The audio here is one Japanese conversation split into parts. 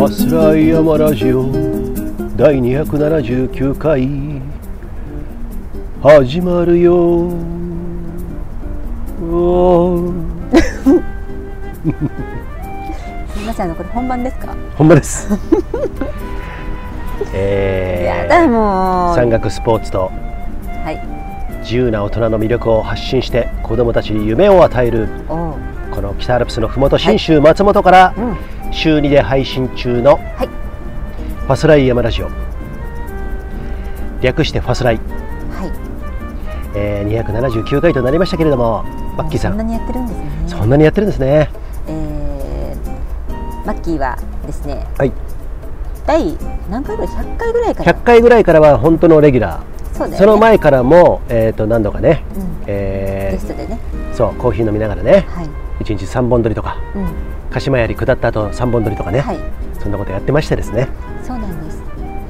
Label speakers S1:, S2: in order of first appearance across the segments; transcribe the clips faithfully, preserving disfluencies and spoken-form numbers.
S1: ファスライヤマラジオだいにひゃくななじゅうきゅうかい始まるよ。
S2: すみません、あのこれ本番ですか？
S1: 本番です。えー、
S2: やだもう。
S1: 山岳スポーツと
S2: はい
S1: 自由な大人の魅力を発信して子どもたちに夢を与える
S2: おう
S1: この北アルプスのふもと信州松本から
S2: うん
S1: 週にで配信中の
S2: はい
S1: ファスライヤマラジオ、略してファスライ、
S2: はい
S1: えー、にひゃくななじゅうきゅうかいとなりましたけれども、マッキーさん、
S2: そんなにやってるんですね。
S1: そんなにやってるんですね。
S2: えー、マッキーはですね、
S1: はい、
S2: 第何回ぐらいひゃっかいぐらいから
S1: ひゃっかいぐらいからは本当のレギュラー、
S2: そうだよね、
S1: その前からも、えー、と何度かね、
S2: うん
S1: えー
S2: ゲストでね、
S1: そうコーヒー飲みながらね、
S2: はい、
S1: いちにちさんぼん撮りとか、
S2: うん、
S1: 鹿島槍下った後さんぼん撮りとかね、
S2: はい、
S1: そんなことやってましてですね。
S2: そうなんです。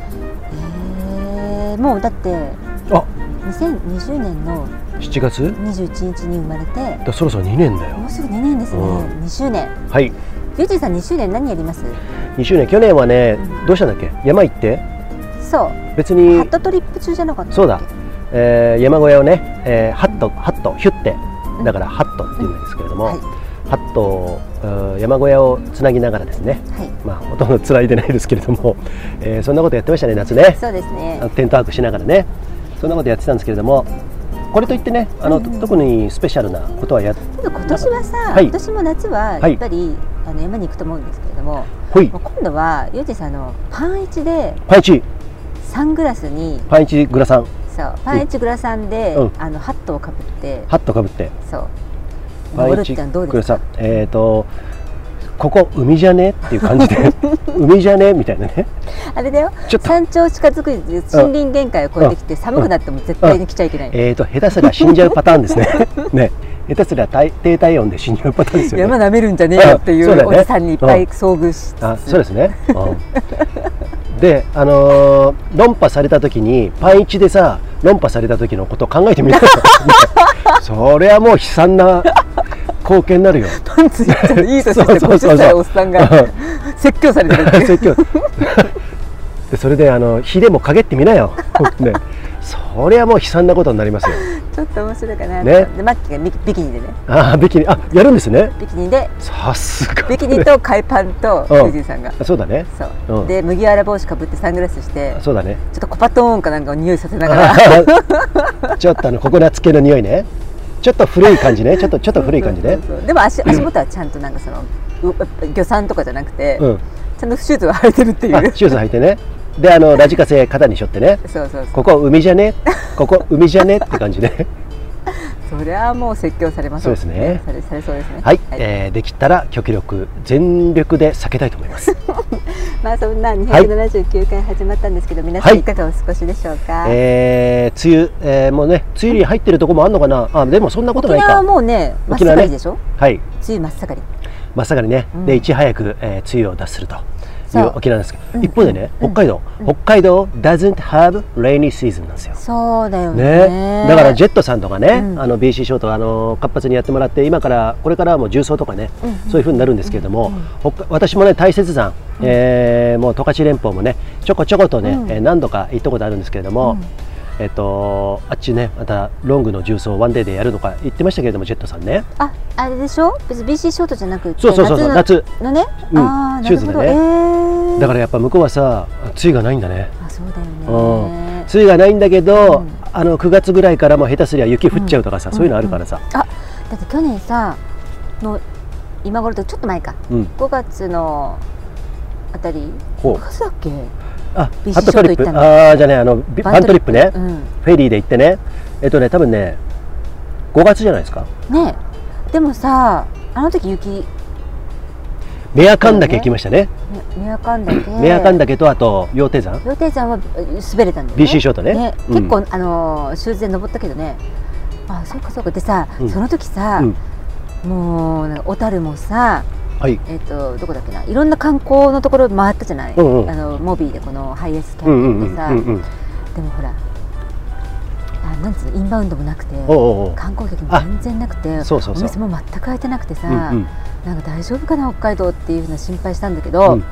S2: えー、もうだって
S1: あ、
S2: にせんにじゅうねんの
S1: しちがつ
S2: にじゅういちにちに生まれて、
S1: だそろそろにねんだよ。
S2: もうすぐにねんですね。
S1: うん
S2: にしゅうねん。
S1: はい、
S2: ユージーさんにしゅうねん何やります？
S1: にしゅうねん、去年はね、
S2: うん
S1: どうしたんだっけ、山行って
S2: そう。
S1: 別に
S2: ハットトリップ中じゃなかったっけ？
S1: そうだ、えー、山小屋をね、えー、ハットハットヒュッてだからハットっていうんですけれども、
S2: はい
S1: ハットをうん山小屋をつなぎながらですね、
S2: はい。
S1: まあほとんどつないでないですけれども、えー、そんなことやってましたね、夏ね。
S2: そうですね
S1: あ。のテントワークしながらね、そんなことやってたんですけれども、これといってね、あの、
S2: うんうん
S1: 特にスペシャルなことはやっ
S2: けど今年はさ、
S1: はい
S2: 今年も夏はやっぱり、あの山に行くと思うんですけれども、
S1: ほい
S2: もう今度はユージさんのパンイチで
S1: パンイチ
S2: サングラスに
S1: パンイチグラサン
S2: そうパンイチグラサンで、
S1: うん
S2: あのハットをかぶって
S1: ハットかぶって
S2: そう
S1: パンイチ
S2: 登るってのはどうですか？
S1: グラサン、えっ、ー、とここ海じゃねっていう感じで海じゃねみたいなね。
S2: あれだよ、
S1: ちょっと
S2: 山頂近づく森林限界を越えてきて寒くなっても絶対に来ちゃいけない。
S1: えーと下手すりゃ死んじゃうパターンですね。ね、下手すりゃ低低体温で死んじゃうパターンですよね。
S2: 山舐めるんじゃねえよってい
S1: あそうだよね
S2: うおじさんにいっぱい遭遇しつつ、
S1: あ、そうですね。うん、で、あのー論破された時にパンイチでさ論破された時のことを考えてみたら、ね、それはもう悲惨な貢献になるよ。
S2: パンツいったらいいとしてごじゅっさいおっさんが説教されてるっていう
S1: 説教で、それであの火でも陰ってみなよ、ね、それはもう悲惨なことになりますよ。
S2: ちょっと面白いかな、
S1: ね、
S2: でマッキーがビキビキニでね、
S1: あビキニ、あやるんですね。
S2: ビキニで
S1: さすが
S2: ビキニと海パンと
S1: うん
S2: 藤井さんが
S1: そうだね。
S2: そう、
S1: うん
S2: で麦わら帽子かぶってサングラスして
S1: そうだね。
S2: ちょっとコパトーンかなんかを匂いさせながら
S1: ちょっとあのココナッツ系の匂いね、ちょっと古い感じね、ちょっとちょっと古い感じね。
S2: そうそうそうでも 足, 足元はちゃんとなんかそのう魚山とかじゃなくて、
S1: うん、
S2: ちゃんとシューズを履いてるっていう
S1: あシューズ履いてね、であのラジカセ肩にしょってね、
S2: そうそうそう、
S1: ここ海じゃね、ここ海じゃねって感じね。
S2: それはもう説教されます
S1: そうですね。
S2: されされそうですね。
S1: はい、はい、えー、できたら極力全力で避けたいと思います。
S2: まあそんなにひゃくななじゅうきゅうかい始まったんですけど、はい、皆さんいかがお過ごしでしょうか。
S1: えー、梅雨、えー、もうね梅雨に入ってるところもあるのかな。あ、でもそんなことないか。
S2: 沖縄はもうね真っ盛りでしょ。ね、
S1: はい。
S2: 梅雨真っ盛り。
S1: 真っ盛りね。うん、でいち早く、えー、梅雨を脱するという沖縄ですけど、うん、一方でね、うん、北海道、うん、北海道 doesn't have rainy season なんですよ。
S2: そうだよ ね,
S1: ね。だからジェットさんとかね、うん、あの ビーシー ショートあの活発にやってもらって、今からこれからはもう重曹とかね、うん、そういう風になるんですけれども、うん、私もね大雪山、うん、えー、もう十勝連峰もねちょこちょことね、うん、えー、何度か行ったことあるんですけれども、うん、えっとあっちねまたロングの重曹ワンデーでやるのか言ってましたけれども、ジェットさんね。
S2: あ、あれでしょ。別に ビーシー ショートじゃなくて、
S1: そうそうそうそう、夏
S2: のね、
S1: うん、あシューズでね、えー、だからやっぱ向こうはさ梅雨がないんだね。
S2: あ、そうだよね、うん、
S1: 梅雨がないんだけど、うん、あのくがつぐらいからも下手すりゃ雪降っちゃうとかさ、うん、そういうのあるからさ、
S2: うんうん、あ、だって去年さの今頃とちょっと前か、うん、ごがつのあたり、ごがつだっけ、
S1: あ、ハットトリップ、ああじゃあね、あのバントリップね、うん、フェリーで行ってね、えっとね多分ねごがつじゃないですか
S2: ね。でもさあの時雪
S1: メアカン岳行きましたね。
S2: メアカン岳、
S1: メアカン岳とあと羊蹄山、
S2: 羊蹄山は滑れたんだよね。
S1: ビーシー ショートね、
S2: ね、うん、結構あのシューズで登ったけどね。あ、そうかそうか。でさ、うん、その時さ、うん、もう小樽もさ、はい、えっとどこだっけな、いろんな観光のところ回ったじゃない、うんうん、あのモビーでこのハイエースキャンプでさ、でもほらあ、なんつうの、インバウンドもなくて、おうおう、観光客も全然なくて、そうそうそう、お店も全く開いてなくてさ、うんうん、なんか大丈夫かな北海道っていうふうな心配したんだけど、うん、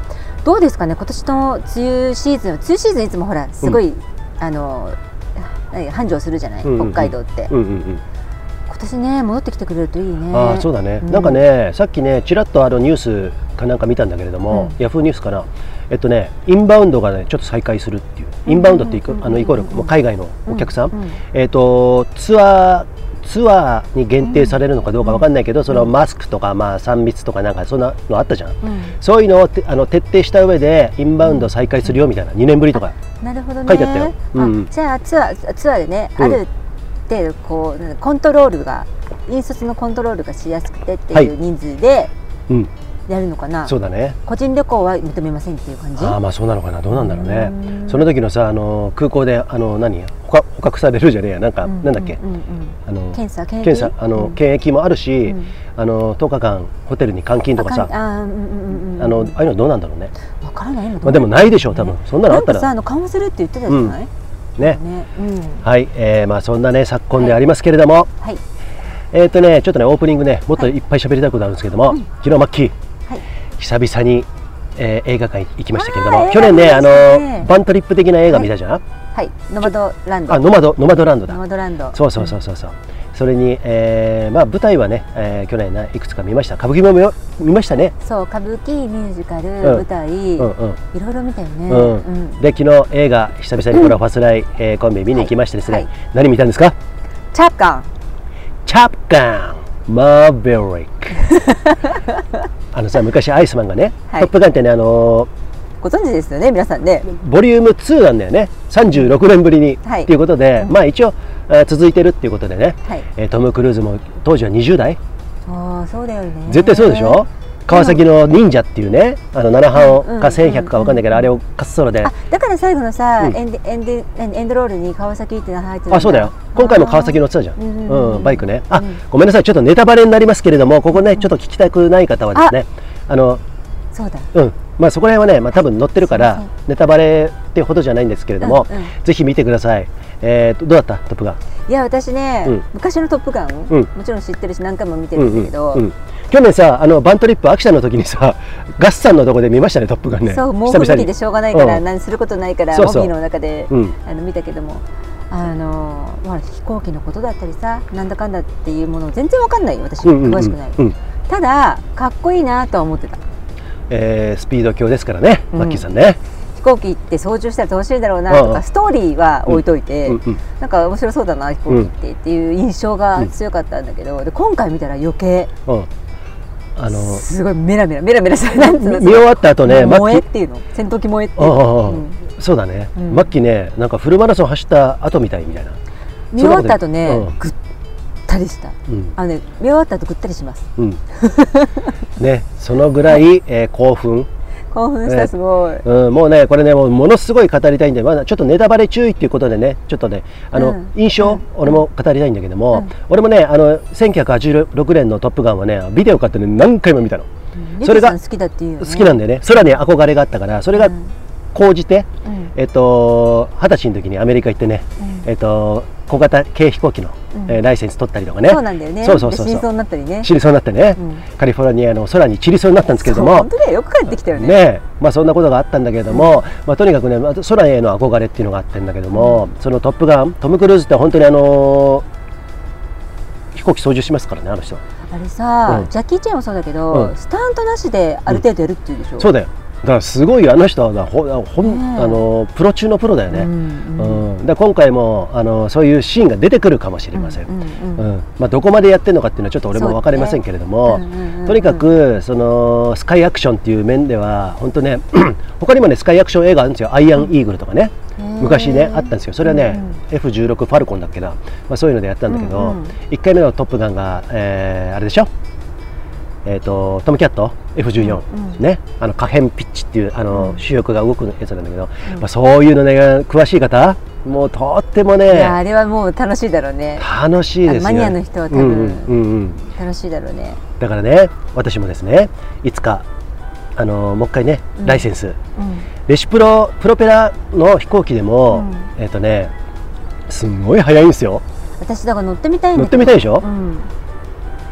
S2: どうですかね、今年の梅雨シーズン、梅雨シーズンいつもほらすごい、うん、あの繁盛するじゃない、うんうんうん、北海道って。うんうんうん、今年ね戻ってきてくれるといいね。
S1: ああそうだね、うん、なんかねさっきねちらっとあのニュースかなんか見たんだけれども、ヤフーニュースかな、えっとねインバウンドがねちょっと再開するっていう、インバウンドってイコールもう海外のお客さん、うんうん、えっとツアーツアーに限定されるのかどうかわかんないけど、そのマスクとかまあさん密とかなんかそんなのあったじゃん、うん、そういうのをあの徹底した上でインバウンド再開するよみたいな、にねんぶりとか書いてあったよ。
S2: うん、じゃあツアーツアーでね、うん、ある程度こうコントロールが引率のコントロールがしやすくてっていう人数で、はいうん、やるのかな。
S1: そうだね。
S2: 個人旅行は認めませんっていう感じ。
S1: ああまあそうなのかな、どうなんだろうね。その時のさあの空港であの何捕獲されるじゃねえや、なんか、うん、なんだっけ、うんうん、あの
S2: 検査検
S1: 疫検査あの、うん、検疫もあるし、うん、あのとおかかんホテルに監禁とかさ、あのああいうのどうなんだろうね。
S2: わからないの。
S1: まあでもないでしょう多分、ね、そんなのあったら。
S2: なんかさあの緩和するって言ってたじゃない。うん
S1: ね、ねうん、はい、えー、まあそんなね昨今でありますけれども、はいはい、えっとねちょっとねオープニングねもっといっぱい喋りたいことあるんですけども、はい、昨日マッキー、はい、久々に、えー、映画館行きましたけれども、去年ねあのバントリップ的な映画見たじゃん。はい、
S2: はい、ノマドランド。
S1: あノマドノマドランドだ。
S2: ノマドランド。
S1: そうそうそうそうそう。うん、それに、えー、まあ舞台はね、えー、去年ねいくつか見ました。歌舞伎も見ましたね。
S2: そう歌舞伎ミュージカル、うん、舞台、うんうん、いろいろ見たよね。
S1: うんうん、で昨日映画久々にこのファスライ、うんえー、コンビ見に行きましてですね、はいはい、何見たんですか？
S2: チャップガン。
S1: チャップガンマーベリック。あのさ昔アイスマンがね、はい、トップガンってねあのー、
S2: ご存知ですよね皆さんね。
S1: ボリュームツーなんだよね。さんじゅうろくねんぶりに、はい、っていうことで、うん、まあ一応続いてるっていうことでね、はい、トム・クルーズも当時はにじゅう代。
S2: ああそうだよね。
S1: 絶対そうでしょ。川崎の忍者っていうねあのなな班かせんひゃくか分かんないけど、あれを滑走路で、
S2: あだから最後のさ、うん、エンデエンデエンドロールに川崎って入ってる。
S1: あそうだよ。今回も川崎乗ってたじゃん、うん、バイクね。あ、うん、ごめんなさいちょっとネタバレになりますけれども、ここねちょっと聞きたくない方はですね、あの
S2: そうだ
S1: うんまあそこら辺はね、まあ、多分載ってるからネタバレってほどじゃないんですけれども、うんうん、ぜひ見てください。えー、どうだったトップガン？
S2: いや私ね、うん、昔のトップガン、うん、もちろん知ってるし何回も見てるんだけど、うんうんうん、
S1: 去年さあのバントリップ秋田の時にさガッサンのとこで見ましたねトップガンね。
S2: そうもう無理でしょうがないから、うん、何することないからモビーの中で、うん、あの見たけども、あのまあ、飛行機のことだったりさなんだかんだっていうもの全然わかんないよ私、うんうんうん、詳しくない、うん、ただかっこいいなとは思ってた。
S1: えー、スピード強ですからね、マッキーさんね。
S2: 飛行機って操縦したら楽しいだろうなとか、ストーリーは置いといて、うんうん、なんか面白そうだな飛行機ってっていう印象が強かったんだけど、で今回見たら余計、うん、あのすごいメラメラメラメラされたんですよ。
S1: 見終わった後ね、
S2: 萌えっていうの、戦闘機萌えっていうの、うん、
S1: そうだね、うん、マッキーねなんかフルマラソン走った後みたいみたいな。
S2: 見終わった後ね、うん、ぐったりした、うん、あのね見終わった後ぐったりします、うん
S1: ね、そのぐらい、えー、興奮
S2: 興奮したすごい、
S1: ねうん、もうねこれねもうものすごい語りたいんで、まだちょっとネタバレ注意っていうことでねちょっとねあの、うん、印象、うん、俺も語りたいんだけども、うん、俺もねあのせんきゅうひゃくはちじゅうろくねんのトップガンはねビデオ買ってね何回も見たの、
S2: うん、それが好きだっていうよね。
S1: 好きなんだよね。空に憧れがあったからそれが高じて、うん、えっと二十歳の時にアメリカ行ってね、うん、えっと小型軽飛行機の、うんえー、ライセンス取ったりとかね。
S2: そうなんだよね。そうそうそうそう。死にそうになったりね。
S1: 死にそうになってね、うん、カリフォルニアの空に散りそうになったんですけれども。
S2: 本当によく帰ってきたよね。
S1: ね、まあそんなことがあったんだけれども、うん、まあとにかくね、空への憧れっていうのがあってんだけども、うん、そのトップガン、トム・クルーズって本当にあのー、飛行機操縦しますからねあの人。
S2: あれさ、うん、ジャッキー・チェンもそうだけど、うん、スタントなしである程度やるっていうでしょ。うん、そうだよ。だからすごいあの人はほほん、あのプロ中のプロだよね。うんうんうん、で今回もあのそういうシーンが出てくるかもしれません。まあどこまでやってるのかっていうのはちょっと俺も分かりませんけれども、とにかくそのスカイアクションっていう面では本当ね他にもねスカイアクション映画あるんですよ。アイアンイーグルとかね、昔ねあったんですよ。それはね、うん、エフじゅうろく ファルコンだっけな、まあそういうのでやったんだけど、うんうん、いっかいめのトップガンが、えー、あれでしょ。えー、とトムキャット エフじゅうよん、うん、ね、あの可変ピッチっていうあの、うん、主翼が動くやつなんだけど、うんまあ、そういうのね詳しい方もうとってもね、いやあれはもう楽しいだろうね。
S1: 楽しいですよ。
S2: マニアの人は多分、うんうんうん、楽しいだろうね。
S1: だからね私もですねいつかあのもう一回ね、うん、ライセンス、うん、レシプロプロペラの飛行機でも、うん、えっ、ー、とねすんごい速いんですよ。
S2: 私だから乗ってみたいんだけど。
S1: 乗ってみたいでしょ、うん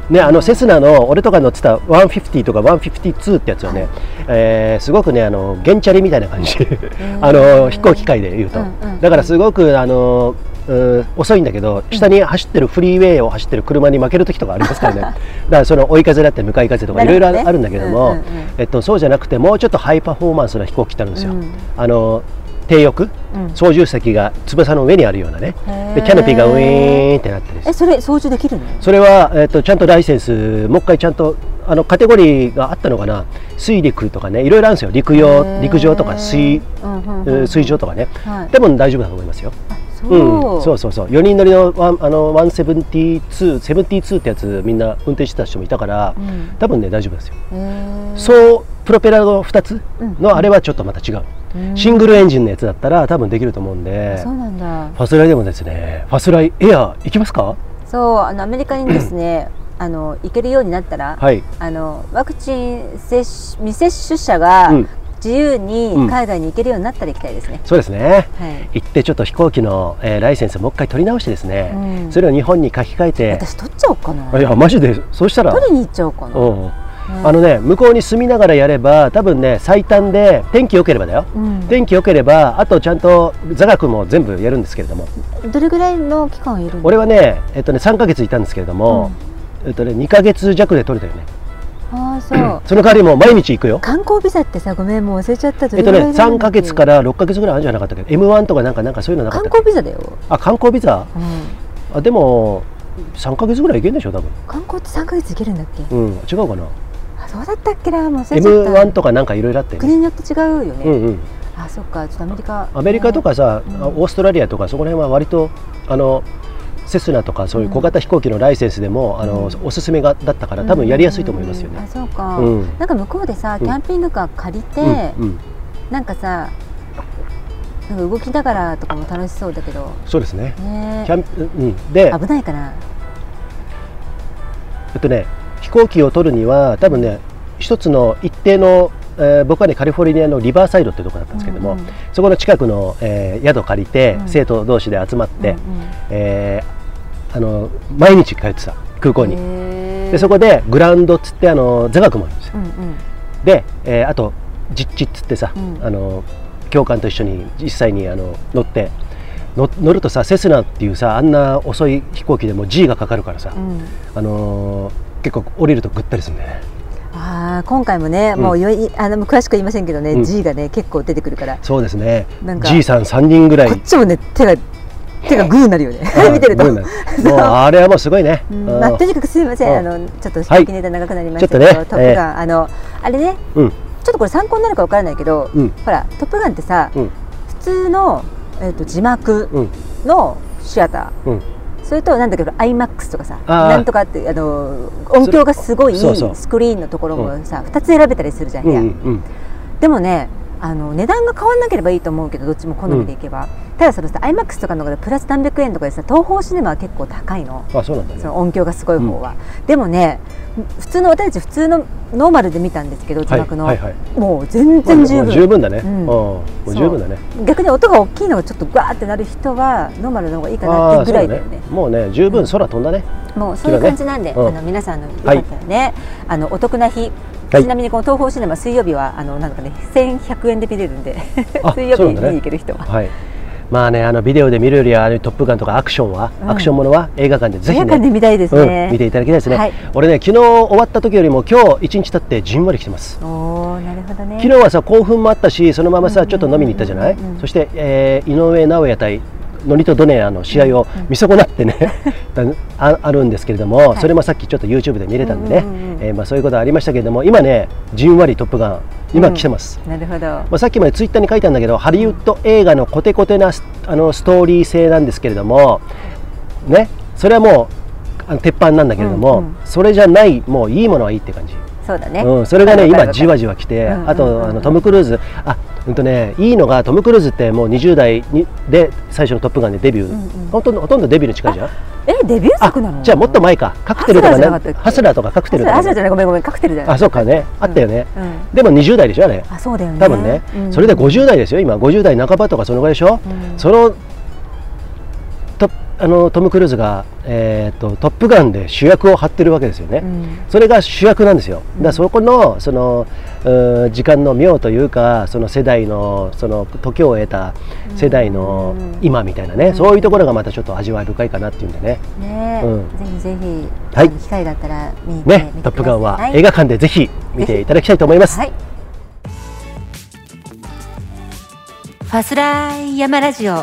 S1: ね、あのセスナの俺とか乗ってたひゃくごじゅうとかひゃくごじゅうにってやつはね、はい、えー、すごくねあの原チャリみたいな感じあの飛行機界でいうと、うんうん、だからすごくあの遅いんだけど、下に走ってるフリーウェイを走ってる車に負ける時とかありますからねだからその追い風だって向かい風とかいろいろあるんだけども、えっと、そうじゃなくてもうちょっとハイパフォーマンスな飛行機ってあるんですよ、うん、あの低翼、うん、操縦席が翼の上にあるようなね、でキャノピーがウィーンってなってる。
S2: え、それ操縦できるの？
S1: それは、えっと、ちゃんとライセンスもう一回ちゃんとあのカテゴリーがあったのかな、水陸とかねいろいろあるんですよ、陸用陸上とか水、水上とかね、はい、でも大丈夫だと思いますよ。そう、うん、そうそうそう、よにん乗りのワンあのひゃくななじゅうに、ななじゅうにってやつみんな運転してた人もいたから、うん、多分ね大丈夫ですよ。そうプロペラのふたつのあれはちょっとまた違う、うん、シングルエンジンのやつだったら多分できると思うんで。
S2: そうなんだ。
S1: ファスライでもですね、ファスライエア行きますか？
S2: そう、あのアメリカにですねあの行けるようになったら、はい、あのワクチン接種未接種者が、うん、自由に海外に行けるようになったら行きたいですね。
S1: うん、そうですね、はい、行ってちょっと飛行機の、えー、ライセンスもう一回取り直してですね、うん、それを日本に書き換えて。
S2: 私取っちゃおうかな。
S1: いやマジで、そうしたら
S2: 取りに行っちゃおうかな。うん、
S1: あのね、向こうに住みながらやれば多分ね最短で、天気良ければだよ、うん、天気良ければあとちゃんと座学も全部やるんですけれども。
S2: どれぐらいの期間いるの？
S1: 俺はね、えっとねさんかげついたんですけれども、うん、えっとねにかげつじゃくで取れたよね。
S2: ああ、そう。
S1: その代わりもう毎日行くよ。
S2: 観光ビザってさ、ごめんもう忘れちゃった。
S1: えっとねさんかげつからろっかげつぐらいあるんじゃなかったっけど、 エムワン とかなんかなんかそういうのなかったっけ？
S2: 観光ビザだよ。
S1: あ、観光ビザ、うん、あでもさんかげつぐらい行けるんでしょ多分。
S2: 観光ってさんかげつ行けるんだっけ？
S1: うん、違うかな。
S2: そうだったっけな、もう忘れちゃった。
S1: エムワン とかなんかいろいろあって、ね、
S2: 国によって違うよね。うんうん、あ、そっか、ちょっとアメリカ
S1: アメリカとかさ、うん、オーストラリアとかそこら辺は割とあのセスナとかそういう小型飛行機のライセンスでも、うん、あのおすすめがだったから多分やりやすいと思いますよね。
S2: あ、そうか、うん、なんか向こうでさキャンピングカー借りて、うんうん、なんかさなんか動きながらとかも楽しそうだけど。
S1: そうですね。ね、キャンプ、うん、で
S2: 危ないかな。
S1: えっとね飛行機を取るには多分ね一つの一定の、えー、僕はねカリフォルニアのリバーサイドっていうところだったんですけども、うんうん、そこの近くの、えー、宿を借りて、うん、生徒同士で集まって、うんうん、えー、あの毎日通ってた空港に。でそこでグラウンドっつってあの座学もあるんですよ。うんうん、で、えー、あと実地っつってさ、うん、あの教官と一緒に実際にあの乗って乗るとさ、セスナっていうさあんな遅い飛行機でも G がかかるからさ、うん、あのー、結構降りるとぐったりするんだよね。
S2: あ、今回もね、うん、もうよいあの詳しく言いませんけどね、うん、G がね結構出てくるから。そうですね。G さんさんにんぐらい。こっちもね手が手がグーになるよね。見てると。もう
S1: あれはもうすごいね。
S2: うん、まあとにかくすみません、あのちょっと飛行機ネタ長くなりましたけど、はい、トップガン、えー、あのあれね、うん、ちょっとこれ参考になるかわからないけど、うん、ほらトップガンってさ、うん、普通のえっ、ー、と字幕のシアター。うん、それとなんだけど アイマックス とかさ、なんとかってあの音響がすごいスクリーンのところもさ、ふたつ選べたりするじゃん、部屋。でもね、あの値段が変わらなければいいと思うけど、どっちも好みでいけば、うん、ただそのさ アイマックス とかの方がプラス何百円とかでさ、東宝シネマは結構高いの。あ、そうなんだね。その音響がすごい方は、うん、でもね普通の私たち普通のノーマルで見たんですけど、字幕の、はいはいはい、もう全然十分、まあ、十分だね、うん、もう十分だね。逆に音が大きいのがちょっとガーってなる人はノーマルの方がいいかなってぐらいだよね。もうね十分空飛んだね、うん、もうそういう感じなんで、ね、あの皆さんのよかったらね、はい、あのお得な日、ちなみにこの東宝シネマ水曜日はあのなんかねせんひゃくえんで見れるんで水曜日に見に行ける人は、はい、まあね、あのビデオで見るよりはあのトップガンとかアクションは、うん、アクションものは映画館でぜひ、ね、映画館で見たいですね、うん、見ていただきたいですね、はい、俺ね昨日終わった時よりも今日一日経ってじんわり来てます。おー、なるほどね。昨日はさ興奮もあったし、そのままさちょっと飲みに行ったじゃない。そして、えー、井上尚弥対ノリとドネアの試合を見損なってね、うん、あ, あるんですけれども、はい、それもさっきちょっと ユーチューブ で見れたんでね、えーまあそういうことありましたけれども、今ねじんわりトップガン今来てます、うん、なるほど。まあさっきまでツイッターに書いたんだけど、ハリウッド映画のコテコテなあのストーリー性なんですけれどもね、それはもうあの鉄板なんだけれども、うんうん、それじゃないもういいものはいいって感じ。そうだね、うん、それがね今じわじわ来て、あとあのトム・クルーズ、あうんとね、いいのがトム・クルーズってもうにじゅう代にで最初の「トップガン」でデビュー、うんうん、ほとんどほとんどデビューに近いじゃん。え、デビュー作なの？じゃあもっと前か。カクテルとかね、ハスラーとかカクテルとか、ハスラーじゃない、ごめんごめん、カクテルじゃない。あ、そうかね、あったよね、うんうん、でもにじゅう代でしょあれ。あ、そうだよね、多分ね、うん、それでごじゅう代ですよ今。ごじゅう代半ばとかそのぐらいでしょ、うん、そのト
S1: あのトム・クルーズが、えー、とトップガンで主役を張ってるわけですよね、うん、それが主役なんですよ。だからそこのその時間の妙というか、その世代のその時を得た世代の今みたいなね、うん、そういうところがまたちょっと味わい深いかなっていうんでね。
S2: ね、うん、ぜひぜひ、はい、機会があったら見に行ってみてください。ね、
S1: トップガンは映画館でぜひ見ていただきたいと思います。はい、
S2: ファスライヤマラジオ。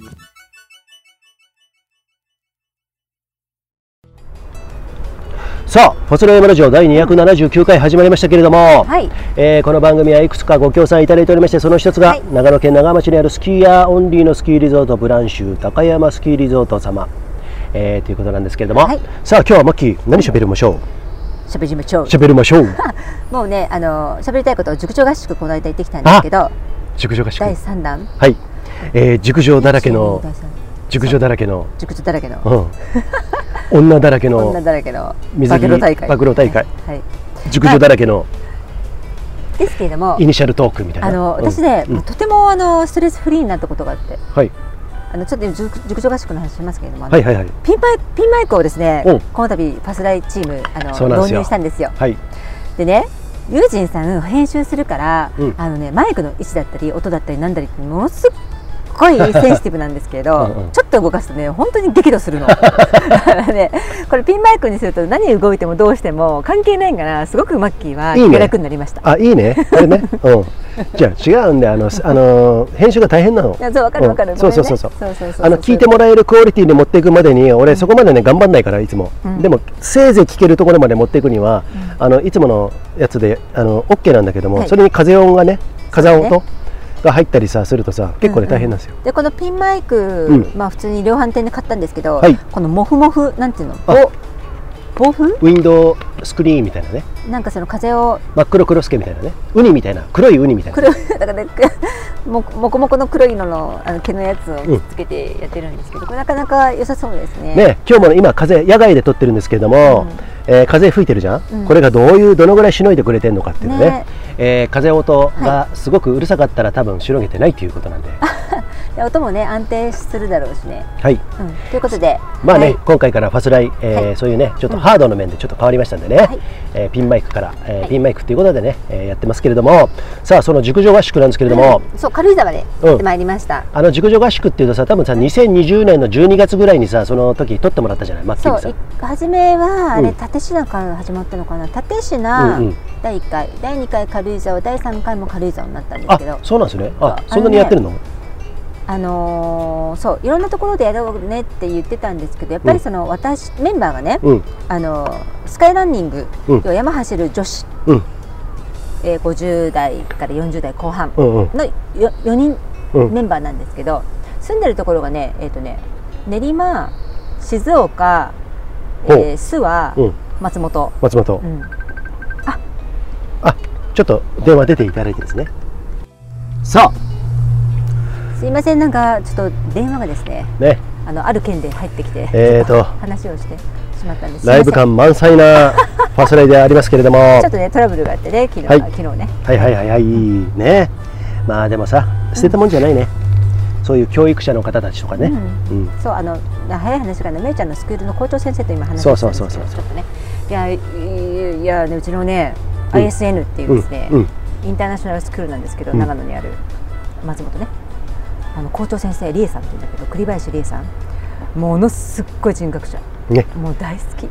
S1: さあ、ファスライヤマラジオだいにひゃくななじゅうきゅうかい始まりましたけれども、はい、えー、この番組はいくつかご協賛いただいておりまして、その一つが、はい、長野県長浜町にあるスキーヤーオンリーのスキーリゾートブランシュ高山スキーリゾート様、えー、ということなんですけれども、はい、さあ今日はマッキー何しゃべりましょう。
S2: しゃべりましょう。
S1: しゃべりましょう。
S2: もうね、あのしゃべりたいことを塾長合宿この間行ってきたんですけど、
S1: 塾長合宿
S2: だいさんだん、
S1: はい、えー、塾長だらけの塾長だらけの
S2: 塾長だらけの、
S1: うん女だらけの
S2: 女だらけの
S1: 水着暴露大会、暴露大会、はい、熟女だらけの
S2: ですけれども、
S1: イニシャルトークみたいな。
S2: あの私ね、うん、とてもあのストレスフリーになったことがあって、
S1: はい、
S2: あのちょっと熟女合宿の話しますけれども、
S1: はいはいはい、
S2: ピンマイピンマイクをですね、うん、この度ファスライチームあの導入したんですよ。はい、でね、ユージンさん編集するから、うん、あのねマイクの位置だったり音だったりなんだりってものすごいすごいセンシティブなんですけれどうん、うん、ちょっと動かすとね本当に激怒するの。だからね、これピンマイクにすると何動いてもどうしても関係ないから、すごくマッキーは気が楽になりました。
S1: いいね、あ、いいね、あれね、うん、じゃあ違うんで、あのあの編集が大変なの。
S2: いや、そう、わかるわかる、
S1: そうそうそうそう、あの聞いてもらえるクオリティに持っていくまでに俺、うん、そこまでね頑張んないからいつも、うん、でもせいぜい聞けるところまで持っていくには、うん、あのいつものやつであの OK なんだけども、はい、それに風音がね、風音とが入ったりさするとさ、結構ね大変なんですよ。
S2: でこのピンマイク、うん、まあ普通に量販店で買ったんですけど、はい、このモフモフなんていうの、ボボフ
S1: ウィンドウスクリーンみたいなね、
S2: なんかその風を
S1: 真っ黒クロスケみたいなね、ウニみたいな、黒いウニみたいな、
S2: 黒いだからね、ももこもこの黒いののあの毛のやつをつけてやってるんですけど、うん、これなかなか良さそうですね。
S1: ね、今日も今風野外で撮ってるんですけれども、うん、えー、風吹いてるじゃん、うん、これがどういうどのぐらいしのいでくれてるのかっていうのね、ね、えー、風音がすごくうるさかったら、はい、多分しのげてないということなんで。
S2: で音もね安定するだろうしね。
S1: はい、
S2: うん、ということで、
S1: まあね、
S2: はい、
S1: 今回からファスライ、えーはい、そういうねちょっとハードの面でちょっと変わりましたんでね、はい、えー、ピンマイクから、えーはい、ピンマイクということでね、えー、やってますけれども、さあその熟女合宿なんですけれども、
S2: うん、そう軽井沢でやってまいりました。
S1: うん、あの熟女合宿っていうとさ、多分さにせんにじゅうねんのじゅうにがつぐらいにさ、その時撮ってもらったじゃない、マッキーさん。
S2: そう、初めはあれ、うん、立科から始まったのかな、立科、うんうん、だいいっかい、だいにかい軽井沢、だいさんかいも軽井沢になったんですけど。
S1: あ、そうなんですね。あ、そんなにやってるの？
S2: あのー、そういろんなところでやろうねって言ってたんですけど、やっぱりその、うん、私メンバーがね、うん、あのー、スカイランニング、うん、山走る女子、うん、えー、ごじゅうだいからよんじゅうだいこう半の よ, よにんメンバーなんですけど、住んでるところがね、えーとね、練馬、静岡、えー、諏訪、松本。
S1: 松本、うん、ああ、ちょっと電話出ていただいてですね。さあ、
S2: すいません、なんかちょっと電話がですね、ね、あのある件で入ってきて、えーと話をしてしまったんです。
S1: ライブ感満載なファスライでありますけれども、
S2: ちょっとねトラブルがあってね、昨日、はい、昨日ね。
S1: はいはいはいはい、ね。まあでもさ、捨てたもんじゃないね。うん、そういう教育者の方たちとかね。
S2: うんうん、そう、あの早い話がね、めいちゃんのスクールの校長先生と今話をしたんですけど、ちょっとね、いやいやね、うちのね、うん、アイエスエヌ っていうですね、うんうん、インターナショナルスクールなんですけど、うん、長野にある松本ね。あの校長先生、理恵さんって言うんだけど、栗林理恵さん、ものすっごい人格者、ね、もう大好き、うん、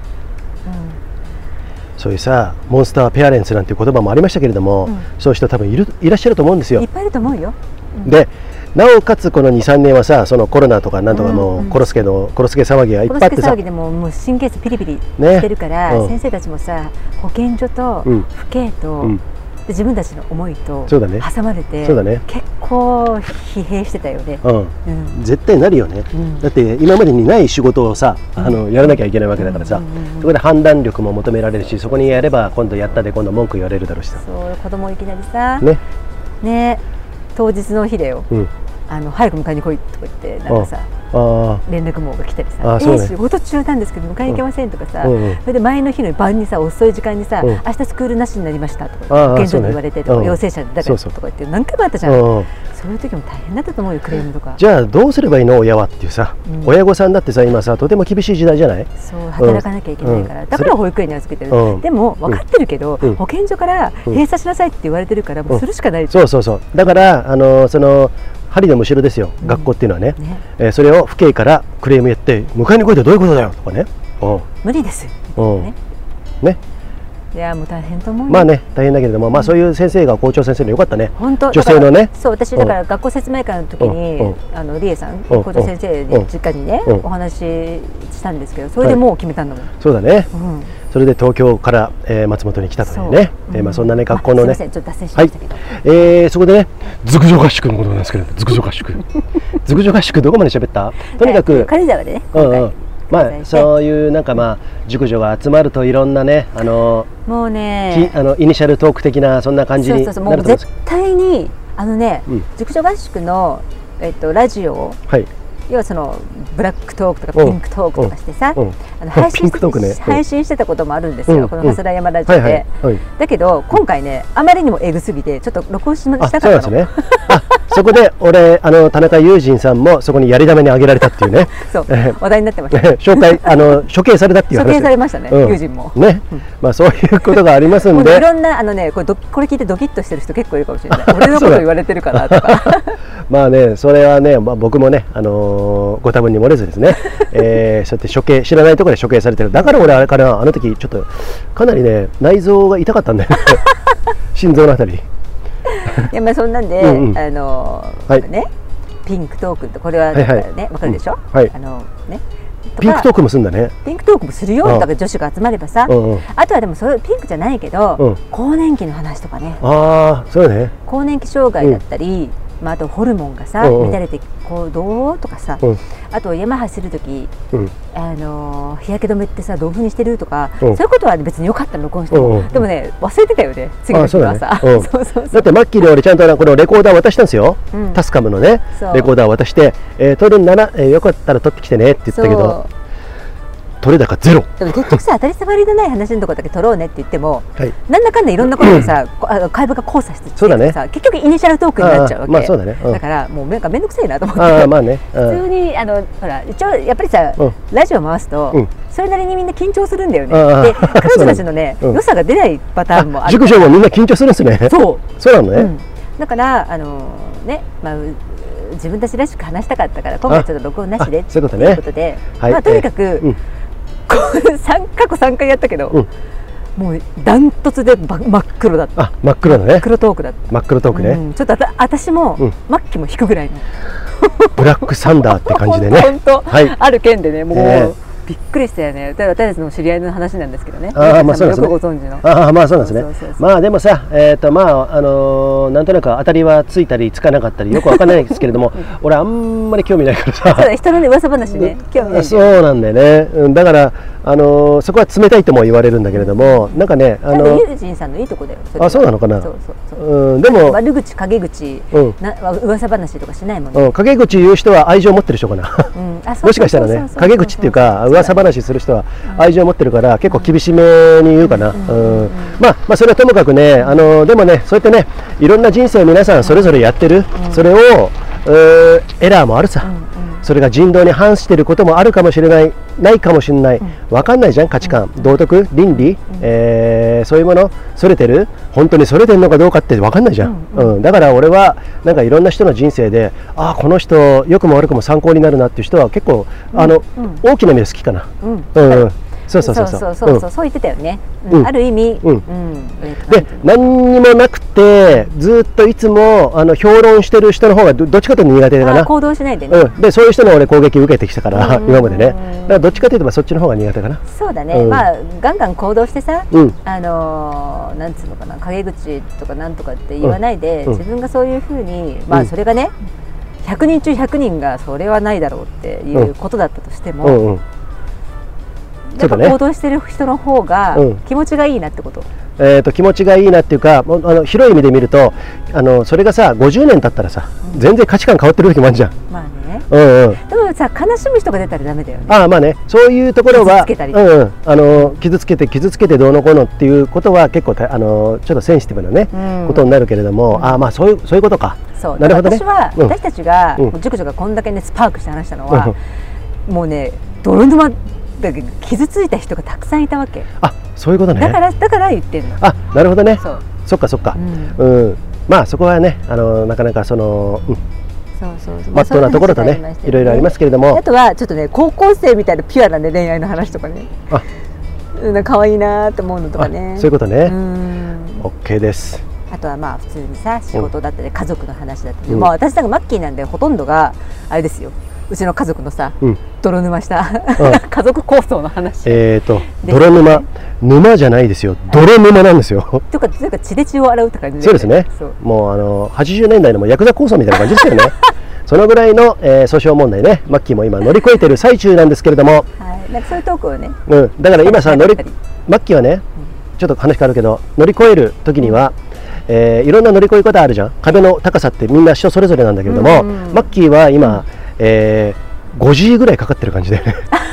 S1: そういうさ、モンスターペアレンツなんていう言葉もありましたけれども、うん、そういう人多分いるいらっしゃると思うんですよ。
S2: いっぱいいると思うよ。
S1: うん、でなおかつこのにさんねんはさ、そのコロナとかなんとかもうコロスケのコロスケ騒ぎがいっぱいあってさ、
S2: コロスケ騒ぎでももう神経質ピリピリしてるから、ね、うん、先生たちもさ、保健所と府警と、うん、で自分たちの思いと挟まれて、そうだね、結構疲弊してたよね。うん
S1: うん、絶対なるよね。うん、だって今までにない仕事をさ、あのやらなきゃいけないわけだからさ、そこで判断力も求められるし、そこにやれば今度やったで今度文句言われるだろうしさ。
S2: そう、子供いきなりさ、ねね、当日の日だよ、うん、あの早く迎えに来いとか言って、なんかさ、 連絡網が来たりさ、え仕事中なんですけど迎えに行けませんとかさ、それで前の日の晩にさ遅い時間にさ、明日スクールなしになりましたとか現状に言われてとか陽性者だからとか言って何回もあったじゃん。そういう時も大変だったと思うよ、クレームとか。
S1: じゃあどうすればいいの親はっていうさ、親御さんだってさ今さとても厳しい時代じゃない。
S2: そう働かなきゃいけないから、だから保育園に預けてる。でも分かってるけど保健所から閉鎖しなさいって言われてるからもうするしかない。
S1: そうそうそう。だからあのその針のむしろですよ、学校っていうのはね。えそれを父兄からクレームやって迎えに来いってどういうことだよとかね。
S2: 無理です
S1: ね。ね。
S2: いやもう大変と思う。
S1: まあね大変だけれども、まあそういう先生が校長先生のよかったね。
S2: 本当
S1: 女性のね。
S2: そう私だから学校説明会の時にあの理恵さん校長先生に実家にねお話ししたんですけど、それでもう決めたんだもん。
S1: そうだね。それで東京から松本に来たというね。まあそんなね学校のね。
S2: すみませんちょっと脱線しましたけど。
S1: えそこでね熟女合宿のことなんですけど、熟女合宿。熟女合宿どこまで喋った？とにかく
S2: 軽井沢でね。
S1: まあそういうなんかまあ熟女が集まるといろんなねあの
S2: もうね
S1: あのイニシャルトーク的なそんな感じになると思います。
S2: もう絶対にあのね熟女合宿のえっとラジオを要はそのブラックトークとかピンクトークとかしてさ配信配信してたこともあるんですよ、この蓮田山ラジオで。だけど今回ねあまりにもエグすぎてちょっと録音しなかったの。
S1: そうですね。そこで俺あの田中友人さんもそこにやり玉にあげられたっていうね。
S2: そう話題になってました。
S1: 紹介あの処刑されたっていう話。
S2: 処刑されましたね友人も。
S1: ね。まあそういうことがありますんで。
S2: いろんなあのねこれこれ聞いてドキッとしてる人結構いるかもしれない。俺のこと言われてるかなとか。
S1: まあねそれはね僕もねあのご多分に漏れずですね。えそうやって処刑知らないところで処刑されてる。だから俺あれからあの時ちょっとかなりね内臓が痛かったんだよね。心臓のあたり。
S2: いやまあそんなんで、うんうん、あのーはい、ねピンクトークってこれはだからねわかるでしょ。はい、あのね
S1: ピンクトークもするんだね。
S2: ピンクトークもするよ。だから女子が集まればさ、うんうん、あとはでもそういうピンクじゃないけど、うん、更年期の話とかね。
S1: ああそうね。
S2: 更年期障害だったり。うんまあ、あとホルモンがさ、うんうん、乱れて行動とかさ、うん、あと山走る時、うん、あの日焼け止めってさどういうふうにしてるとか、うん、そういうことは別によかったの録音しても、うんうん、でもね忘れてたよね次の日はさ。
S1: だってマッキーで俺ちゃんとこのレコーダー渡したんですよ、うん、タスカムのねレコーダー渡して、えー、撮るんなら、えー、よかったら撮ってきてねって言ったけど取れ高ゼロ。
S2: でも結局さ当たり障りのない話のところだけ取ろうねって言っても、はい、なんだかんだいろんなことでさ会話が交差しててさ、ね、結局イニシャルトークになっちゃうわけ。
S1: まあそうだね、うん、
S2: だからもうなんか面倒くさいなと思って。
S1: あまあね、
S2: うん、普通にあのほら一応やっぱりさ、うん、ラジオ回すと、うん、それなりにみんな緊張するんだよね。で彼女たちのね、うん、良さが出ないパターンもある。
S1: 塾長もみんな緊張するんですね。
S2: そう
S1: そうなのね、うん、
S2: だからあのねまあ自分たちらしく話したかったから今回ちょっと録音なしでっていうことで、まあとにかく、うん過去さんかいやったけど、うん、もうダントツで真っ黒だった。
S1: あ真っ黒だね。
S2: 真っ黒トークだった。
S1: 真っ黒トークね、うん、
S2: ちょっとあた私も、うん、マッキーも引くぐらいの
S1: ブラックサンダーって感じでね
S2: 本当、はい、ある件でねもう、えーびっくりしたよね。私たちの知り合いの話なんですけどね。
S1: ああまあそうですね。
S2: よくご存知の。
S1: ああまあそうなんですね。まあでもさ、えっとまああのなんとなく当たりはついたりつかなかったりよくわかんないですけれども、俺あんまり興味ないからさ。
S2: そうだ人のね噂話ね興味ない。
S1: そうなんだよね。うん、だからあのそこは冷たいとも言われるんだけれども、なんかね
S2: あのユージンさんのいいとこだよ。
S1: あそうなのかな。
S2: そうそうそう。
S1: うんでも
S2: 悪口陰口な噂話とかしないもん
S1: ね。陰口言う人は愛情を持ってる人かな。もしかしたらね陰口っていうか噂話する人は愛情を持ってるから結構厳しめに言うかな。うんまあまあそれはともかくねあのでもねそうやってねいろんな人生を皆さんそれぞれやってる、それをエラーもあるさ、それが人道に反していることもあるかもしれないないかもしれない、分かんないじゃん価値観、道徳倫理、えー、そういうものそれてる本当にそれてるのかどうかって分かんないじゃん、うんうん、だから俺はなんかいろんな人の人生でああこの人良くも悪くも参考になるなっていう人は結構あの、うん、大きな意味で好きかな。うんうんそうそうそうそう
S2: そうそうそう言ってたよね。ある意味
S1: で何にもなくてずっといつもあの評論してる人の方がどっちかというと苦手かな。
S2: 行動しないでね。
S1: でそういう人の俺攻撃受けてきたから今までね。だからどっちかというとそっちの方が苦手かな。
S2: そうだね。まあガンガン行動してさ、あのなんつうのかな陰口とかなんとかって言わないで自分がそういうふうにまあそれがねひゃくにん中ひゃくにんがそれはないだろうっていうことだったとしても。やっぱ行動してる人の方が気持ちがいいなってこと、
S1: うん、えーと気持ちがいいなっていうかあの広い意味で見るとあのそれがさごじゅうねん経ったらさ、うん、全然価値観変わってる時もあるじゃん。
S2: まあね、
S1: うんうん、
S2: でもさ悲しむ人が出たらダメだよね。
S1: ああまあね、そういうところは
S2: 傷つけたり、
S1: うんうん、あの傷つけて傷つけてどうのこうのっていうことは結構あのちょっとセンシティブなね、うん、ことになるけれども、うん、ああまあそういうそういうことか。
S2: そうなるほどね。私は、うん、私たちが、うん、熟女がこんだけねスパークして話したのは、うん、もうね泥沼だけど傷ついた人がたくさんいたわけ。
S1: あ、そういうことね。
S2: だからだから言ってるの。
S1: あ、なるほどね。
S2: そう、
S1: そっかそっか。うん、うん、まあそこはね、あのなかなかその、うん、
S2: そうそうそう、
S1: マットなところとね、ねいろいろありますけれども、
S2: あとはちょっとね高校生みたいなピュアな、ね、恋愛の話とかね、あ、可愛いなと思うのとかね。
S1: そういうことね。うん、オッケーです。
S2: あとはまあ普通にさ仕事だったり家族の話だったり、うん、まあ私なんかマッキーなんでほとんどがあれですよ。うちの家族のさ、うん、泥沼した家族構想の話。
S1: えっと、ね、泥沼、沼じゃないですよ。泥沼なんですよ。
S2: というか、というか血で血を洗うって感じで。
S1: そうですね。もうあのはちじゅうねんだいのもヤクザ構想みたいな感じですよね。そのぐらいの、えー、訴訟問題ね、マッキーも今乗り越えている最中なんですけれども。
S2: はい。なんかそういうトークをね。
S1: うん。だから今さ乗りマッキーはね、ちょっと話変わるけど乗り越える時には。えー、いろんな乗り越え方あるじゃん。壁の高さってみんな人それぞれなんだけれども、うんうん、マッキーは今、うん、えー、ごジー ぐらいかかってる感じで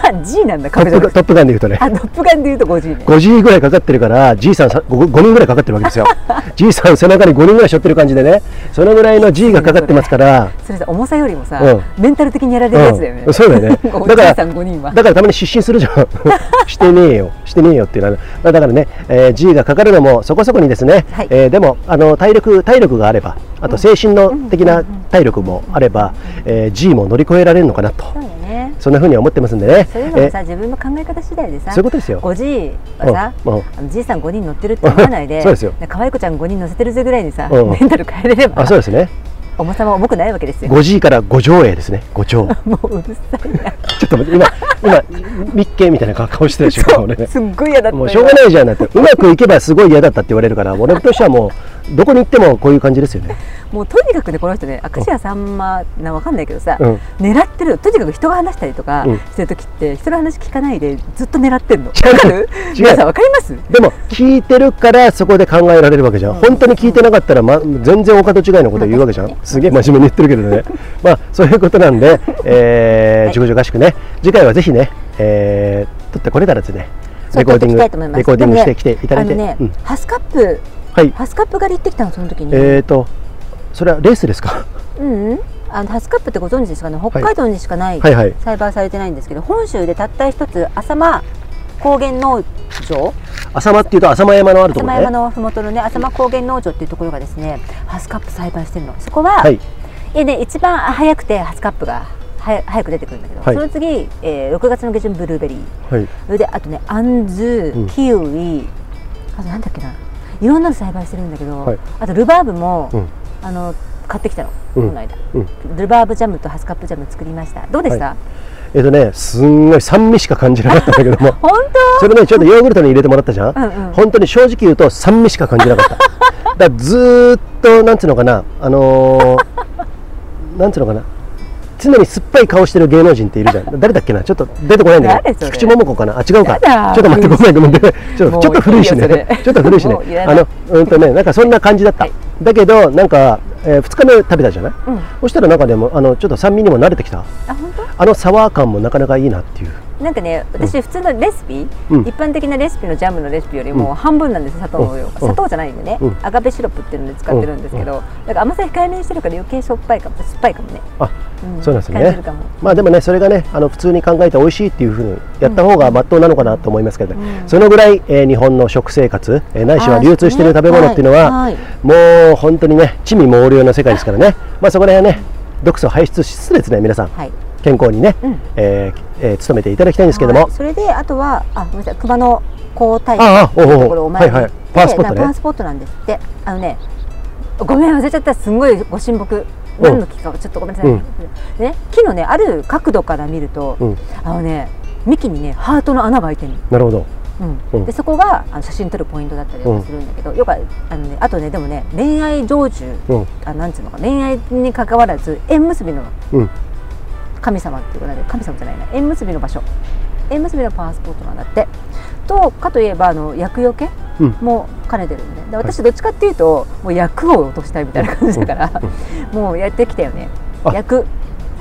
S2: G なんだ。
S1: トップ、トップガンでいうとね。
S2: あ、トップガンでいうと ごジー ね。
S1: ごジー ぐらいかかってるから G さん 5, ごにんぐらいかかってるわけですよ。G さん背中にごにんぐらい背負ってる感じでね、そのぐらいの G がかかってますから。
S2: それさ重さよりもさ、うん、メンタル的にやられるやつだよね。
S1: うん、そうだよね。だからだからたまに失神するじゃん。してねえよしてねえよっていうのは、まあ、だからね、えー、G がかかるのもそこそこにですね、はい、えー、でもあの体力体力があれば、あと精神の的な体力もあれば、えー、G も乗り越えられるのかなと。そんな風に思ってますんでね。
S2: そういうのもさ、自分の考え方次第でさ、
S1: そういうことですよ。
S2: ごジーはさ、あのじいさんごにん乗ってるって思わないで、
S1: そうですよ。
S2: 可愛い子ちゃんごにん乗せてるぜぐらいにさ、メンタル変えれれば、
S1: あ、そうですね。
S2: 重さも重くないわけですよ。
S1: ごジーからご条英ですね。ご条。
S2: もううるさいな。
S1: ちょっと今今ミッケーみたいな顔してるでしょ。俺ね。
S2: すっごい嫌だった。
S1: もうしょうがないじゃんだって。うまくいけばすごい嫌だったって言われるから、俺としてはもうどこに行ってもこういう感じですよね。
S2: もうとにかくねこの人ね、明石家さんまなわかんないけどさ、うん、狙ってる。とにかく人が話したりとかしてる時って、うん、人の話聞かないでずっと狙ってるの。わかる？皆さんわかります？
S1: でも聞いてるからそこで考えられるわけじゃん。うん、本当に聞いてなかったら、ま、全然他と違いのこと言うわけじゃん。すげえ真面目に言ってるけどね。まあそういうことなんで、えー、熟女合宿ね。次回はぜひね、えー、撮ってこれたらですね。レコーディングレコーディングしてきていただいて、
S2: ね、うん、ハスカップ、はい、ハスカップ狩り行ってきたのその時に。
S1: えーとそれはレースですか？
S2: うん、うん、あのハスカップってご存知ですかね。北海道にしかない、はいはいはい、栽培されてないんですけど、本州でたった一つ浅間高原農場。
S1: 浅間っていうと浅間山のあるところね。
S2: 浅間山のふもとのね、浅間高原農場っていうところがですね、ハスカップ栽培してるの。そこは、はい、いやね、一番早くてハスカップがは早く出てくるんだけど、はい、その次、えー、ろくがつの下旬ブルーベリー、はい、それであとねアンズ、うん、キウイ、あとなんだっけな、いろんなの栽培してるんだけど、はい、あとルバーブも、うん、あの買ってきたの、うん、この間、うん、ルバーブジャムとハスカップジャム作りました。どうでした？はい、
S1: えっとね、すんごい酸味しか感じなかったんだけども
S2: 本当？
S1: それね、ちょっとヨーグルトに入れてもらったじゃん、うんうん、本当に正直言うと酸味しか感じなかっただからずーっとなんつうのかな、あのー、なんつうのかな、常に酸っぱい顔してる芸能人っているじゃん。誰だっけな、ちょっと出てこないんだけど、菊池桃子かな、あ、違うか、ちょっと待って、ごめんごめん、ちょっとちょっと古いしね、ちょっと古いしね、あのうんとね、なんかそんな感じだった。はい、だけどなんか、えー、ふつかめ食べたじゃない、うん、そしたらなんかでもあのちょっと酸味にも慣れてきた。
S2: あ、本当？
S1: あのサワー感もなかなかいいなっていう。
S2: なんかね、私普通のレシピ、うん、一般的なレシピのジャムのレシピよりも半分なんです、砂糖の量が、うん、砂糖じゃないんでね、うん、アガベシロップっていうので使ってるんですけど、うん、なんか甘さ控えめにしてるから余計しょっぱいかも、酸っぱいかもね。あ、
S1: うん、そうなんですね。まあでもね、それがね、あの普通に考えて美味しいっていうふうにやった方がまっとうなのかなと思いますけど、うん、そのぐらい、えー、日本の食生活、えー、ないしは流通している食べ物っていうのは、はいはい、もう本当にね、地味猛量の世界ですからね。まあそこら辺はね、毒素排出しつつですね、皆さん、はい、健康にね、うん、えーえー、努めていただきたいんですけども、はい、
S2: それであとは、あ、ごめんなさい、熊野皇太子のところを前に行って、パワースポットね、パワースポットなんですって。あのね、ごめん忘れちゃった、すごいご神木、何の木かちょっとごめんなさい、うん、でね、木のねある角度から見ると、うん、あのね幹にねハートの穴が開いてるの。
S1: なるほど。
S2: うん、でそこがあの写真撮るポイントだったりとかするんだけど、うん、よくあの、ね、あとね、でもね、恋愛成就、うん、あ、なんつうのか、恋愛に関わらず縁結びの神様っていうか、神様じゃないな、縁結びの場所、縁結びのパワースポットなんだって。とかといえば、あの厄除けも兼ねてるんで、で私どっちかっていうと、もう厄を落としたいみたいな感じだから、もうやってきたよね。厄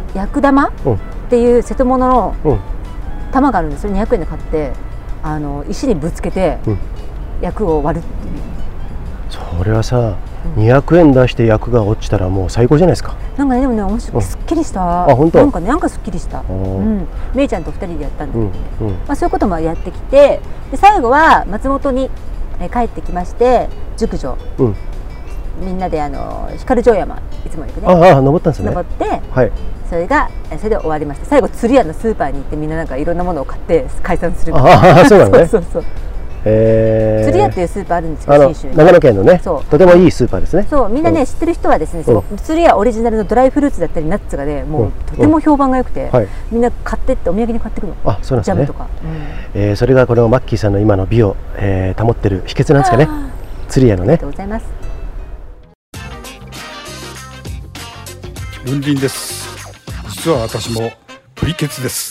S2: 薬玉っていう瀬戸物の玉があるんですよ。にひゃくえんで買ってあの石にぶつけて薬を割るっていう。
S1: それはさ、にひゃくえん出して薬が落ちたらもう最高じゃないですか。
S2: なんかね、でもね、面白い、すっきりした。
S1: あ、本当。
S2: なんかね、なんかすっきりした。うん、めいちゃんとふたりでやったんだけどね。うんうん、まあそういうこともやってきて、で最後は松本に帰ってきまして、熟女。うん、みんなであの光城山いつも行くね。
S1: ああ、登ったんですね。
S2: 登って、
S1: はい。
S2: それがそれで終わりました。最後釣り屋のスーパーに行ってみんななんかいろんなものを買って解散する。
S1: ああ、そうなのね。
S2: そうそうそう。
S1: えー、
S2: 釣り屋っていうスーパーあるんですけど、信州に
S1: 長野県のね、とてもいいスーパーですね。
S2: そう、みんなね、知ってる人はですね、その釣り屋オリジナルのドライフルーツだったりナッツがね、もうとても評判が良くて、みんな買ってってお土産に買ってくるの。
S1: あ、そうなんですね。
S2: ジャムとか。
S1: ええ、それがこのマッキーさんの今の美をえ保ってる秘訣なんですかね。釣り屋のね。
S2: ありがとうございます。
S3: 文林です。実は私もプリケツです。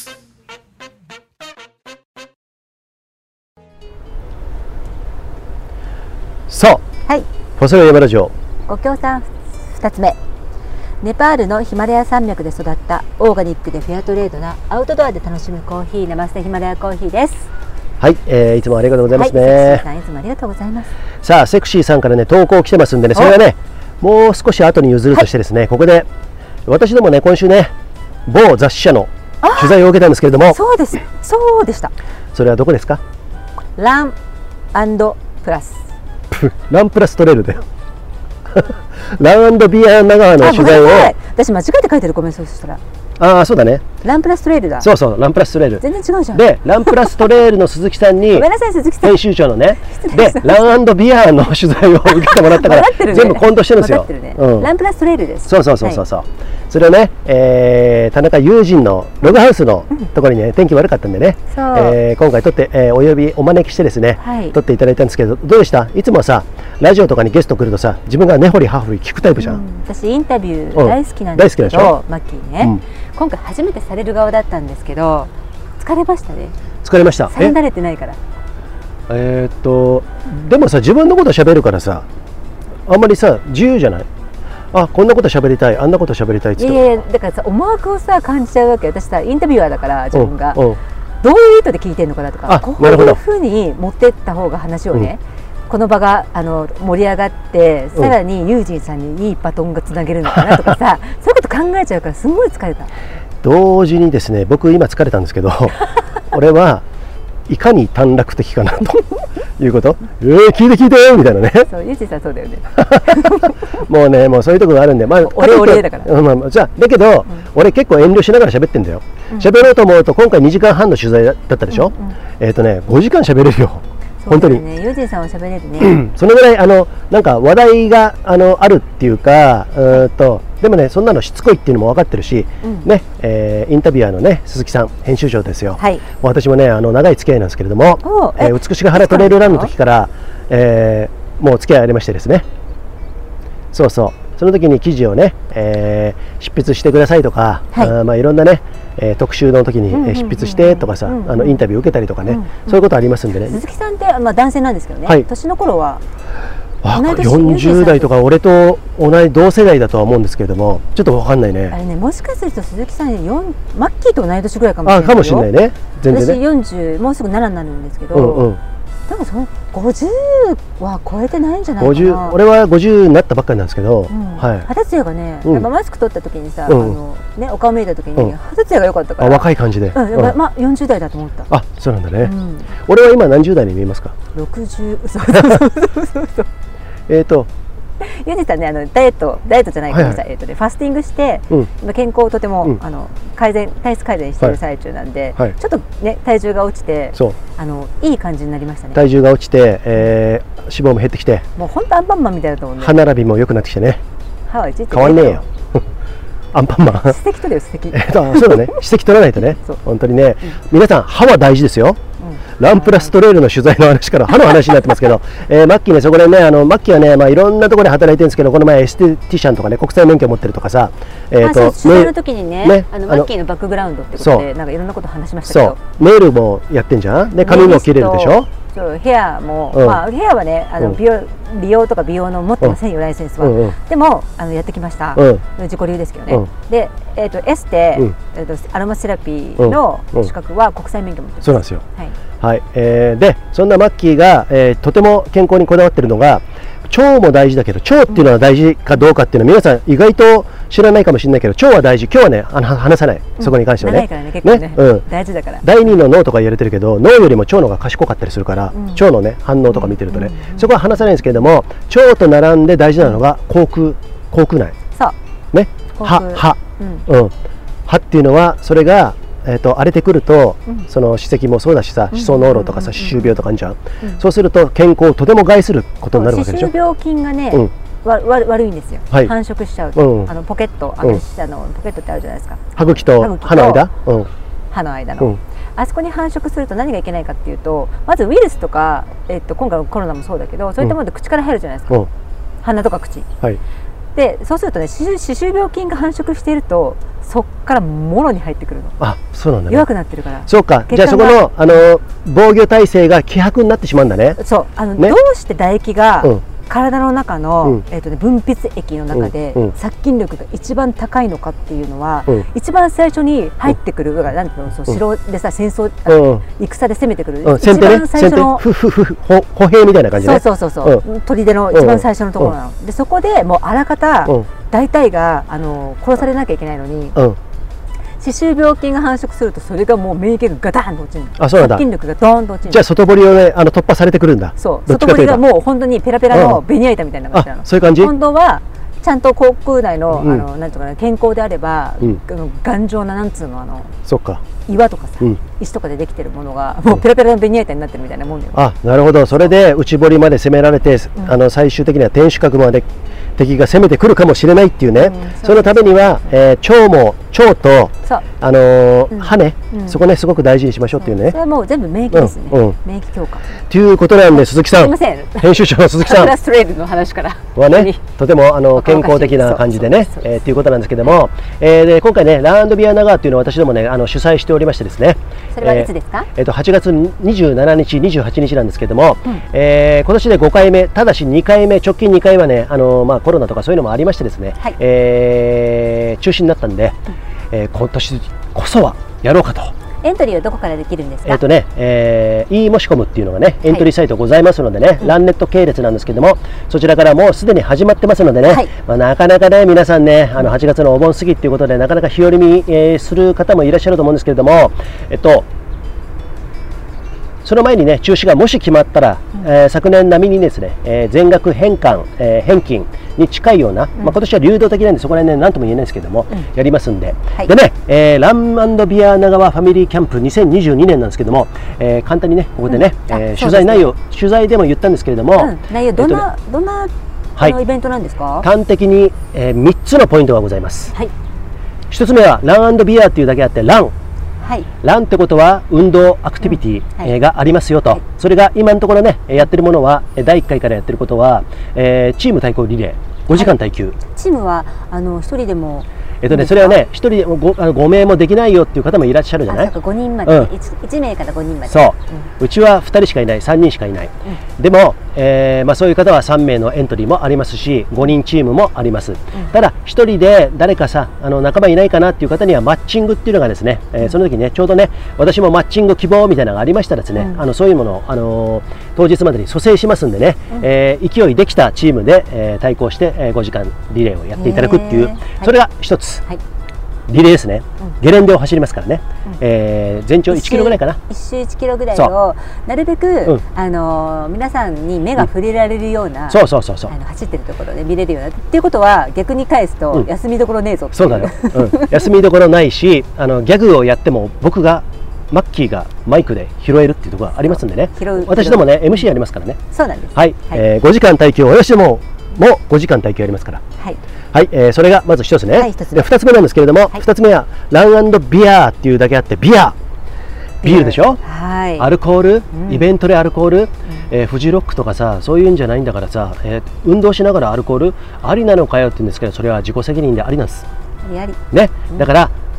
S1: さあ、はい、細谷山ラジオ
S2: ご協賛ふたつめ、ネパールのヒマラヤ山脈で育ったオーガニックでフェアトレードなアウトドアで楽しむコーヒー、ナマステヒマラヤコーヒーです。
S1: はい、えー、いつもありがとうございますね。
S2: はい、セクシーさんいつもありがとうございます。
S1: さあ、セクシーさんからね投稿来てますんでね、それはねもう少し後に譲るとしてですね、はい、ここで私どもね今週ね某雑誌社の取材を受けたんですけれども、
S2: そうです、そうでした。
S1: それはどこですか？
S2: ラン&プラス
S1: ランプラストレールだよラン&ビア長野の取材を、
S2: 私間違えて書いてる、ごめん。そうしたら
S1: ああ、そうだね、
S2: ランプラストレールだ。
S1: そうそう、ランプラストレール
S2: 全然違うじゃん。
S1: で、ランプラストレールの鈴木さんに
S2: ごめんなさい、鈴木さん、
S1: 編集長のねでラン&ビアの取材を受けてもらったから、ね、全部混同してるんですよ、
S2: ね、うん、ランプラストレールです。
S1: そうそうそうそうそう、はい、それをね、えー、田中友人のログハウスのところにね、天気悪かったんでね、えー、今回撮って、えー、お呼びお招きしてですね、はい、撮っていただいたんですけど、どうでした？いつもさラジオとかにゲスト来るとさ、自分が根掘り葉掘り聞くタイプじゃん、うん、
S2: 私インタビュー大好きなんですけど、うん、大好きでしょマッキーね、うん、今回初めてされる側だったんですけど、疲れましたね。
S1: 疲れました。
S2: され慣れてないから。
S1: えー、っとでもさ、自分のこと喋るからさ、あんまりさ自由じゃない？あ、こんなこと喋りたい、あんなこと喋りたいって言って。
S2: いやいや、だからさ、思惑をさ感じちゃうわけ。私さインタビュアーだから自分が、うんうん、どういう意図で聞いてるのかなとか、こういうふうに持ってった方が話をね、うん、この場があの盛り上がって、さらにユージンさんにいいバトンがつなげるのかなとかさそういうこと考えちゃうから、すごい疲れた。
S1: 同時にですね、僕今疲れたんですけど俺はいかに短絡的かなということえー、聞いて聞いてみたいなね。
S2: そう、ゆうちさんそうだよね
S1: もうね、もうそういうところがあるんで、まあ
S2: 俺俺だから、
S1: うん、まあ、じゃあだけど、うん、俺結構遠慮しながら喋ってんだよ。喋、うん、ろうと思うと、今回にじかんはんの取材だったでしょ、うんうん、えっ、ー、とねごじかん喋れるよ。本当にね、
S2: ユージンさんは喋れるね
S1: そのぐらいあのなんか話題があのあるっていうか、うとでもね、そんなのしつこいっていうのも分かってるし、うん、ね、えー、インタビュアーのね鈴木さん編集長ですよ、はい、私もねあの長い付き合いなんですけれども、えー、美しが原トレイルランの時から、えー、もう付き合いありましてですね、そうそう、その時に記事をね、えー、執筆してくださいとか、はい、あまあいろんなね、えー、特集の時に、えー、執筆してとかさ、あのインタビュー受けたりとかね、うんうん、そういうことありますんでね。
S2: 鈴木さんって、まあ、男性なんですけどね、はい、年の頃は
S1: あよんじゅう代とか俺と同い同世代だとは思うんですけれども、ちょっと分かんないね。
S2: あれね、もしかすると鈴木さんよんマッキーと同い年ぐらいかもしれない。
S1: あ、かもしれないね。全然ね。
S2: 私よんじゅうもうすぐななになるんですけど、うんうん、多分そのごじゅうは超えてないんじゃないかな。ごじゅう、
S1: 俺はごじゅうになったばっかりなんですけど、
S2: うん、はい。肌ツヤがね、うん、やっぱマスク取った時にさ、うん、あのね、お顔見えた時に、うん、肌ツヤが良かったから。
S1: あ、若い感じで。
S2: うん、うん、まあよんじゅう代だと思った。
S1: あ、そうなんだね。うん、俺は今何十代に見えますか？
S2: ろくじゅう。そうそうそうそうそう。
S1: えっと
S2: ユージさんね、あのダイエットダイエットじゃないかもしれない、えっとねファスティングして、うん、今健康をとても、うん、あの改善体質改善している最中なんで、はいはい、ちょっとね体重が落ちて、そうあのいい感じになりましたね。
S1: 体重が落ちて、えー、脂肪も減ってきて、
S2: もう本当アンパンマンみたいだと思うね。
S1: 歯並びも良くなってきてね。
S2: 歯は一
S1: 変わんねえよアンパンマン。
S2: 歯石取れよ、歯石。
S1: えっとそうだね、歯石取らないとね。本当にね、うん、皆さん歯は大事ですよ。ランプラストレールの取材の話から歯の話になってますけど、えー、マッキーね、そこでね、あのマッキーはね、まあ、いろんなところで働いてるんですけど、この前エステティシャンとかね、国際免許を持ってるとかさ、
S2: えー、と取材の時にね、ね、あのマッキーのバックグラウンドってことでなんかいろんなこと話しましたけど、
S1: そうネイルもやってんじゃん、で髪も切れるでしょ、
S2: とヘアも、うん、まあヘアはねあの美容、うん、美容とか美容の持ってませんよ、ライセンスは、うんうん、でもあのやってきました、うん、自己流ですけどね、うん、で、えー、とエステ、うん、えー、とアロマセラピーの資格は国際免許持ってます。
S1: そうなんですよ、はいはい、えー、でそんなマッキーが、えー、とても健康にこだわってるのが腸も大事だけど、腸っていうのは大事かどうかっていうのは皆さん意外と知らないかもしれないけど、腸は大事。今日はねあの話さない、そこに関してはね、
S2: 長いからね結構ね、うん、大事だから。
S1: だいにの脳とか言われてるけど、脳よりも腸の方が賢かったりするから、うん、腸のね反応とか見てるとね、うん、そこは話さないんですけれども、腸と並んで大事なのが口腔、口腔内、
S2: そう
S1: ね、歯歯、うん、うん、歯っていうのはそれがえー、と荒れてくると、うん、その歯石もそうだしさ、歯槽膿漏とかさ、歯周病とかあるじゃん、うん、そうすると健康をとても害することになるわけでしょ。
S2: 歯周病菌がね、うん、わわ悪いんですよ、はい、繁殖しちゃうと、うん、あのポケット、あの、うん、あのポケットってあるじゃないですか、
S1: 歯茎と歯の間、うん、
S2: 歯の間の、うん、あそこに繁殖すると何がいけないかっていうと、まずウイルスとか、えー、と今回のコロナもそうだけど、そういったもので口から入るじゃないですか、うん、鼻とか口、はい、でそうするとね、歯周病菌が繁殖しているとそっからもろに入ってくるの。
S1: あ、そうなんだね。
S2: 弱くなってるから。
S1: そうか。じゃあそこのあの防御体制が希薄になってしまうんだね。
S2: そう。あの、ね、どうして唾液が、うん、体の中の、うん、えっとね、分泌液の中で、うん、殺菌力が一番高いのかっていうのは、うん、一番最初に入ってくる、うん、なんていうの、そう城でさ、戦争、うん、戦で攻めてくる、うん、一番最初の
S1: ふふふ歩兵みたいな感じね。
S2: そうそうそうそう、うん、砦の一番最初のところなの。うん、でそこでもうあらかた、うん、大体があの殺されなきゃいけないのに。うん、歯周病菌が繁殖するとそれがもう免疫がガタンと落ちる。
S1: あ、そうなんだ。
S2: 殺菌力がドーンと落ちる。
S1: じゃあ外堀をね、あの突破されてくるんだ。
S2: そう。外堀がもう本当にペラペラのベニヤ板みたいな感じなの。
S1: そういう感じ。
S2: 本当はちゃんと口腔内の、うん、あのなんていうかな、健康であれば、うん、あの頑丈ななんつうのあの。
S1: そっか。
S2: 岩とかさ、うん、石とかでできてるものがもうペラペラのベニヤ板になってるみたいなもんだよ。
S1: あ、なるほど。それで内堀まで攻められて、うん、あの最終的には天守閣まで敵が攻めてくるかもしれないっていうね、うん、そ, そのためには、えー、腸も腸とあのーうん、歯ね、うん、そこねすごく大事にしましょうっていうね、うん、
S2: それはもう全部免疫ですね、うんうん、免疫強化
S1: ということなんで、鈴木さん、
S2: すいません、
S1: 編集長の鈴木さん
S2: フラストレールの話から
S1: はねとてもあの健康的な感じでね、えー、っていうことなんですけども、えー、で今回ねランドビア長っていうのを私どもねあの主催しておりましてですね、
S2: それはいつですか？
S1: えー、えーとはちがつにじゅうしちにち、にじゅうはちにちなんですけども、うん、えー、今年でごかいめ、ただしにかいめ、直近にかいはねあの、まあ、コロナとかそういうのもありましてですね、はい、えー、中止になったんで、うん、えー、今年こそはやろうかと。
S2: エントリーはどこからできるんですか？
S1: えっとね、えー、e 申し込むっていうのがねエントリーサイトございますのでね、はい、ランネット系列なんですけども、そちらからもうすでに始まってますのでね、はい、まあ、なかなかね皆さんねあのはちがつのお盆過ぎっていうことでなかなか日和見、えー、する方もいらっしゃると思うんですけれども、えっとその前にね中止がもし決まったら、うん、えー、昨年並みにですね、えー、全額返還、えー、返金に近いような、うん、まあ、今年は流動的なんでそこら辺ね何とも言えないんですけども、うん、やりますんで、はい、でね、えー、ラン&ビア長川ファミリーキャンプにせんにじゅうにねんなんですけども、えー、簡単にねここでね、うん、えー、取材内容、取材でも言ったんですけれども、うん、
S2: 内容どんな、えっとね、どんなあのイベントなんですか？
S1: 端的に、えー、みっつのポイントがございます。はい、ひとつめはラン&ビアっていうだけあってラン、はい、ランってことは運動アクティビティ、うん、はい、がありますよと、はい、それが今のところねやってるものはだいいっかいからやってることは、えー、チーム対抗リレーごじかん耐久、はい、
S2: チームはあのひとりでも
S1: えっとね、それはね、ひとりで ご, あのごめいもできないよっていう方もいらっしゃるじゃない。
S2: あ、そうか、ごにんまで、うん、いち, いちめいからごにんまで。
S1: そう、うん、うちはふたりしかいない、さんにんしかいない、うん、でも、えーまあ、そういう方はさんめいのエントリーもありますし、ごにんチームもあります、うん、ただひとりで誰かさあの仲間いないかなっていう方にはマッチングっていうのがですね、えー、その時ねちょうどね私もマッチング希望みたいなのがありましたらですね、うん、あのそういうものを、あのー、当日までに蘇生しますんでね、うん、えー、勢いできたチームで、えー、対抗して、えー、ごじかんリレーをやっていただくっていう、それが一つ、はい、リレーですね、うん、ゲレンデを走りますからね、うん、えー、全長いちキロぐらいかな、
S2: いっ周いちキロぐらいをなるべく、うん、あのー、皆さんに目が触れられるような、うん、そうそうそうそう、あの走ってるところで見れるようなっていうことは逆に返すと、うん、休みどころねえぞっていう。
S1: そうだよ、うん、休みどころないしあのギャグをやっても僕がマッキーがマイクで拾えるっていうところがありますんでね、私どもね エムシー やりますからね。
S2: そうなんです、
S1: はい、はい、えー、ごじかん耐久、私どももごじかん耐久やりますから、はい、はい、えー、それがまず一つね、はい、でふたつめなんですけれども、はい、ふたつめはラン&ビアっていうだけあって、ビアビールでしょ、はい、アルコール、うん、イベントでアルコール、うん、えー、フジロックとかさそういうんじゃないんだからさ、えー、運動しながらアルコールありなのかよって言うんですけど、それは自己責任でありなんです。
S2: ありあり、
S1: ね、うん、だから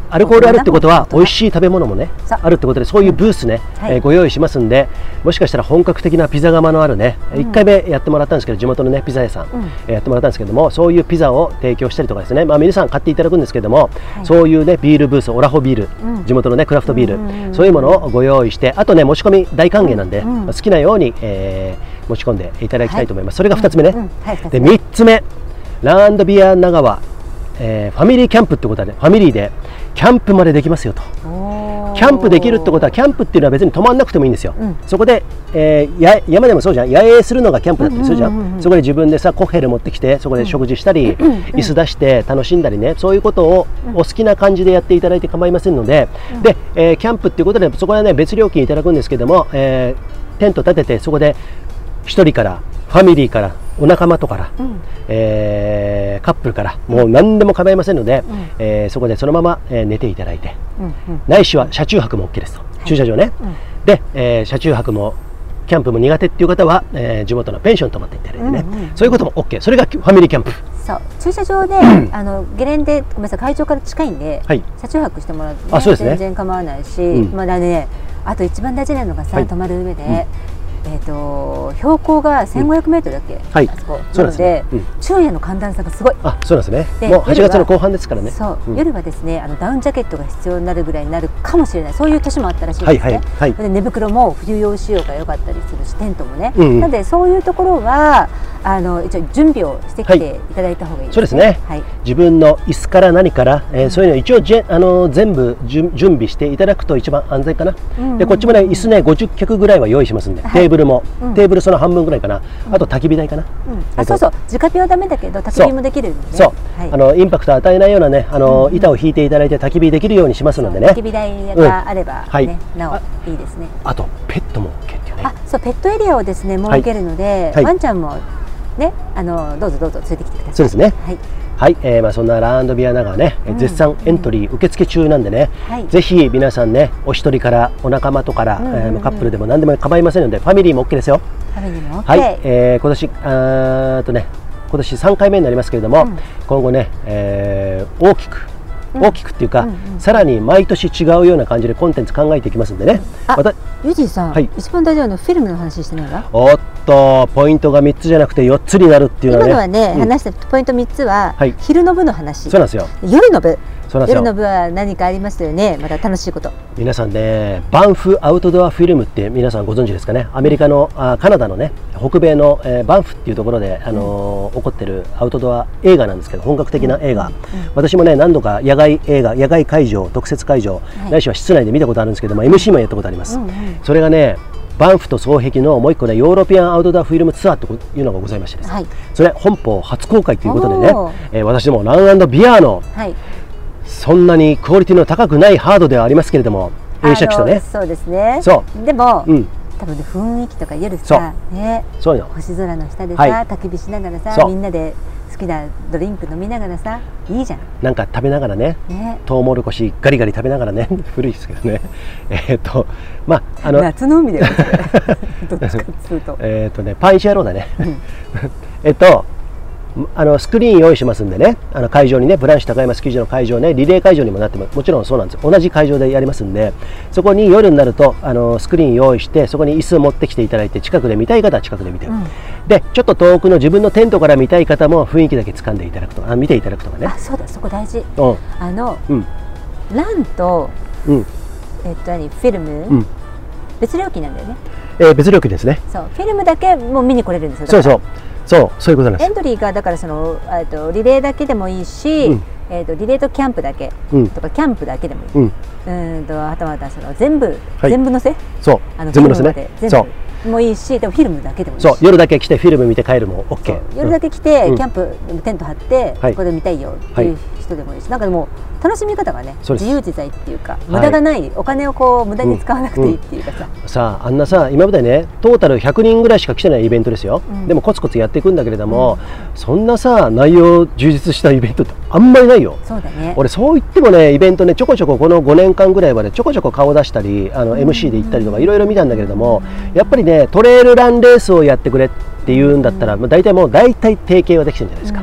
S1: アルコールあるってことは美味しい食べ物もねあるってことで、そういうブースね、うんはい、えー、ご用意しますんで、もしかしたら本格的なピザ窯のあるね、うん、いっかいめやってもらったんですけど、地元のねピザ屋さん、うん、えー、やってもらったんですけども、そういうピザを提供したりとかですね、まあ、皆さん買っていただくんですけども、はい、そういうねビールブース、オラホビール、うん、地元のねクラフトビール、うんうんうん、そういうものをご用意して、あとね持ち込み大歓迎なんで、うんうん、好きなように、えー、持ち込んでいただきたいと思います。はい、それがふたつめね、うんうんはい、でみっつめ、ランドビア長和、えー、ファミリーキャンプってことはね、ファミリーでキャンプまでできますよと。キャンプできるってことは、キャンプっていうのは別に泊まんなくてもいいんですよ。うん、そこで、えー、や山でもそうじゃん、野営するのがキャンプだったりするじゃん。そこで自分でさコッヘル持ってきて、そこで食事したり、うん、椅子出して楽しんだりね、そういうことをお好きな感じでやっていただいて構いませんので、うん、で、えー、キャンプっていうことでそこはね別料金いただくんですけども、えー、テント立てて、そこでひとりからファミリーからお仲間とから、うん、えー、カップルからもう何でも構いませんので、うん、えー、そこでそのまま、えー、寝ていただいて、うんうん、ないしは車中泊も OK ですと、はい、駐車場ね、うん、で、えー、車中泊もキャンプも苦手っていう方は、えー、地元のペンション泊まっていただいてね、うんうん、そういうことも OK、 それがファミリーキャンプ。そう
S2: 駐車場で、うん、あのゲレンデ、ごめんなさい、会場から近いんで、はい、車中泊してもらうと、ね、あそうですね、全然構わないし、うん、まだね、あと一番大事なのがさ、はい、泊まる上で、うん、えー、と標高がせんごひゃくメートルだっけ、うん、はい、あそこなので、うん、昼夜の寒暖差がすごい。あ、そうなんですね。もうはちがつの後半ですからね。そう、うん、夜はですね、あのダウンジャケットが必要になるぐらいになるかもしれない、そういう年もあったらしいですね。はいはいはい、で寝袋も冬用仕様が良かったりするし、テントもね、うんうん、なのでそういうところはあの一応準備をしてきていただいた方がいいですね。そうですね、はい、自分の椅子から何から、えーうん、そういうのを一応じあの全部準備していただくと一番安全かな。うんうんうん、でこっちもね椅子ねごじゅっきゃくぐらいは用意しますんで、はい、テーブルも、うん、テーブルその半分ぐらいかな、うん、あと焚き火台かな、うん、あそうそう、直火はダメだけど焚き火もできるんで、そう、はい、あのインパクトを与えないようなね、あの、うん、板を引いていただいて焚き火できるようにしますのでね、焚き火台があれば、ね、うん、はい、なおいいですね。あとペットも OK っていうね、あそう、ペットエリアをですね設けるので、はい、ワンちゃんもね、あのどうぞどうぞ連れてきてください。そうですね、はい、はい、えー、まあそんなランドビア長はね、うん、絶賛エントリー受付中なんでね、はい、ぜひ皆さんね、お一人からお仲間とから、うんうんうん、えー、カップルでも何でも構いませんので、ファミリーも OK ですよ。ファミリーも OK、はい、えー、今年あーとね今年さんかいめになりますけれども、うん、今後ね、えー、大きく大きくっていうか、うんうんうん、さらに毎年違うような感じでコンテンツ考えていきますんでね。あ、またユージさん、はい、一番大事なのフィルムの話してないわ。おっと、ポイントがみっつじゃなくてよっつになるっていうのはね、今のはね、うん、話したポイントみっつは、はい、昼の部の話。そうなんですよ。夜の部、夜の部は何かありましたよね。また楽しいこと。皆さんね、バンフアウトドアフィルムって皆さんご存知ですかね。アメリカのあカナダのね、北米の、えー、バンフっていうところで、あのーうん、起こってるアウトドア映画なんですけど、本格的な映画、うんうん、私もね何度か野外映画、野外会場、特設会場、はい、ないしは室内で見たことあるんですけども、 エムシー もやったことあります。うんうん、それがね、バンフと双璧のもう一個ね、ヨーロピアンアウトドアフィルムツアーというのがございましてです、はい、それ本邦初公開ということでね、えー、私どもラン&ビアの、はい、そんなにクオリティの高くないハードではありますけれども、映写機とね、そうですね、そうでも、うん、多分ね、雰囲気とか夜さ、ね、そうよ、星空の下でさ、はい、焚き火しながらさ、みんなで好きなドリンク飲みながらさ、いいじゃん。なんか食べながらね、ね、トウモロコシガリガリ食べながらね、古いですけどね、えっとまああの夏の海だよどっちかっつうとえっとね、パンイチ野郎だね、うん、えっとあのスクリーン用意しますんでね、あの会場にね、ブランシュ高山スキー場の会場ね、リレー会場にもなってももちろんそうなんですよ。同じ会場でやりますんで、そこに夜になるとあのスクリーン用意して、そこに椅子を持ってきていただいて、近くで見たい方は近くで見て、うん、でちょっと遠くの自分のテントから見たい方も雰囲気だけ掴んでいただくとか、あ見ていただくとかね。あ、そうだ、そこ大事。うん、あの、うん、ランと、うん、えっと何フィルム、うん、別料金なんだよね。えー、別料金ですね。そう、フィルムだけもう見に来れるんですよ。そうそう。そうそういうことなんです。エントリーがだからそのえっとリレーだけでもいいし、うん、えっとリレーとキャンプだけ、うん、とかキャンプだけでもいい。うん、うんとあとはその全部、はい、全部のせ。そう。あの全部のせね。そう。もいいし、でもフィルムだけでもいいし。そう、夜だけ来てフィルム見て帰るも OK。夜だけ来て、うん、キャンプテント張って、はい、ここで見たいよっていう人でもいいし、なんかもう楽しみ方がね、自由自在っていうか、無駄がない、はい、お金をこう無駄に使わなくていいっていうかさ、うんうん、さああんなさ、今までねトータルひゃくにんぐらいしか来てないイベントですよ、うん、でもコツコツやっていくんだけれども、うん、そんなさ内容充実したイベントってあんまりないよ。そうだね。俺そう言ってもね、イベントね、ちょこちょここのごねんかんぐらいはね、ちょこちょこ顔出したり、あの エムシー で行ったりとかいろいろ見たんだけれども、やっぱりね、トレイルランレースをやってくれっていうんだったら、うん、大体もう大体提携はできてるんじゃないですか。うんうん、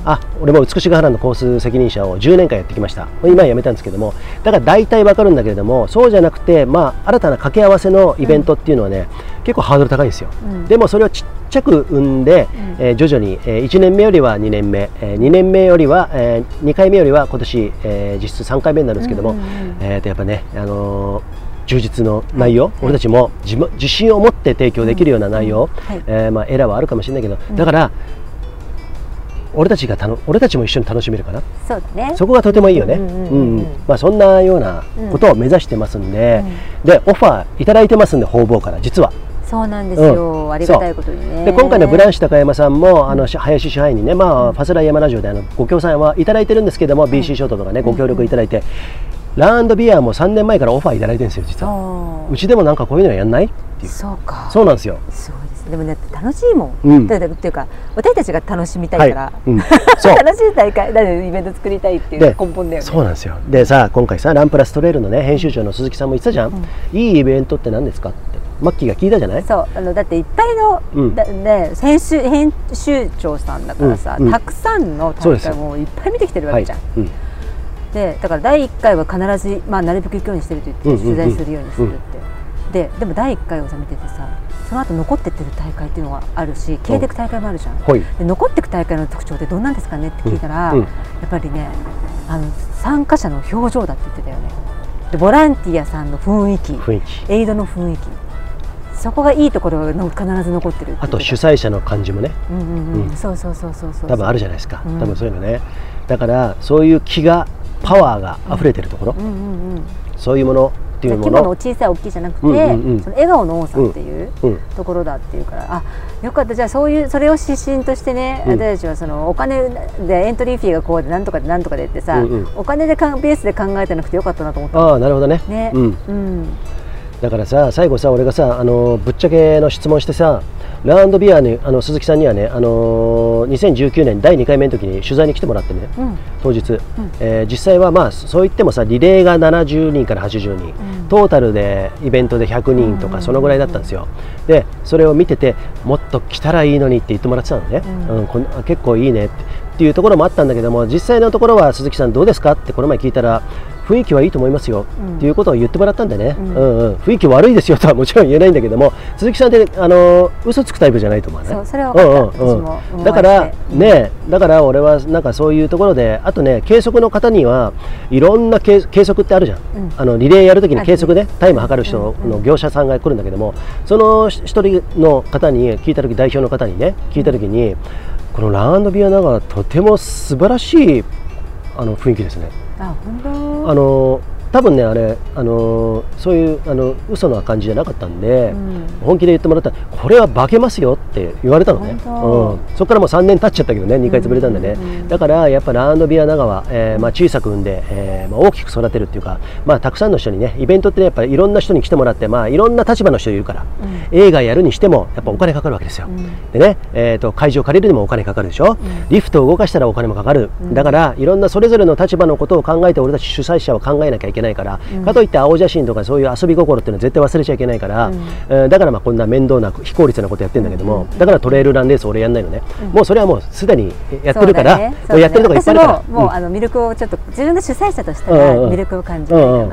S1: あ、俺も美しが原のコース責任者をじゅうねんかんやってきました。今はやめたんですけども、だから大体わかるんだけれども、そうじゃなくて、まあ、新たな掛け合わせのイベントっていうのはね、うん、結構ハードル高いんですよ、うん、でもそれをちっちゃく生んで、うん、えー、徐々に、えー、いちねんめよりはにねんめ、えー、にねんめよりは、えー、にかいめよりは今年、えー、実質さんかいめになるんですけども、えーとやっぱね、あのー充実の内容、はい、俺たちも自, 自信を持って提供できるような内容、うん、はい、えーまあ、エラーはあるかもしれないけど、うん、だから俺たちがたの俺たちも一緒に楽しめるかな。
S2: そうだね、
S1: そこがとてもいいよね。そんなようなことを目指してますんで、うん、でオファーいただいてますんで、方々から実は。
S2: そうなんですよ、うん、ありがたいことにね。
S1: で今回のブランシュ高山さんも、あの林支配にね、まあ、うん、ファスライ山ラジオであのご協賛はいただいてるんですけども、うん、ビーシー ショートとかね、ご協力いただいて、ランビアもさんねんまえからオファーいただいてるんですよ、実は。うちでもなんかこういうのやんないっていう。
S2: そうか。
S1: そうなんですよ。
S2: すごいです。でもね、楽しいもん。うん、だっていうか、私たちが楽しみたいから、はい、うん、そう楽しい大会、だイベント作りたいっていう根本だよね。
S1: そうなんですよ。でさ、今回さ、ランプラストレールのね、編集長の鈴木さんも言ってたじゃん。うん、いいイベントって何ですかって。マッキーが聞いたじゃない。
S2: そう、あのだっていっぱいの、うん、だね、編集編集長さんだからさ、うんうん、たくさんの大会もいっぱい見てきてるわけじゃん。はい、うん、でだからだいいっかいは必ず、まあ、なるべく行くようにしてると言って取材するようにするって、ででもだいいっかいをさ見ててさ、その後残ってってる大会っていうのがあるし、消えていく大会もあるじゃん、うん、で残っていく大会の特徴ってどんなんですかねって聞いたら、うんうん、やっぱりね、あの参加者の表情だって言ってたよね。でボランティアさんの雰囲気、雰囲気、エイドの雰囲気、そこがいいところが必ず残ってるって。
S1: あと主催者の感じもね、
S2: そうそうそうそうそう、
S1: 多分あるじゃないですか、うん、多分そういうのね。だからそういう気が、パワーが溢れてるところ、そういうものっていうもの、
S2: 規模の小さい大きいじゃなくて、うんうんうん、その笑顔の多さっていうところだっていうから、うん、あ、よかった。じゃあそういうそれを指針としてね、うん、私たちはそのお金でエントリーフィーがこうでなんとかでなんとかでってさ、うんうん、お金でかベースで考えてなくてよかったなと思った。
S1: ああ、なるほどね。
S2: ね、うん、うん、
S1: だからさ、最後さ、俺がさ、あのぶっちゃけの質問してさ、ランドビアにあの鈴木さんにはね、あのー、にせんじゅうきゅうねんだいにかいめの時に取材に来てもらってね、うん、当日、うん、えー、実際はまあそう言ってもさ、リレーがななじゅうにんからはちじゅうにん、うん、トータルでイベントでひゃくにんとかそのぐらいだったんですよ。でそれを見てて、もっと来たらいいのにって言ってもらってたのね、うんうん、こん結構いいねってっていうところもあったんだけども、実際のところは鈴木さんどうですかってこの前聞いたら、雰囲気はいいと思いますよ、うん、っていうことを言ってもらったんでね、うんうんうん、雰囲気悪いですよとはもちろん言えないんだけども、鈴木さんってあの嘘つくタイプじゃないと思うね。
S2: そう、それは分かった、うんうんうん、
S1: だからね、だから俺はなんかそういうところで、あとね、計測の方にはいろんな計測ってあるじゃん、うん、あのリレーやるときに計測ね、タイム測る人の業者さんが来るんだけども、その一人の方に聞いたとき、代表の方にね聞いたときに、このランビアナがとても素晴らしいあの雰囲気ですね。
S2: あ、本当？
S1: あの多分ね、あれあのそういうあの嘘な感じじゃなかったんで、うん、本気で言ってもらったら、これは化けますよって言われたのね、うん、そこからもうさんねん経っちゃったけどね、にかい潰れたんでね、うんうんうん、だからやっぱランドビア長は、えーまあ、小さく産んで、えーまあ、大きく育てるっていうか、まあ、たくさんの人にね、イベントって、ね、やっぱりいろんな人に来てもらって、まあ、いろんな立場の人いるから、うん、映画やるにしてもやっぱお金かかるわけですよ、うん、でね、えーと、会場借りるにもお金かかるでしょ、うん、リフトを動かしたらお金もかかる、うん、だからいろんなそれぞれの立場のことを考えて俺たち主催者は考えなきゃいけないから、うん、かといって青写真とかそういう遊び心っていうのは絶対忘れちゃいけないから、うん、えー、だからまあこんな面倒な非効率なことやってるんだけども、うん、だからトレイルランレース俺やんないのね、うん、もうそれはもうすでにやってるから、ねね、やってるとこいっぱいあるから、
S2: 私ももう、うん、あの魅力をちょっと自分が主催者としては魅力を感じるかな、うんうん、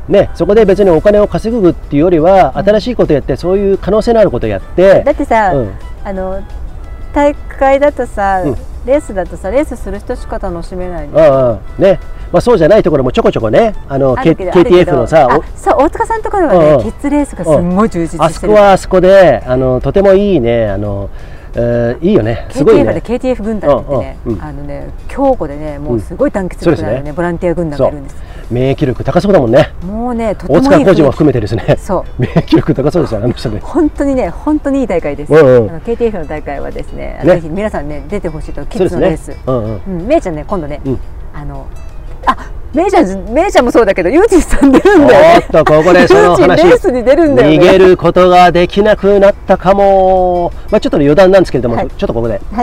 S1: ね、そこで別にお金を稼ぐっていうよりは、うん、新しいことやって、そういう可能性のあることをやって、
S2: だってさ、うん、あの大会だとさ、うん、レースだとさ、レースする人しか楽しめないんだよ、
S1: ああね、まあ、そうじゃないところもちょこちょこね、あの ケーティーエフ のさ、
S2: そう、大塚さんとかではね、うん、キッズレースがすごい充実してる。
S1: あそこはあそこで、あのとてもいいね、あの、えー、いいよね、すごいね。
S2: ケーティーエフ 軍団ってね、うんうん、あのね、強固でね、もうすごい団結力のあるね、ボランティア軍団がいるんです。
S1: 免疫力高そうだもんね。
S2: もうね、とてもいい。
S1: 大塚浩二も含めてですね。
S2: そう。
S1: 免疫力高そうですよ、あの人ね。
S2: 本当にね、本当にいい大会です。うんうん、あの ケーティーエフ の大会はですね、ね、ぜひ皆さんね出てほしいと、キッズのレース。うんうんうん、めいちゃんね、今度ね、うん、あのあ。めいちゃん、めいちゃんもそうだけど、ユージさん出るんだよね。
S1: おっと、ここでその話、
S2: レースに出るんだよね。
S1: 逃げることができなくなったかも。まあ、ちょっと余談なんですけれども、はい、ちょっとここで。
S2: はい。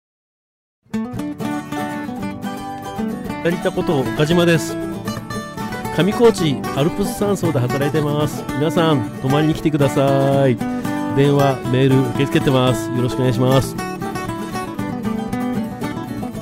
S4: やりたこと岡島です。上高地アルプス山荘で働いてます。皆さん泊まりに来てください。電話メール受け付けてます。よろしくお願いします。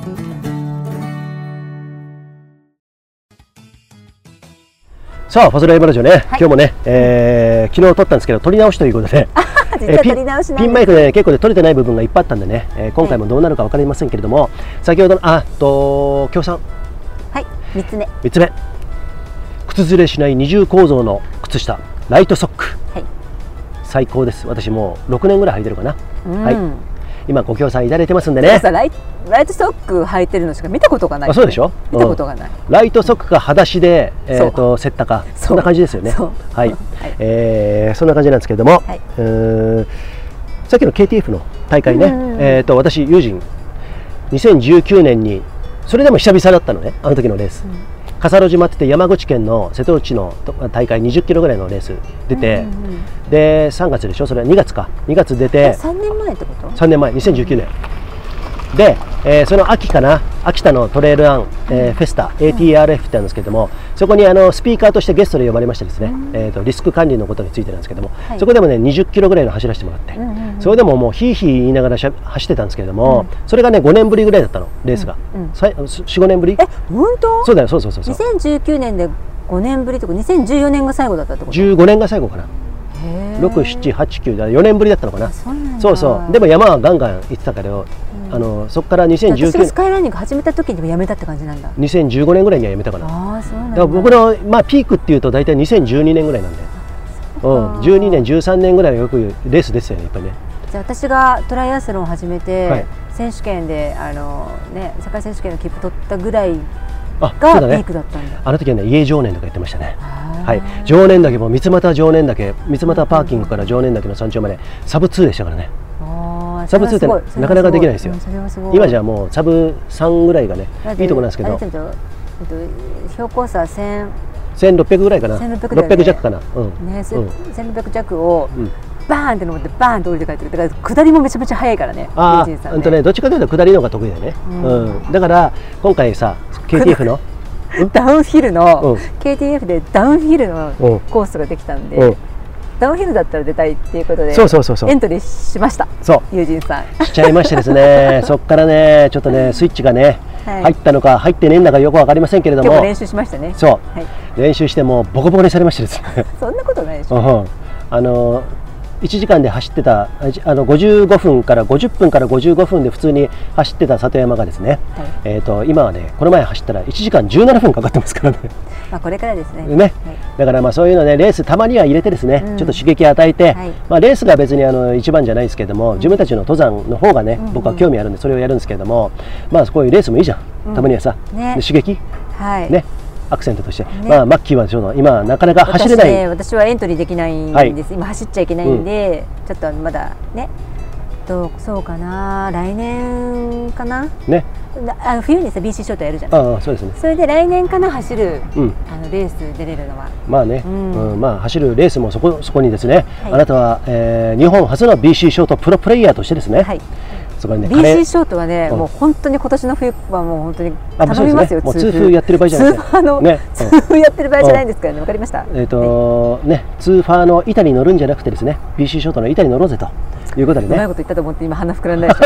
S1: さあファズライブラジオね、はい、今日もね、えー、昨日撮ったんですけど撮り直しということで
S2: 実は撮り直しなんです、
S1: ピンマイクで、ね、結構で撮れてない部分がいっぱいあったんでね、えー、今回もどうなるか分かりませんけれども、はい、先ほどのあと協賛
S2: はいみっつめ
S1: みっつめ靴ずれしない二重構造の靴下ライトソック、はい、最高です。私もうろくねんぐらい履いてるかな、はい、今ご協賛いただいてますんでね。
S2: ライライトソック履いてるのしか見たことがない、ね、
S1: あそうでしょ、
S2: 見たことがない、
S1: うん、ライトソックか裸足で、えー、とセッタかそんな感じですよね。はい、はい、えー、そんな感じなんですけれども、はい、うーんさっきの ケーティーエフ の大会ね、えー、と私友人にせんじゅうきゅうねんにそれでも久々だったのね、あの時のレース、うん、笠路島って言って山口県の瀬戸内の大会にじゅっキロぐらいのレース出て、うんうんうん、でさんがつでしょ、それはにがつかにがつ出て
S2: さんねんまえってこと？
S1: さんねんまえにせんじゅうきゅうねんで、えー、その秋かな、秋田のトレイルラン、えー、フェスタ エーティーアールエフ ってあるんですけども、そこにあのスピーカーとしてゲストで呼ばれましてですね、うん、えーとリスク管理のことについてなんですけども、はい、そこでもねにじゅっキロぐらいの走らせてもらって、うんうんうん、それでももうヒーヒー言いながらしゃ走ってたんですけれども、うん、それがねごねんぶりぐらいだったのレースが、うんうん、よん、ごねんぶり。
S2: え本当？
S1: そうだよ、そうそうそうそう。
S2: にせんじゅうきゅうねんでごねんぶりとかにせんじゅうよねんが最後だったってこと？
S1: じゅうごねんが最後かな。ろく、なな、はち、きゅうだよねんぶりだったのかな。
S2: そうなんだ。
S1: そうそう。でも山はガンガン行ってたけど、うん、あのそこからにせんじゅうきゅうねん
S2: 私がスカイランニング始めた時にもやめたって感じなんだ。
S1: にせんじゅうごねんぐらいにはやめたかな。
S2: ああそうなんだ。
S1: だから僕のまあピークっていうと大体にせんじゅうにねんぐらいなんで、うん、じゅうにねんじゅうさんねんぐらいはよくレースですよね、やっぱりね。
S2: じゃあ私がトライアスロンを始めて、はい、選手権であのね世界選手権の切符取ったぐらいがピークだったんだ。
S1: あの時はね家常年とか言ってましたね。はい、常年岳も三俣常年岳、三俣パーキングから常年岳の山頂までサブツーでしたからね。サブツーってなかなかできないですよ。今じゃもうサブさんぐらいがねいいところなんですけど、
S2: 標高差せん
S1: ろっぴゃくぐらいかな、ろっぴゃく弱かな、
S2: ね、せんろっぴゃく弱をバーンって登ってバーンって降りて帰ってくる。だから下りもめちゃめちゃ速いからね。
S1: ああ、うんとね、どっちかというと下りの方が得意だよね。うん、だから今回さ ケーティーエフ の
S2: ダウンヒルの、うん、ケーティーエフ でダウンヒルのコースができたんで、うん、ダウンヒルだったら出たいっていうことで
S1: そうそうそうそう
S2: エントリーしました。
S1: そう
S2: 友人さん
S1: しちゃいましてですねそっからねちょっとねスイッチがね、はい、入ったのか入ってねえんだかよく分かりませんけれども、
S2: 今日も練習しましたね。
S1: そう、
S2: はい、
S1: 練習してもボコボコにされましてですね
S2: そんなことないでしょ、
S1: うん、あのいちじかんで走ってたあのごじゅうごふんからごじゅっぷんからごじゅうごふんで普通に走ってた里山がですね、はい、えーと今はねこの前走ったらいちじかんじゅうななふんかかってますからね
S2: まあこれからですね。
S1: ね、はい、だからまあそういうのねレースたまには入れてですね、うん、ちょっと刺激与えて、はい、まあレースが別にあの一番じゃないですけれども、うん、自分たちの登山の方がね、うんうん、僕は興味あるんでそれをやるんですけれども、まあこういうレースもいいじゃん、うん、たまにはさ、ね、刺激、はい、ねアクセントとして、ね、まあマッキーはちょっと今なかなか走れない。
S2: 私、ね、私はエントリーできないんです、はい、今走っちゃいけないんで、うん、ちょっとまだねとそうかな来年かなね。あの冬にさ ビーシー ショートやるじゃない。
S1: ああそうですね。
S2: それで来年かな走る、うん、あのレース出れるのは
S1: まあね、うんうん、まあ走るレースもそこそこにですね、はい、あなたは、えー、日本初の ビーシー ショートプロプレイヤーとしてですね、はい、そこにね
S2: ビーシー ショートはね、うん、もう本当に今年の冬はもう本当に頼みますよ。
S1: もう痛風やってる場合じゃないですか。
S2: 痛風の、ね、痛風やってる場合じゃないんですからね。わかりました。
S1: えっとね痛風の板に乗るんじゃなくてですね ビーシー ショートの板に乗ろうぜということでね。
S2: うまいこと言ったと思って今鼻膨らんだでしょ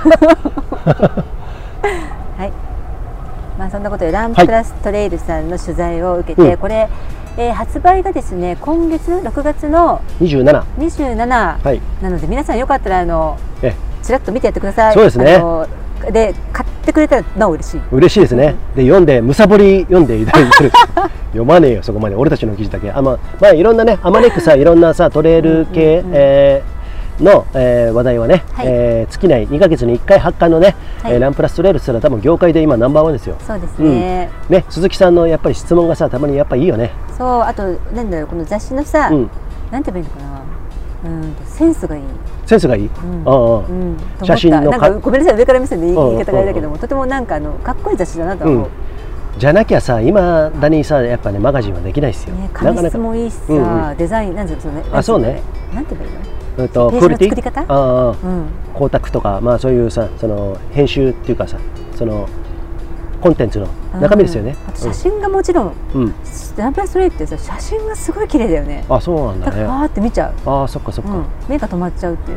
S2: はい。まあそんなことでランプラストレイルさんの取材を受けて、はい、これ、えー、発売がですね今月ろくがつの
S1: にじゅうなな、
S2: にじゅうなな、はい、なので皆さんよかったらあの
S1: え
S2: ちらっと見てやってください。
S1: そうですね。
S2: で買ってくれたらなお嬉しい。
S1: 嬉しいですね。で読んでむさぼり読んでいただいてる読まねえよそこまで俺たちの記事だけ。あまあまあいろんなねあまねくさいろんなさトレイル系、うんうんうん、えーの、えー、話題はね、はい、えー、月内にかげつにいっかい発刊のね、はい、えー、ランプラストレイルって言ったら多分業界で今ナンバーワンですよ。
S2: そうですね、
S1: うん、ね鈴木さんのやっぱり質問がさたまにやっぱいいよね。
S2: そうあとなんだろうこの雑誌のさ、うん、なんて言えばいいのかな、うんセンスがいい。
S1: センスがいい、うん、ああ、うん、写真の
S2: なんかごめんなさい上から見せて言い方があれだけども、とてもなんかあのかっこいい雑誌だなと思う、うん、
S1: じゃなきゃさ今だにさやっぱねマガジンはできないですよ、ね、
S2: 紙質もいいしさ、うんうん、デザインなんていうのね。
S1: あそうね。
S2: なんて言えばいいの。
S1: えっと、
S2: ページの作り方、
S1: ああ、うん、光沢とか、まあ、そういうさその編集っていうかさそのコンテンツの中身ですよね。
S2: あと写真がもちろん、うん、ランプラストレイルってさ写真がすごい綺麗だよね。
S1: あそうなんだね。
S2: だからバーって見ちゃう。
S1: あそっかそっか、うん、
S2: 目が止まっちゃうっていうか
S1: ね。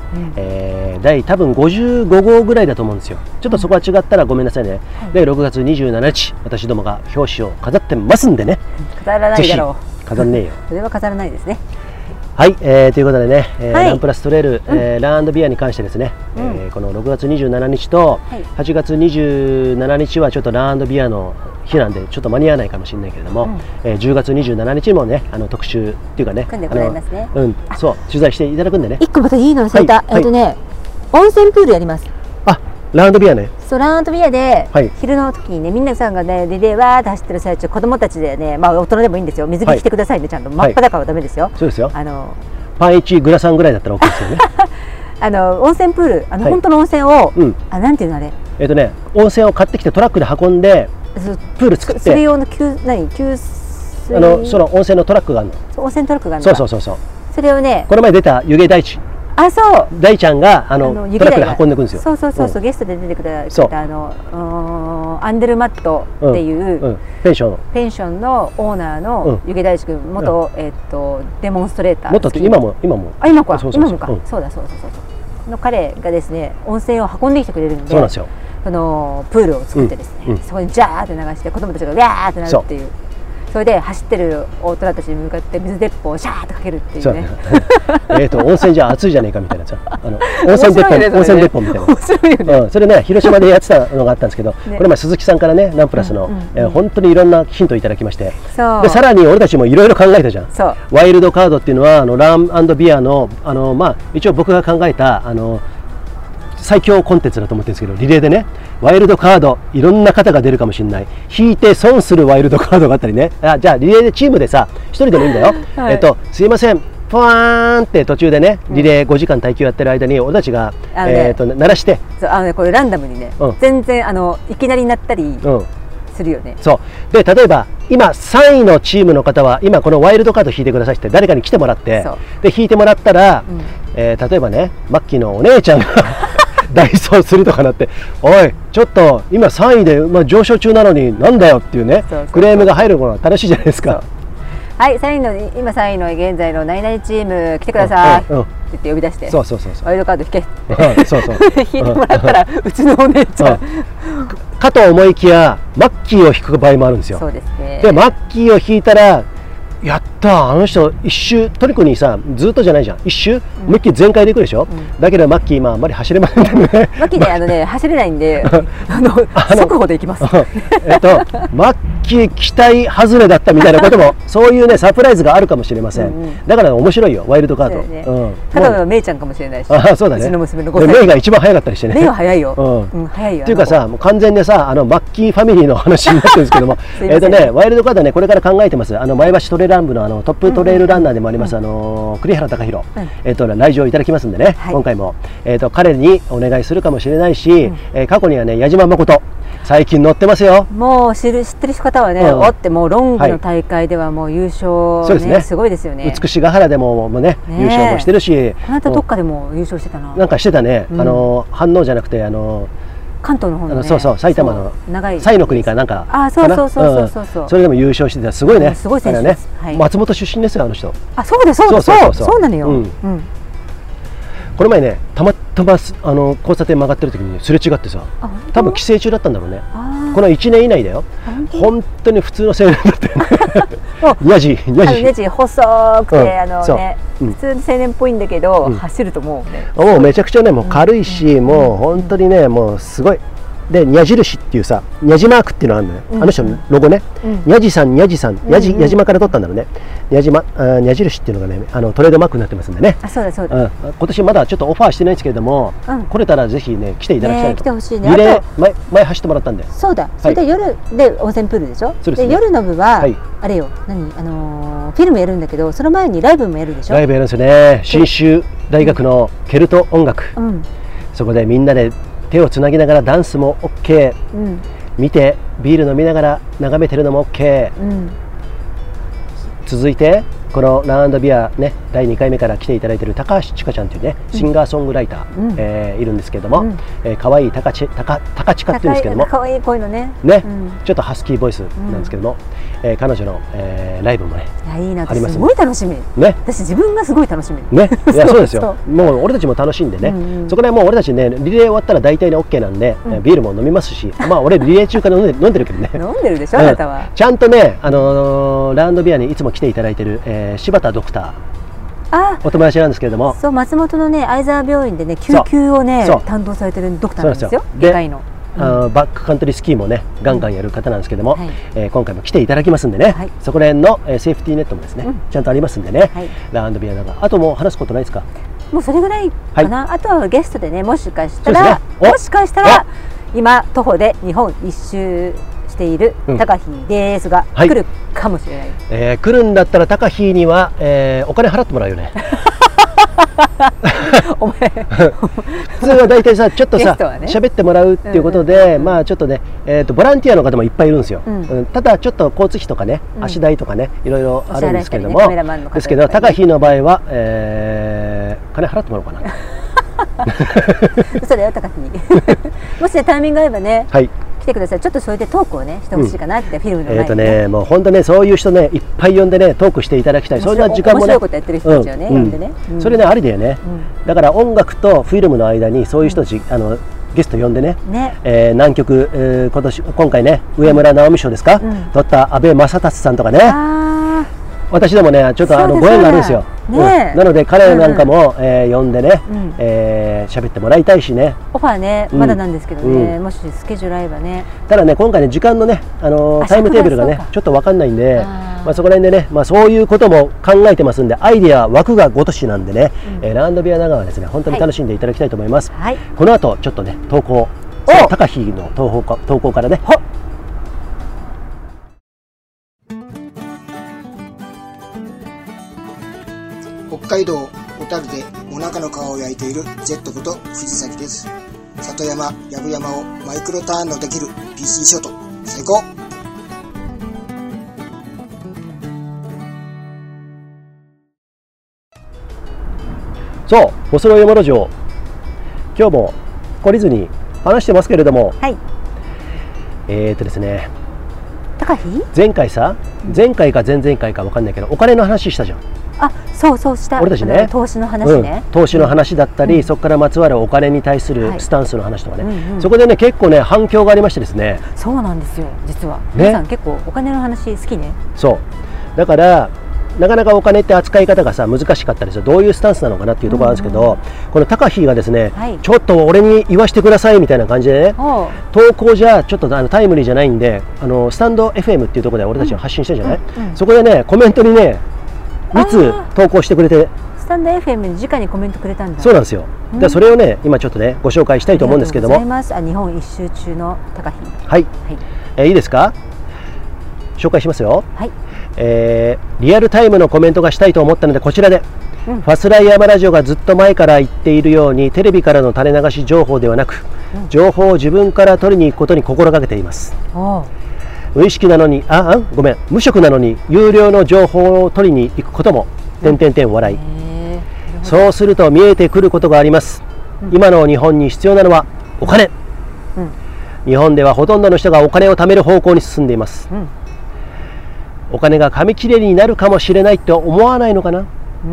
S2: うん、
S1: えー、第多分ごじゅうごごうぐらいだと思うんですよ。ちょっとそこは違ったらごめんなさいね、うん、でろくがつにじゅうしちにち私どもが表紙を飾ってますんでね、
S2: 飾らないだろ
S1: う。飾んねえよ
S2: それは飾らないですね。
S1: はい、えー、ということでね、えー
S2: はい、
S1: ランプラストレール、
S2: うん、
S1: えー、ランビアに関してですね、うん、えー、このろくがつにじゅうしちにちとはちがつにじゅうしちにちはちょっとランビアの日なんでちょっと間に合わないかもしれないけれども、うん、えー、じゅうがつにじゅうしちにちもね、あの特集っていうかね、
S2: 組んでございますね。
S1: うん、そう取材していただくんでね。
S2: 一個またいいの忘れた、はい、えっとね、はい、温泉プールやります。
S1: あ、ラウンドビアね。
S2: そう、ラウンドビアで、
S1: はい、
S2: 昼の時にね、みんなさんがねリレーわーって走ってる最中、子供たちでね、まあ大人でもいいんですよ、水着着てくださいね、はい、ちゃんと真っ裸はダメですよ、はい、
S1: そうですよ。
S2: あの
S1: パンいちグラサンぐらいだったら OK ですよね。
S2: あの温泉プール、あの、はい、本当の温泉を、うん、あ、なんていうのあれ、
S1: えっとね、温泉を買ってきてトラックで運んでプール作って、
S2: それ用の給何給水、
S1: あのその温泉のトラックがあるの。
S2: 温泉トラックがある
S1: の。そうそうそうそう。
S2: それをね、
S1: この前出た湯気大地。
S2: あ、そう。
S1: 大ちゃんがあのトラックで運んでいくんですよ。
S2: そうそうそうそう、うん、ゲストで出てくれたあのアンデルマットっていう、うんうん、
S1: ペンション
S2: ペンションのオーナーの湯気大地君、元、うん、えっとデモンストレーター。
S1: 元って今も今も。
S2: あ、今か今もか。そうだそうだそうそう。の彼がですね、温泉を運んできてくれるんで。
S1: そうなんですよ。
S2: そのプールを作ってですね、うんうん、そこにジャーって流して子供たちがウャーってなるっていう。それで走ってる大人たちに向かって水鉄砲をシャーッとかけるっていうね。
S1: えっと温泉じゃ熱いじゃねえかみたいなさ、あの温泉鉄砲、ね、温泉鉄砲みたいな。
S2: 面白いよね。
S1: うん、それね広島でやってたのがあったんですけど、ね、これ前鈴木さんからねナンプラスの、うんうんうん、えー、本当にいろんなヒントをいただきまして、でさらに俺たちもいろいろ考えたじゃん。
S2: そう。
S1: ワイルドカードっていうのはあのラン&ビアのあのまあ一応僕が考えたあの最強コンテンツだと思ってるんですけど、リレーでねワイルドカードいろんな方が出るかもしれない、引いて損するワイルドカードがあったりね、あ、じゃあリレーでチームでさ一人でもいいんだよ、はい、えっとすいませんポワーンって途中でねリレーごじかん耐久やってる間に俺たちが、うん、えー、と鳴らして、
S2: そう、あのね、これランダムにね、うん、全然あのいきなり鳴ったりするよね、うん、
S1: そうで例えば今さんいのチームの方は今このワイルドカード引いてくださいって誰かに来てもらってで引いてもらったら、うん、えー、例えばねマッキーのお姉ちゃんがダイソーするとかなって、おいちょっと今さんいで、まあ、上昇中なのになんだよっていうね、そうそうそうクレームが入るのは正しいじゃないですか。
S2: はい、さんいの今さんいの現在の何々チーム来てください、うんうん、って言って呼び出して、
S1: そうそうそうそう、
S2: ワイルドカード引け、
S1: うん、そうそう
S2: 引いてもらったらうちのお姉ちゃん、うん、
S1: かと思いきやマッキーを引く場合もあるんですよ。
S2: そうですね。
S1: でマッキーを引いたらやったあの人一周トリコにさずっとじゃないじゃん、一周思いっきり全開でいくでしょ、うん、だけどマッキー今あんまり走れませんね。
S2: マッキーねあのね走れないんであの速歩で行きます。
S1: えっとマッキー期待外れだったみたいなこともそういうねサプライズがあるかもしれません。うん、うん、だから面白いよワイルドカード。ね、うん、
S2: ただのメイちゃんかもしれないし。
S1: あ、そうだね。
S2: うちの娘のごさい。
S1: メイが一番早かったりしてね。
S2: メイは早いよ。うん、うん、早いよ。
S1: っていうかさもう完全でさあのマッキーファミリーの話になってるんですけども、えっとねワイルドカードねこれから考えてます。あの前橋トレラン部のあのトップトレイルランナーでもあります、うん、あの栗原貴弘、うん、えっと来場いただきますんでね、はい、今回も、えっと彼にお願いするかもしれないし、うん、えー、過去にはね矢島誠最近乗ってますよ。もう
S2: 知る知ってる方はね、うん、おってもうロングの大会ではもう優勝、ね、はい、そうですね、すごいですよね。
S1: 美しが原でももうね、ね、優勝もしてるし、
S2: この間どっかでも優勝してたな。
S1: なんかしてたね、うん、あの反応じゃなくてあの
S2: 関東の方の、ね、
S1: そうそう埼玉の西の国かなんか
S2: あ、そうそうそうそうそう、
S1: うん、それでも優勝してたすごいね、
S2: すごい選手です、
S1: ね、はい、松本出身ですよあの人。
S2: あ、そうですそうですそうそうそうなのよ、うんうん、
S1: この前ねたまたまあの交差点曲がってる時にすれ違ってさ、多分帰省中だったんだろうね。このいちねん以内だよ。本当に普通の青年だったよね。ニャジニャジ
S2: ニャジ細くて、うん、あのね、うん、普通の青年っぽいんだけど、うん、走るともうね
S1: もうめちゃくちゃねもう軽いし、うん、もう本当にねもうすごい。でニャ印っていうさニャジマークっていうのがあるのよ、うん、あの人のロゴね、うん、ニャジさんニャジさんニャジニャジマから取ったんだろうね。ニャジマあニャ印っていうのがねあのトレードマークになってますんでね。
S2: あ、そうだそうだ、
S1: うん、今年まだちょっとオファーしてないんですけれども、うん、来れたらぜひね来ていただきたいと。
S2: ね、来てほしいね。
S1: リレー前前走ってもらったんで。
S2: そうだ。それで夜で温泉プールでしょ。そうですね。で夜の部は、はい、あれよ何あのー、フィルムやるんだけどその前にライブもやるでしょ。
S1: ライブやるんですよね。信州大学のケルト音楽、うん、そこでみんなで手をつなぎながらダンスも オーケー、うん、見てビール飲みながら眺めてるのも オーケー、うん、続いてこのランビアねだいにかいめから来ていただいている高橋千佳ちゃんというねシンガーソングライター、うん、えー、いるんですけども、うん、えー、可愛い高千高高千佳っていうんですけども、
S2: 可愛い声のね、
S1: ね、うん、ちょっとハスキーボイスなんですけども、うん、えー、彼女の、えー、ライブもね、
S2: いやいいな、あります。すごい楽しみ。
S1: ね、
S2: 私自分がすごい楽しみ。
S1: ね、いやそうですよ。もう俺たちも楽しんでね、うんうん、そこでもう俺たちねリレー終わったら大体ね オーケー なんで、うん、ビールも飲みますし、まあ俺リレー中から飲んで飲んでるけどね。
S2: 飲んでるでしょ、あなたは。
S1: ちゃんとね、あのー、ラウンドビアにいつも来ていただいている、えー、柴田ドクター。あ、お友達なんですけれども、
S2: そう、松本のね相沢病院でね救急をね担当されてるドクターなんですよ。外科医の。
S1: あのバックカントリースキーもねガンガンやる方なんですけども、うん、はい、えー、今回も来ていただきますんでね、はい、そこら辺の、えー、セーフティーネットもですね、うん、ちゃんとありますんでね、はい、ラウンドビアナがあともう話すことないですか？
S2: もうそれぐらいかな、はい、あとはゲストでね、もしかしたら、ね、もしかしたら今徒歩で日本一周している高飛ですが、うん、来るかもしれない、はい、
S1: えー、来るんだったら高飛には、えー、お金払ってもらうよね。
S2: お前
S1: 普通は大体さちょっとさ喋、ね、ってもらうっていうことで、まあちょっとね、えー、とボランティアの方もいっぱいいるんですよ、うんうん、ただちょっと交通費とかね、うん、足代とかねいろいろあるんですけれども、ね、ですけど高飛の場合は、えー、金払ってもらおうかな。
S2: 嘘だよ高飛に。もしねタイミング合えばね、はい、来てください。ちょっとそれでトークをねしてほしいかなって、うん、フィルムの前に、ね、えっとねもう本当ねそういう人ねいっぱい呼んでねトークしていただきたい。そんな時間もね面白いことやってる人たちをね、うん、呼んでね、うん、
S1: それねありだよね、うん、だから音楽とフィルムの間にそういう人たち、うん、あのゲスト呼んでね、ね、えー、南極、えー、今年今回ね上村直美賞ですか、うん、取った阿部正達さんとかね、私でもねちょっとあのご縁があるんですよ、ね、うん、なので彼なんかも、うん、えー、呼んでね、うん、えー、喋ってもらいたいしね。
S2: オファーね、うん、まだなんですけどね、うん、もしスケジュール合えばね。
S1: ただね今回ね時間のね、あのー、タイムテーブルがねちょっと分かんないんで、あ、まあ、そこら辺でね、まあ、そういうことも考えてますんで、アイデア枠がごとしなんでね、うん、えー、ラウンドビア長はですね本当に楽しんでいただきたいと思います、はい、この後ちょっとね投稿高飛の投稿か投稿からね、
S5: 北海道小樽でもなかの皮を焼いている Z こと藤崎です。里山、藪山をマイクロターンのできる ピーシー ショート最高。
S1: そう細野山路城、今日も懲りずに話してますけれども、はい、えーっとですね
S2: 高飛
S1: 前回さ、前回か前々回か分かんないけどお金の話したじゃん。
S2: あ、そうそうした。
S1: 俺たちね、
S2: 投資の話ね、
S1: うん、投資の話だったり、うん、そこからまつわるお金に対するスタンスの話とかね、はい、うんうん、そこでね結構ね反響がありましてですね。
S2: そうなんですよ実は、ね、皆さん結構お金の話好きね。
S1: そうだからなかなかお金って扱い方がさ難しかったりする。どういうスタンスなのかなっていうところなんですけど、うんうん、この高飛がですね、はい、ちょっと俺に言わせてくださいみたいな感じでね、投稿じゃちょっとあのタイムリーじゃないんで、あのスタンド エフエム っていうところで俺たちが発信してるじゃない、うんうんうん、そこでねコメントにねみっつ投稿してくれて、
S2: スタンド エフエム に直にコメントくれたんだ。
S1: そうなんですよ、うん、でそれをね今ちょっとねご紹介したいと思うんですけども。
S2: ありがとうございます。あ、日本一周中の高飛、
S1: はい、はい、えー、いいですか、紹介しますよ、はい、えー、リアルタイムのコメントがしたいと思ったのでこちらで、うん、ファスライヤマラジオがずっと前から言っているようにテレビからの垂れ流し情報ではなく、うん、情報を自分から取りに行くことに心がけています。無意識なのにああごめん無職なのに有料の情報を取りに行くことも点々点笑い、そうすると見えてくることがあります、うん、今の日本に必要なのはお金、うん、日本ではほとんどの人がお金を貯める方向に進んでいます、うん、お金が紙切れになるかもしれないと思わないのかな、うん、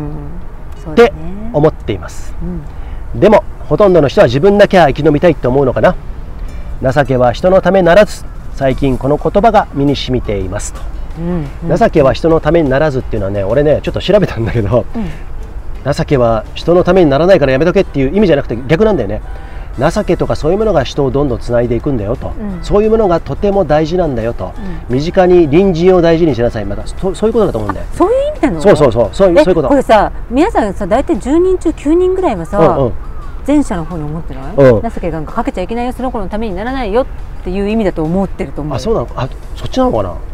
S1: そうですね、って思っています、うん、でもほとんどの人は自分だけは生き延びたいと思うのかな。情けは人のためならず、最近この言葉が身に染みていますと、うんうん、情けは人のためにならずっていうのはね俺ねちょっと調べたんだけど、うん、情けは人のためにならないからやめとけっていう意味じゃなくて逆なんだよね。情けとかそういうものが人をどんどんつないでいくんだよと、うん、そういうものがとても大事なんだよと、うん、身近に隣人を大事にしなさい。またそそういうことだと思うんだよ。
S2: そういう意味なの？
S1: そうそうそうそういうそういうこと。
S2: これさ皆さんさ大体じゅうにん中きゅうにんぐらいはさ、うんうん、前者の方に思ってない、うん、情けなんかかけちゃいけないよ、その子のためにならないよっていう意味だと思ってると思う。
S1: あ、そうなの。あ、そっちなのかな。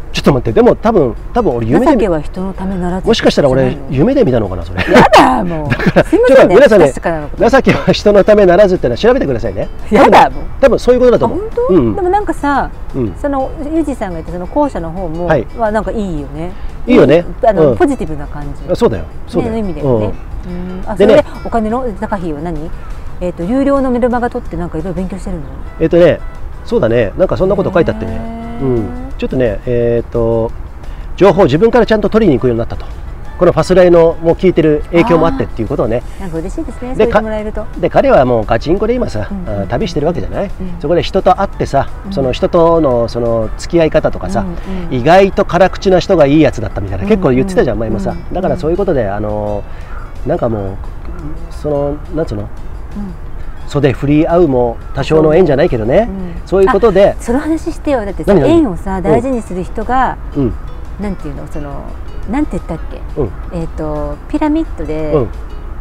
S1: ちょっと待って、でも多分多分俺夢で
S2: 情けは人のためならず。
S1: もしかしたら俺夢で見たのかなそれ。
S2: やだもう。だからすいませんね。
S1: 皆さんね、
S2: 情
S1: けは人のためならずってのは調べてくださいね。
S2: やだもう。
S1: 多分そういうことだと思う。
S2: 本当？うん、でもなんかさ、うん、そのゆうじさんが言ったその後者の方も、はい、はなんかいいよね。
S1: いいよね。
S2: あの、うん、ポジティブな感じ。
S1: そうだよ。そうだよ。
S2: ね、の意味でね。うん。あ、それでお金の高費は何？えっと有料のメルマガ取ってなんかいろいろ勉強してるの？
S1: えっとね、そうだね。なんかそんなこと書いてあってね。うん。ちょっとね、えっと情報を自分からちゃんと取りに行くようになったと。このファスライのもう聞いてる影響もあってっていうことをね。
S2: なんか嬉しいですね。そう言ってもらえると。
S1: で彼はもうガチンコで今さ、うんうん、旅してるわけじゃない、うん、そこで人と会ってさ、うん、その人とのその付き合い方とかさ、うんうん、意外と辛口な人がいいやつだったみたいな、うんうん、結構言ってたじゃん前もさ、うんうん、だからそういうことであのなんかもうそのなんつうの、うん、袖振り合うも多少の縁じゃないけどね、うん、そういうことで。
S2: その話してよ。だってさ縁をさ大事にする人が、うん、なんていうのそのなんて言ったっけ、うん、えっとピラミッドで、うん、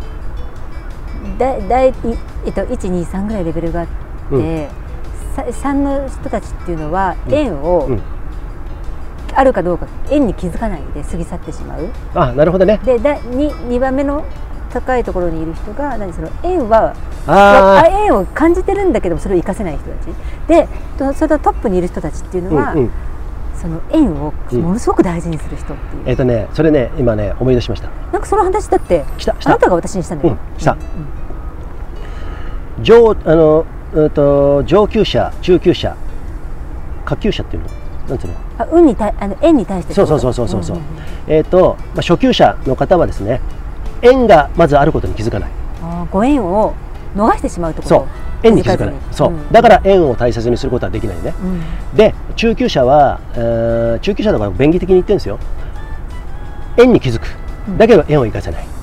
S2: だだいえっといちにさんぐらいレベルがあって、うん、さんの人たちっていうのは円を、うん、あるかどうか円に気づかないで過ぎ去ってしまう。
S1: あ、なるほどね。
S2: でだ 2, にばんめの高いところにいる人が何その円はあ円を感じてるんだけどそれを生かせない人たちで、それとトップにいる人たちっていうのは、うんうん、その縁をものすごく大事にする人っていう、うん、
S1: えっ、ー、とねそれね今ね思い出しました。
S2: なんかその話だって
S1: したした
S2: あなたが私にしたんだよ。
S1: うん、した、うん、上あの、えー、と上級者中級者下級者っていうのなんていうの
S2: あ運にたあの円に対して
S1: そうそうそうそうそうそう、うんうんうん、えっ、ー、と、まあ、初級者の方はですね縁がまずあることに気づかない。
S2: あご縁を逃してしまうってこと。
S1: そう縁に気づかない。そう、うん、だから縁を大切にすることはできないね、うん、で中級者は、えー、中級者だから便宜的に言ってるんですよ。縁に気づくだけど縁を生かせない、うん、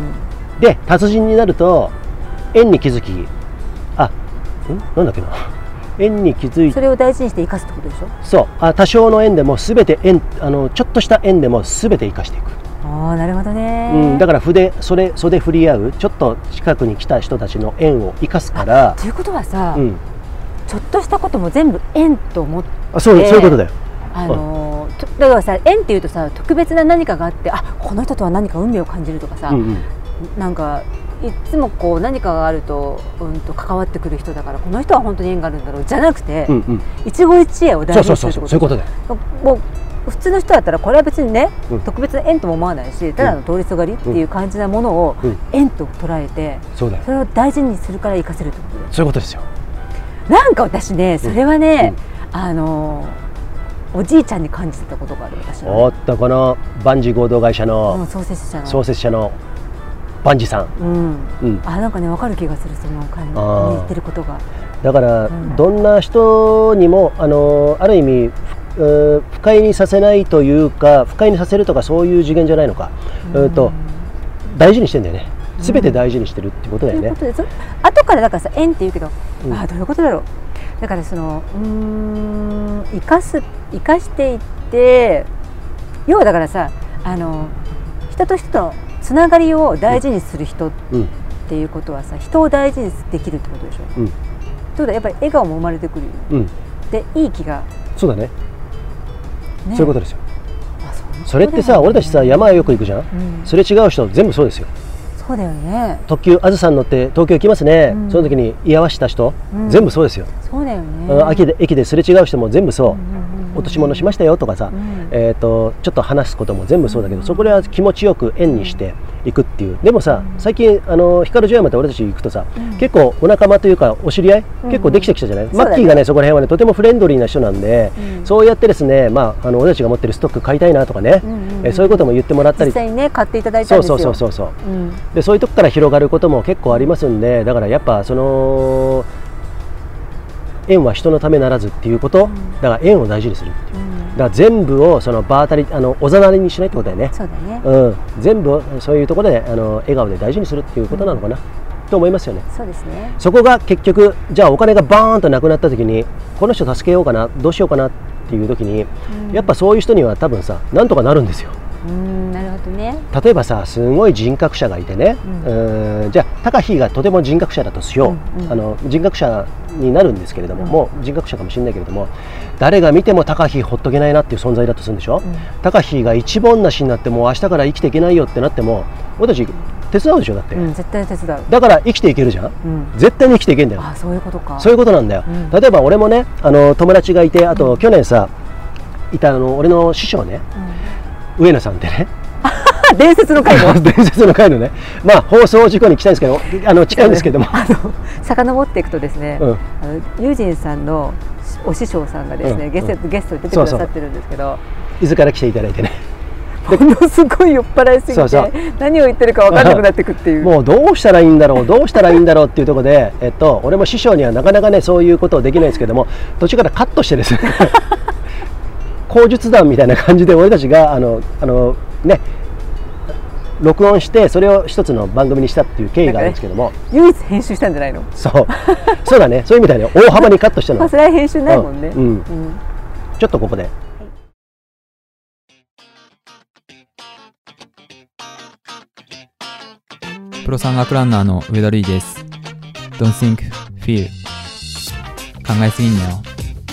S1: で達人になると縁に気づきあんなんだっけな縁に気づいて
S2: それを大事にして生かすってことでしょ。
S1: そうあ多少の縁でも全て縁あのちょっとした縁でも全て生かしていく。
S2: ああなるほどね、
S1: うん、だから筆それ袖振り合うちょっと近くに来た人たちの縁を生かすから。
S2: ということはさ、うん、ちょっとしたことも全部縁と思って。
S1: あそうそういうことだよ。
S2: あのー、だからさ縁っていうとさ特別な何かがあってあこの人とは何か運命を感じるとかさ、うんうん、なんかいつもこう何かがあると、うん、と関わってくる人だからこの人は本当に縁があるんだろうじゃなくて、うんうん、一期一会を大事にするってこと。
S1: そうそうそうそういうことだよ。
S2: もう普通の人だったらこれは別にね、うん、特別な縁とも思わないしただの通りすがりっていう感じなものを縁と捉えて、うん、そうだよ。それを大事にするから生かせるってことだよ。
S1: そういうことですよ。
S2: なんか私ねそれはね、うん、あのおじいちゃんに感じてたことがある私は、ね、
S1: おっとこの万事合同会社の、
S2: うん、創設者の
S1: 創設者の万事さん、
S2: うんうん、あなんかね分かる気がするその感じ言ってることが。
S1: だから、うん、どんな人にもあのある意味不快にさせないというか不快にさせるとかそういう次元じゃないのか、うん、と大事にしてんだよね。すべて大事にしてるってことだよね。
S2: ということで後からだからさ縁って言うけど、うん、あどういうことだろう。だからそのうーん生かす生かしていって要はだからさあの人と人とのつながりを大事にする人っていうことはさ、うん、人を大事にできるってことでしょ。うん、そうだやっぱり笑顔も生まれてくるよ、うん、でいい気が
S1: そうだね。ね、そういうことですよ。あ そ, う そ, それってさ、俺たちさ山へよく行くじゃん、うん、すれ違う人全部そうですよ。
S2: そうだよね。
S1: 特急あずさん乗って東京行きますね、うん、その時に居合わせた人、うん、全部そうですよ。
S2: そうだよね。
S1: 駅で駅ですれ違う人も全部そう、うんうんうんうん、落とし物しましたよとかさ、うん、えーとちょっと話すことも全部そうだけど、うん、そこでは気持ちよく縁にしていくっていう。でもさ、うん、最近あの光城山って俺たち行くとさ、うん、結構お仲間というかお知り合い、うん、結構できてきたじゃない、うん、マッキーがねそこら辺はねとてもフレンドリーな人なんで、うん、そうやってですね、まあ、あの俺たちが持ってるストック買いたいなとかね、うんうんうん、えそういうことも言ってもらったり
S2: 実際にね買っていただいたんですよ。
S1: そうそうそうそう、うん、でそういうとこから広がることも結構ありますんで、だからやっぱその縁は人のためならずっていうこと、うん、だから縁を大事にするっていう、うん、だから全部をその場当たりあのおざなりにしないってことだよね。
S2: そうだね、
S1: うん、全部そういうところであの笑顔で大事にするっていうことなのかな、うん、と思いますよね。
S2: そうですね。
S1: そこが結局じゃあお金がバーンとなくなった時にこの人助けようかなどうしようかなっていう時に、うん、やっぱそういう人には多分さなんとかなるんですよ。
S2: うんなるほどね。
S1: 例えばさすごい人格者がいてね、うん、うんじゃあ高飛がとても人格者だとしよう、うんうん、あの人格者になるんですけれども、うん、もう人格者かもしれないけれども、誰が見ても高飛ほっとけないなっていう存在だとするんでしょ、うん、高飛が一文なしになってもう明日から生きていけないよってなっても俺たち手伝うでしょ。だって、うん、絶対手伝う。だから生きていけるじゃん、うん、絶対に生きていけるんだよ。
S2: あ、そういうことか。
S1: そういうことなんだよ、うん、例えば俺もね、あの友達がいて、あと去年さいたあの俺の師匠ね、うん、上野さんってね
S2: 伝説の回の
S1: 伝説の回のね、まあ放送事故に来たいんですけど、あの近いんですけども、
S2: あの遡っていくとですね、うん、あのユージンさんのお師匠さんがですね、うん、ゲスト、うん、ゲストに出てくださってるんですけど、
S1: 伊豆から来ていただいてね、
S2: ものすごい酔っ払いすぎて、そうそう何を言ってるか分からなくなっていくっていう
S1: もうどうしたらいいんだろうどうしたらいいんだろうっていうところで、えっと、俺も師匠にはなかなかねそういうことをできないですけども、途中からカットしてですね口述談みたいな感じで俺たちがあのあのね録音してそれを一つの番組にしたっていう経緯があるんですけども、ね、
S2: 唯一編集したんじゃないの。
S1: そうそうだね、そういう意味ではね大幅にカットしたの
S2: まあそれは編集ないもんね、うんうんうん、
S1: ちょっとここで
S6: プロ山岳ランナーの上田瑠衣です。 Don't think, feel 考えすぎんなよ。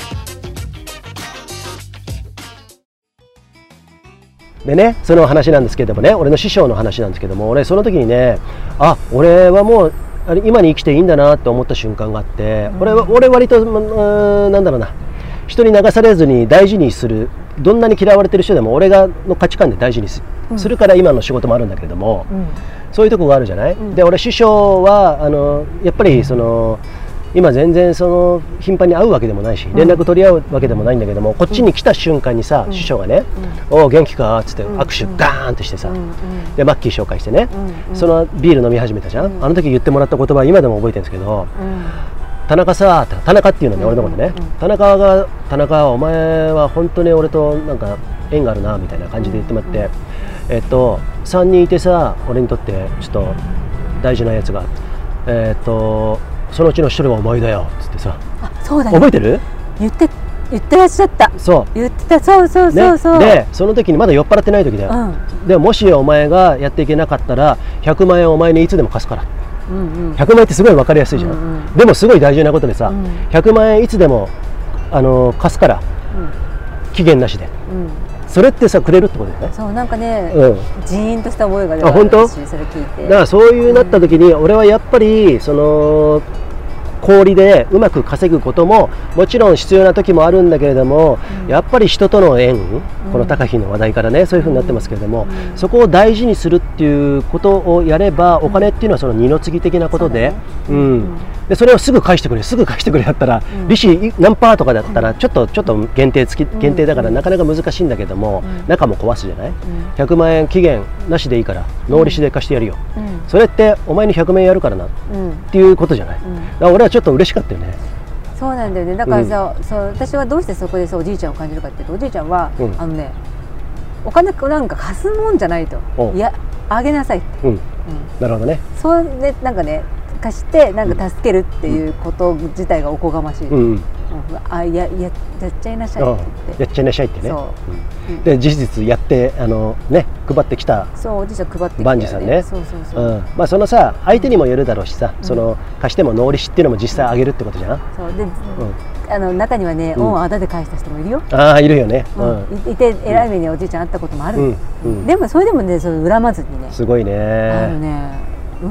S1: でね、その話なんですけどもね、俺の師匠の話なんですけども、俺その時にね、あ、俺はもうあれ今に生きていいんだなって思った瞬間があって、うん、俺は俺割と、うん、なんだろうな、人に流されずに大事にする、どんなに嫌われてる人でも俺がの価値観で大事に す,、うん、するから今の仕事もあるんだけれども、うん、そういうとこがあるじゃない、うん、で俺師匠はあのやっぱりその今全然その頻繁に会うわけでもないし連絡取り合うわけでもないんだけども、こっちに来た瞬間にさ、師匠がね「おお元気か?」っつって握手ガーンってしてさ、でマッキー紹介してね、そのビール飲み始めたじゃん。あの時言ってもらった言葉今でも覚えてるんですけど、田中さ、田中っていうのね、俺のことね、田中が田中お前は本当に俺となんか縁があるなみたいな感じで言ってもらって、えっとさんにんいてさ、俺にとってちょっと大事なやつがえっとそのうちの一人はお前だよっつってさ。
S2: あ、そうだね、
S1: 覚えてる？
S2: 言って言ってらっしゃった。
S1: そう
S2: 言ってた。そうそうそうそう、
S1: ね、でその時にまだ酔っ払ってない時だよ、うん、でももしお前がやっていけなかったらひゃくまん円お前にいつでも貸すから、うんうん、ひゃくまん円ってすごい分かりやすいじゃん、うんうん、でもすごい大事なことでさ、うん、ひゃくまん円いつでもあの貸すから、うん、期限なしで、うん、それってさくれるってことだよね。
S2: そうなんかね、うん、ジーンとした覚えが出たし、それ聞いて、
S1: だからそういうなった時に、うん、俺はやっぱりその氷でうまく稼ぐことももちろん必要な時もあるんだけれども、うん、やっぱり人との縁、うん、この高飛の話題からねそういうふうになってますけれども、うん、そこを大事にするっていうことをやれば、お金っていうのはその二の次的なことで、そ、ね、うんうん、でそれをすぐ返してくれすぐ返してくれだったら、うん、利子何パーとかだったらちょっとちょっと限定付き限定だからなかなか難しいんだけども、うん、中も壊すじゃない、うん、ひゃくまん円期限なしでいいからノー利子で貸してやるよ、うん、それってお前にひゃくまん円やるからな、うん、っていうことじゃない、うん、だから俺はちょっと嬉しかったよね。
S2: そうなんだよね。だからさ、うん、そう私はどうしてそこでさおじいちゃんを感じるかっていうと、おじいちゃんは、うん、あのねお金なんか貸すもんじゃないと、いやあげなさいって、うんうん、
S1: なるほどね。
S2: そうね、なんかね貸してなんか助けるっていうこと自体がおこがましい、うんうん、あやややっちゃいなさいって言って、
S1: やっちゃいなさいってね。そう、うん、で事実やってあのね配ってきた、
S2: そうおじいちゃん配ってきた
S1: 万事さんね。そうそうそう、うん、まあそのさ相手にもよるだろうしさ、うん、その貸してもノー利子っていうのも実際あげるってことじゃん。そうで、うん、
S2: あの中にはね、恩をあだで返した人もいるよ。
S1: ああいるよね、う
S2: ん、いて偉い目におじいちゃん会ったこともある、うんうん、でもそれでもねそれ恨まずにね、
S1: すごいね、
S2: あのね、うん、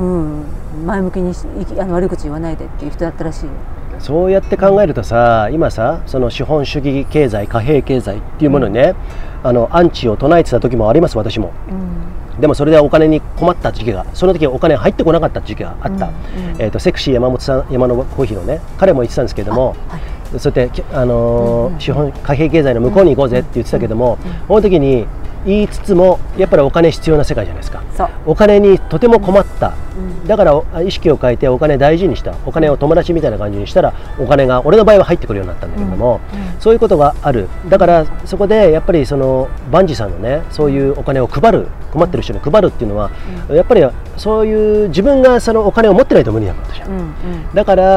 S2: 前向きにあの悪口言わないでっていう人だったらしいよ。
S1: そうやって考えるとさ、今さその資本主義経済貨幣経済っていうものにね、うん、あのアンチを唱えてた時もあります、私も、うん、でもそれでお金に困った時期が、その時お金入ってこなかった時期があった、うんうん、えーと、セクシー山本さん、山のコーヒーのね彼も言ってたんですけども、はい、そうやって、あのーうんうん、資本貨幣経済の向こうに行こうぜって言ってたけども、うんうんうん、その時に言いつつもやっぱりお金必要な世界じゃないですか。お金にとても困った、うん、だから意識を変えてお金大事にした、お金を友達みたいな感じにしたらお金が俺の場合は入ってくるようになったんだけれども、うんうん、そういうことがある。だからそこでやっぱりその万事さんのねそういうお金を配る、困ってる人に配るっていうのは、うん、やっぱりそういう自分がそのお金を持ってないと無理なことじゃん、うんうん、だから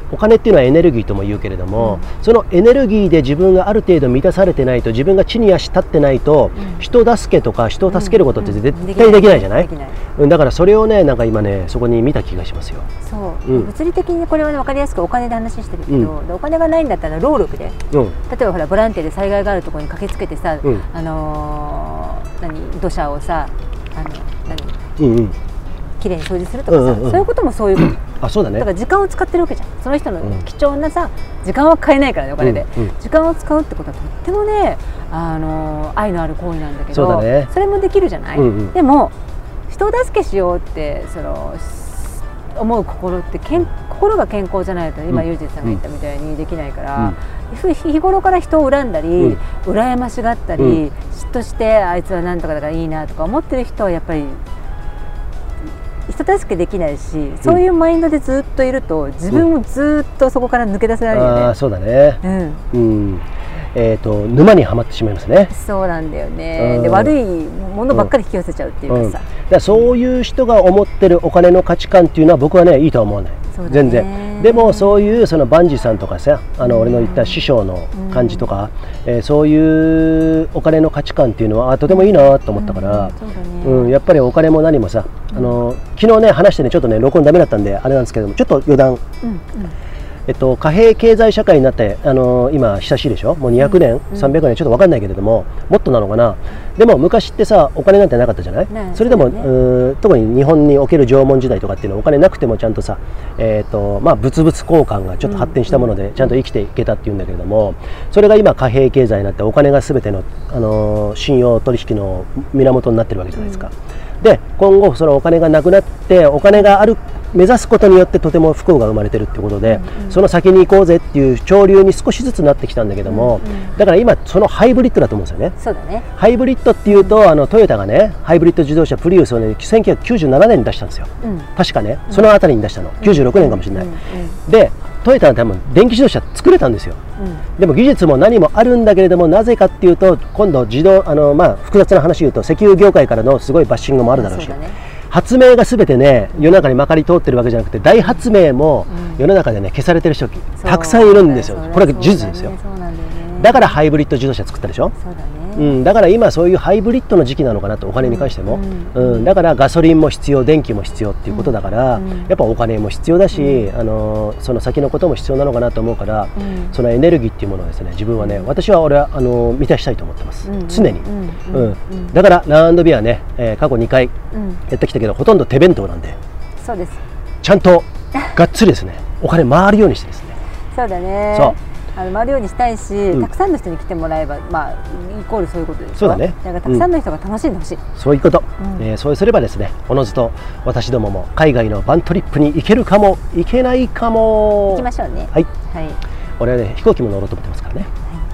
S1: お金っていうのはエネルギーとも言うけれども、うん、そのエネルギーで自分がある程度満たされてないと、自分が地に足立ってないと、うん、人助けとか人を助けることって絶対できないじゃない。だからそれをね、なんか今ねそこに見た気がしますよ。
S2: そう、うん、物理的にこれは、ね、分かりやすくお金で話してるけど、うん、お金がないんだったら労力で、うん、例えばほらボランティアで災害があるところに駆けつけてさ、うん、あのー、何土砂をさあの何、うんうん、きれいに掃除するとかさ、うんうんうん、そういうこともそういうこと、あ、そうだね。だから時間を使ってるわけじゃん。その人の貴重なさ、時間は買えないからね、お金で、うんうん、時間を使うってことはとってもね、あの愛のある行為なんだけど、 そうだね、それもできるじゃない、うんうん、でも人を助けしようってその思う心ってけん心が健康じゃないと今、うん、ユージさんが言ったみたいにできないから、うん、日頃から人を恨んだり、うん、羨ましがったり、うん、嫉妬してあいつはなんとかだからいいなとか思ってる人はやっぱり人助けできないし、そういうマインドでずっといると自分をずっとそこから抜け出せられるよね。あ、そうだね、うんうん、えーと、沼にはまってしまいますね。そうなんだよね、うん、で悪いものばっかり引き寄せちゃうっていうかさ、うんうん、だからそういう人が思ってるお金の価値観っていうのは僕はねいいとは思わない、全然。でもそういうそのバンジーさんとかさ、あの俺の言った師匠の感じとか、うん、えー、そういうお金の価値観っていうのはあとてもいいなと思ったから、うん、うん、やっぱりお金も何もさ、あの昨日ね話してねちょっとね録音ダメだったんであれなんですけども、ちょっと余談、うんうん、えっと、貨幣経済社会になって、あのー、今久しいでしょ、もうにひゃくねん、うん、さんびゃくねんちょっと分かんないけれども、もっとなのかな。でも昔ってさお金なんてなかったじゃない、ね、それでも、ね、う特に日本における縄文時代とかっていうのはお金なくてもちゃんとさ、えーとまあ、物々交換がちょっと発展したものでちゃんと生きていけたっていうんだけれども、それが今貨幣経済になってお金が全ての、あのー、信用取引の源になってるわけじゃないですか、うん、で今後そのお金がなくなってお金がある目指すことによってとても不幸が生まれてるっていうことで、うんうん、その先に行こうぜっていう潮流に少しずつなってきたんだけども、うんうん、だから今そのハイブリッドだと思うんですよね。そうだね。ハイブリッドっていうと、あのトヨタがねハイブリッド自動車プリウスをねせんきゅうひゃくきゅうじゅうななねんに出したんですよ、うん、確かね、そのあたりに出したの、うん、きゅうじゅうろくねんかもしれない、うんうんうん、でトヨタは多分電気自動車作れたんですよ、うん、でも技術も何もあるんだけれども、なぜかっていうと今度自動あの、まあ、複雑な話言うと石油業界からのすごいバッシングもあるだろうし、発明がすべてね世の中にまかり通ってるわけじゃなくて、大発明も世の中でね消されてる人たくさんいるんですよ。これが事実ですよ。だからハイブリッド自動車作ったでしょ。そうだね、うん、だから今そういうハイブリッドの時期なのかなと、お金に関しても、うんうん、だからガソリンも必要、電気も必要っていうことだから、うん、やっぱお金も必要だし、うん、あのその先のことも必要なのかなと思うから、うん、そのエネルギーっていうものをですね、自分はね、私は俺はあの満たしたいと思ってます、うん、常に、うんうんうん、だからランドビアね、えー、過去にかいやってきたけど、ほとんど手弁当なんで、そうです、ちゃんとがっつりですねお金回るようにしてですねそうだね、そうあの回るようにしたいし、うん、たくさんの人に来てもらえば、まあ、イコールそういうことでしょ。そうだね。だからたくさんの人が楽しんでほしい、うん、そういうこと、うん、えー、そうすればですね、おのずと私どもも海外のバントリップに行けるかも行けないかも。行きましょうね。はい、はい、俺はね飛行機も乗ろうと思ってますからね、はい、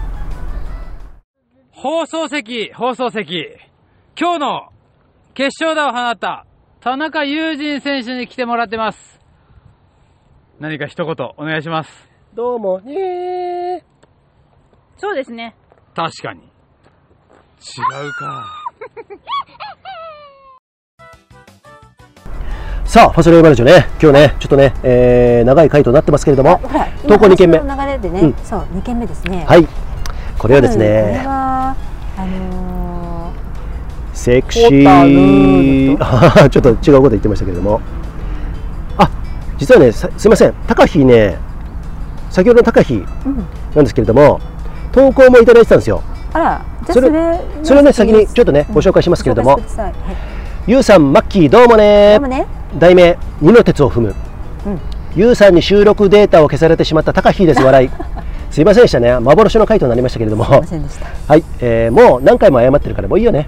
S7: 放送席放送席、今日の決勝打を放った田中裕仁選手に来てもらってます。何か一言お願いします。
S1: どうもね。
S8: そうですね。
S7: 確かに。違うか。
S1: さあ、ファソリオマルジョね、今日ね、ちょっとね、えー、長い回となってますけれども、投稿にけんめ。流れでね、うん、そう、にけんめですね。はい。これはですね、これは、あのー、セクシー、ちょっと違うこと言ってましたけれども、あ、実はね、すいません、高飛ね、先ほどの高飛なんですけれども、うん、投稿もいただいてたんですよ。あら、じゃそれそれをね先にちょっとね、うん、ご紹介しますけれども、はい、ゆうさん、マッキー、どうもね。どうもね。題名、二の鉄を踏む。うん、ゆうさんに収録データを消されてしまった高飛です。笑い。すいませんでしたね。幻の回となりましたけれども。すいませんでした。はい、えー、もう何回も謝ってるからもういいよね。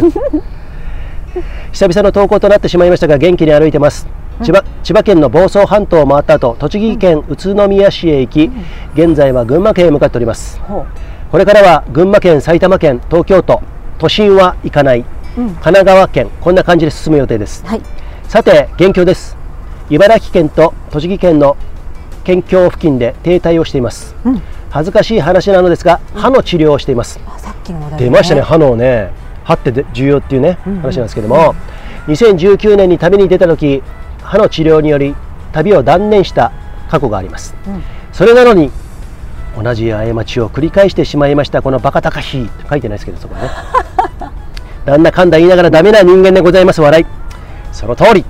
S1: 久々の投稿となってしまいましたが、元気に歩いてます。千葉, 千葉県の房総半島を回った後、栃木県宇都宮市へ行き、現在は群馬県へ向かっております。これからは群馬県、埼玉県、東京都、都心は行かない、うん、神奈川県、こんな感じで進む予定です、はい、さて現況です。茨城県と栃木県の県境付近で停滞をしています、うん、恥ずかしい話なのですが、歯の治療をしています、うん、さっきの話題ね、出ましたね、歯のね、歯って重要っていうね、うん、話なんですけども、うん、にせんじゅうきゅうねんに旅に出た時、歯の治療により旅を断念した過去があります、
S2: うん、
S1: それなのに同じ過ちを繰り返してしまいましたこのバカ高しって書いてないですけど、そこはねなんだかんだ言いながらダメな人間でございます。笑い、その通り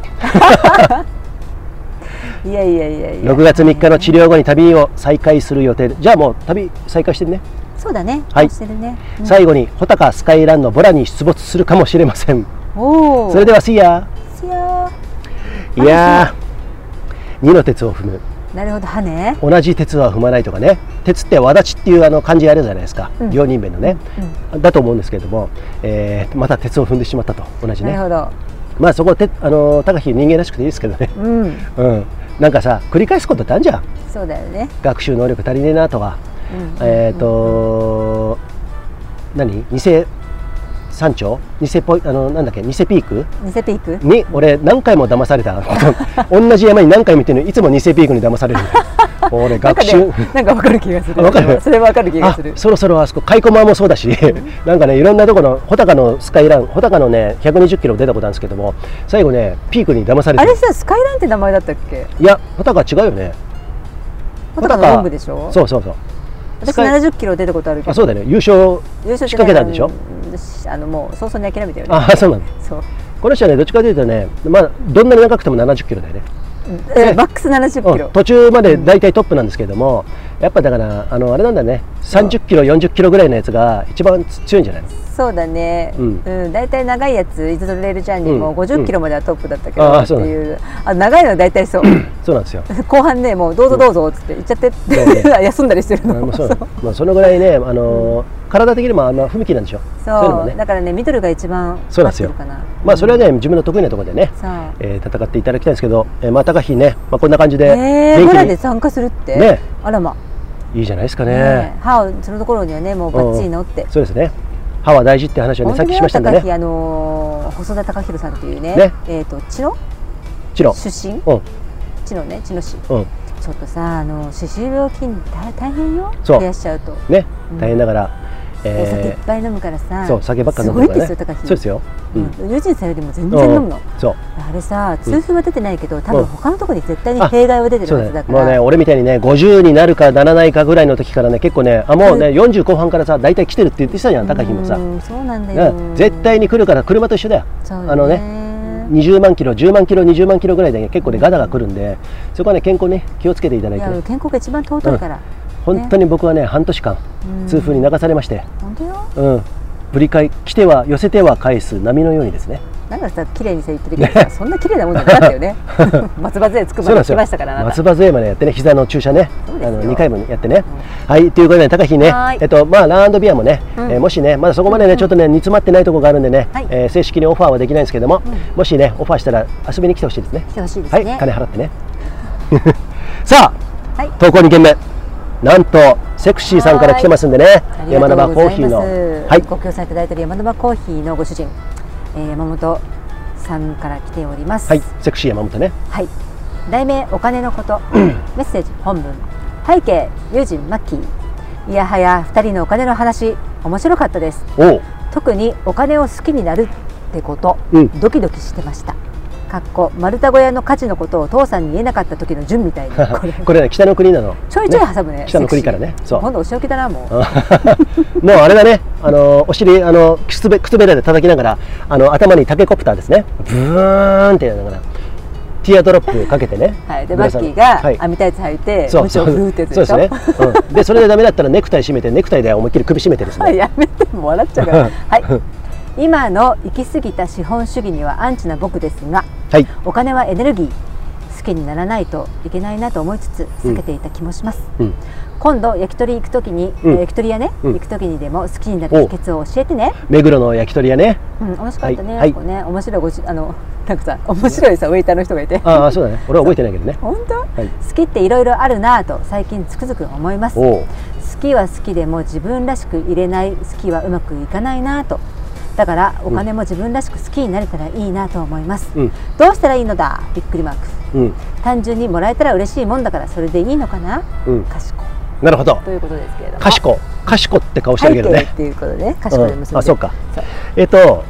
S2: いやいやいやいや、
S1: ろくがつみっかの治療後に旅を再開する予定で、じゃあもう旅再開してるね。
S2: そうだね、
S1: はい、
S2: してるね、うん、
S1: 最後に穂高スカイランのボラに出没するかもしれません。
S2: お
S1: それでは See ya。
S2: See ya。
S1: いやー、二の鉄を踏む。
S2: なるほど、はね。
S1: 同じ鉄は踏まないとかね。鉄ってわだちっていうあの漢字あるじゃないですか、うん、両人弁のね、うん、だと思うんですけれども、えー、また鉄を踏んでしまったと。同じね。
S2: なるほど。
S1: まあそこてあの高木人間らしくていいですけどね、うん、うん、なんかさ繰り返すことってあるじゃん。
S2: そうだよね。
S1: 学習能力足りねえなとか、うん、えっ、ー、とー、何偽山頂偽ポイあのなんだっけ偽ピーク
S2: 偽ピーク
S1: に俺何回も騙された同じ山に何回も行ってるのにいつも偽ピークに騙される俺学習
S2: なんか分かる気がする。
S1: 分かる。
S2: それ分かる気がする。
S1: そろそろあそこカイコマもそうだし、うん、なんかねいろんなところの穂高のスカイラン穂高のねひゃくにじゅっキロ出たことあるんですけども、最後ねピークに騙されて。
S2: あれさスカイランって名前だったっけ？
S1: いや穂高違うよね。
S2: 穂高の本部でしょ。
S1: そうそうそう。
S2: 私ななじゅっキロ出たことあるけど。
S1: あ、そうだね。優勝優勝仕掛けたんでしょ。
S2: あのもう早々に諦めたよね。
S1: あ、そうなの。そう。この人はねどっちかというとね、まあどんなに長くてもななじゅっキロだよね。
S2: えー、マックスななじゅっキロ、
S1: うん、途中まで大体トップなんですけれども、うん、やっぱだからあのあれなんだね、さんじゅっキロよんじゅっキロぐらいのやつが一番強いんじゃないの。
S2: そうだね、うんうん、大体長いやつイズドレールジャーニーもごじゅっキロまではトップだったけど、うん、っていう、あ長いのは大体そう
S1: そうなんですよ。
S2: 後半ねもうどうぞどうぞっつって行っちゃってって、ね、休んだりしてるの。
S1: そうそうまあそのぐらいね、あのー、体的にもあんま不向きなんでしょ。
S2: そうそういうのも、ね、だからねミドルが一番
S1: そうなんですよ。まあそれはね自分の得意なところでね、えー、戦っていただきたいんですけど、えー、まあ高木ね、まあ、こんな感じで
S2: えー、ボラで参加するってね、あらま
S1: いいじゃないですかね。
S2: 歯をそのところにはねもうバッチリ乗って、
S1: そうですね。歯は大事って話をねさっきしましたんでね。
S2: あの細田貴弘さんっていうね、えっと千野
S1: 千野
S2: 出身、千野ね千野市。ちょっとさあの歯周病菌大変よ。増やしちゃうと
S1: ね大変だから。
S2: お酒いっぱい飲むからさ、
S1: そう酒ばっか飲むからね。すごいですよ高木。そうですよ。
S2: 友人さんよりも全然飲むの。そう。あれさ痛風は出てないけど多分他のところに絶対に弊害は出てるはずだから。
S1: もうね俺みたいにねごじゅうになるかならないかぐらいの時からね結構ねあもうねよんじゅう後半からさ大体来てるって言ってたじゃん高木もさ。
S2: そうなんだよ。
S1: 絶対に来るから車と一緒だよ。あのねにじゅうまんキロじゅうまんキロにじゅうまんキロぐらいで結構ねガタが来るんで、そこはね健康ね気をつけていただいて。
S2: 健康が一番尊いから。
S1: 本当に僕はね半年間痛風に流されまして、
S2: 本当よ、
S1: うん、ぶり返来ては寄せては返す波のようにですね。
S2: なんかさ綺麗にさ言ってるけどさ、そんな綺麗なもんじゃなかったよね。松葉杖つくまで来ましたから
S1: 松葉杖までやってね膝の注射ねあのにかいもやってね、はいということで高木ねえっとまあランドビアもねえもしねまだそこまでねちょっとね煮詰まってないところがあるんでねえ正式にオファーはできないんですけども、もしねオファーしたら遊びに来てほしいですね。
S2: 来てほしいですね。
S1: はい金払ってね。さあ投稿にけんめ。なんとセクシーさんから来てますんでね、山田コーヒーの、
S2: はい、ご協賛いただいている山田コーヒーのご主人、えー、山本さんから来ております。
S1: はい、セクシー山本ね。
S2: はい。題名お金のこと、メッセージ本文、背景友人マッキー、いやはやふたりのお金の話面白かったです。お特にお金を好きになるってこと、うん、ドキドキしてました。かっこ丸太小屋の価値のことを父さんに言えなかった時の順みたいにこれ
S1: これね北の国なの。
S2: ちょいちょい挟むね。
S1: 北の国からね。
S2: そう。今度お仕置きだなもう。
S1: もうあれだね。あのお尻あの靴べ靴べらで叩きながらあの頭にタケコプターですね。ブーンってやりながらティアドロップかけてね。
S2: はい。でマッキーが編みタイツ履いて
S1: そうそうそうですね。でそれでダメだったらネクタイ締めてネクタイで思いっきり首締めてですね。
S2: やめてもう笑っちゃうから。はい。今の行き過ぎた資本主義にはアンチな僕ですが、はい、お金はエネルギー、好きにならないといけないなと思いつつ避けていた気もします、うん、今度焼き鳥行くときに、うん、焼き鳥屋ね、うん、行くときにでも好きになる秘訣を教えてね。
S1: 目黒の焼き鳥屋ね、
S2: うん、面白かったね、はい、ね面白いごしあのなんかさ面白いさウェイターの人がいて
S1: ああそうだね俺は覚えてないけどね
S2: 本当、はい、好きっていろいろあるなぁと最近つくづく思います。好きは好きでも自分らしく入れない好きはうまくいかないなぁと。だからお金も自分らしく好きになれたらいいなと思います、うん、どうしたらいいのだびっくりマーク、うん、単純にもらえたら嬉しいもんだからそれでいいのかな、うん、かしこ
S1: なるほど
S2: ということですけれども、
S1: かしこかしこって顔してるけどね
S2: 背景っていうことでねかしこで結んで、
S1: うん、あそうかそうえっ、ー、と好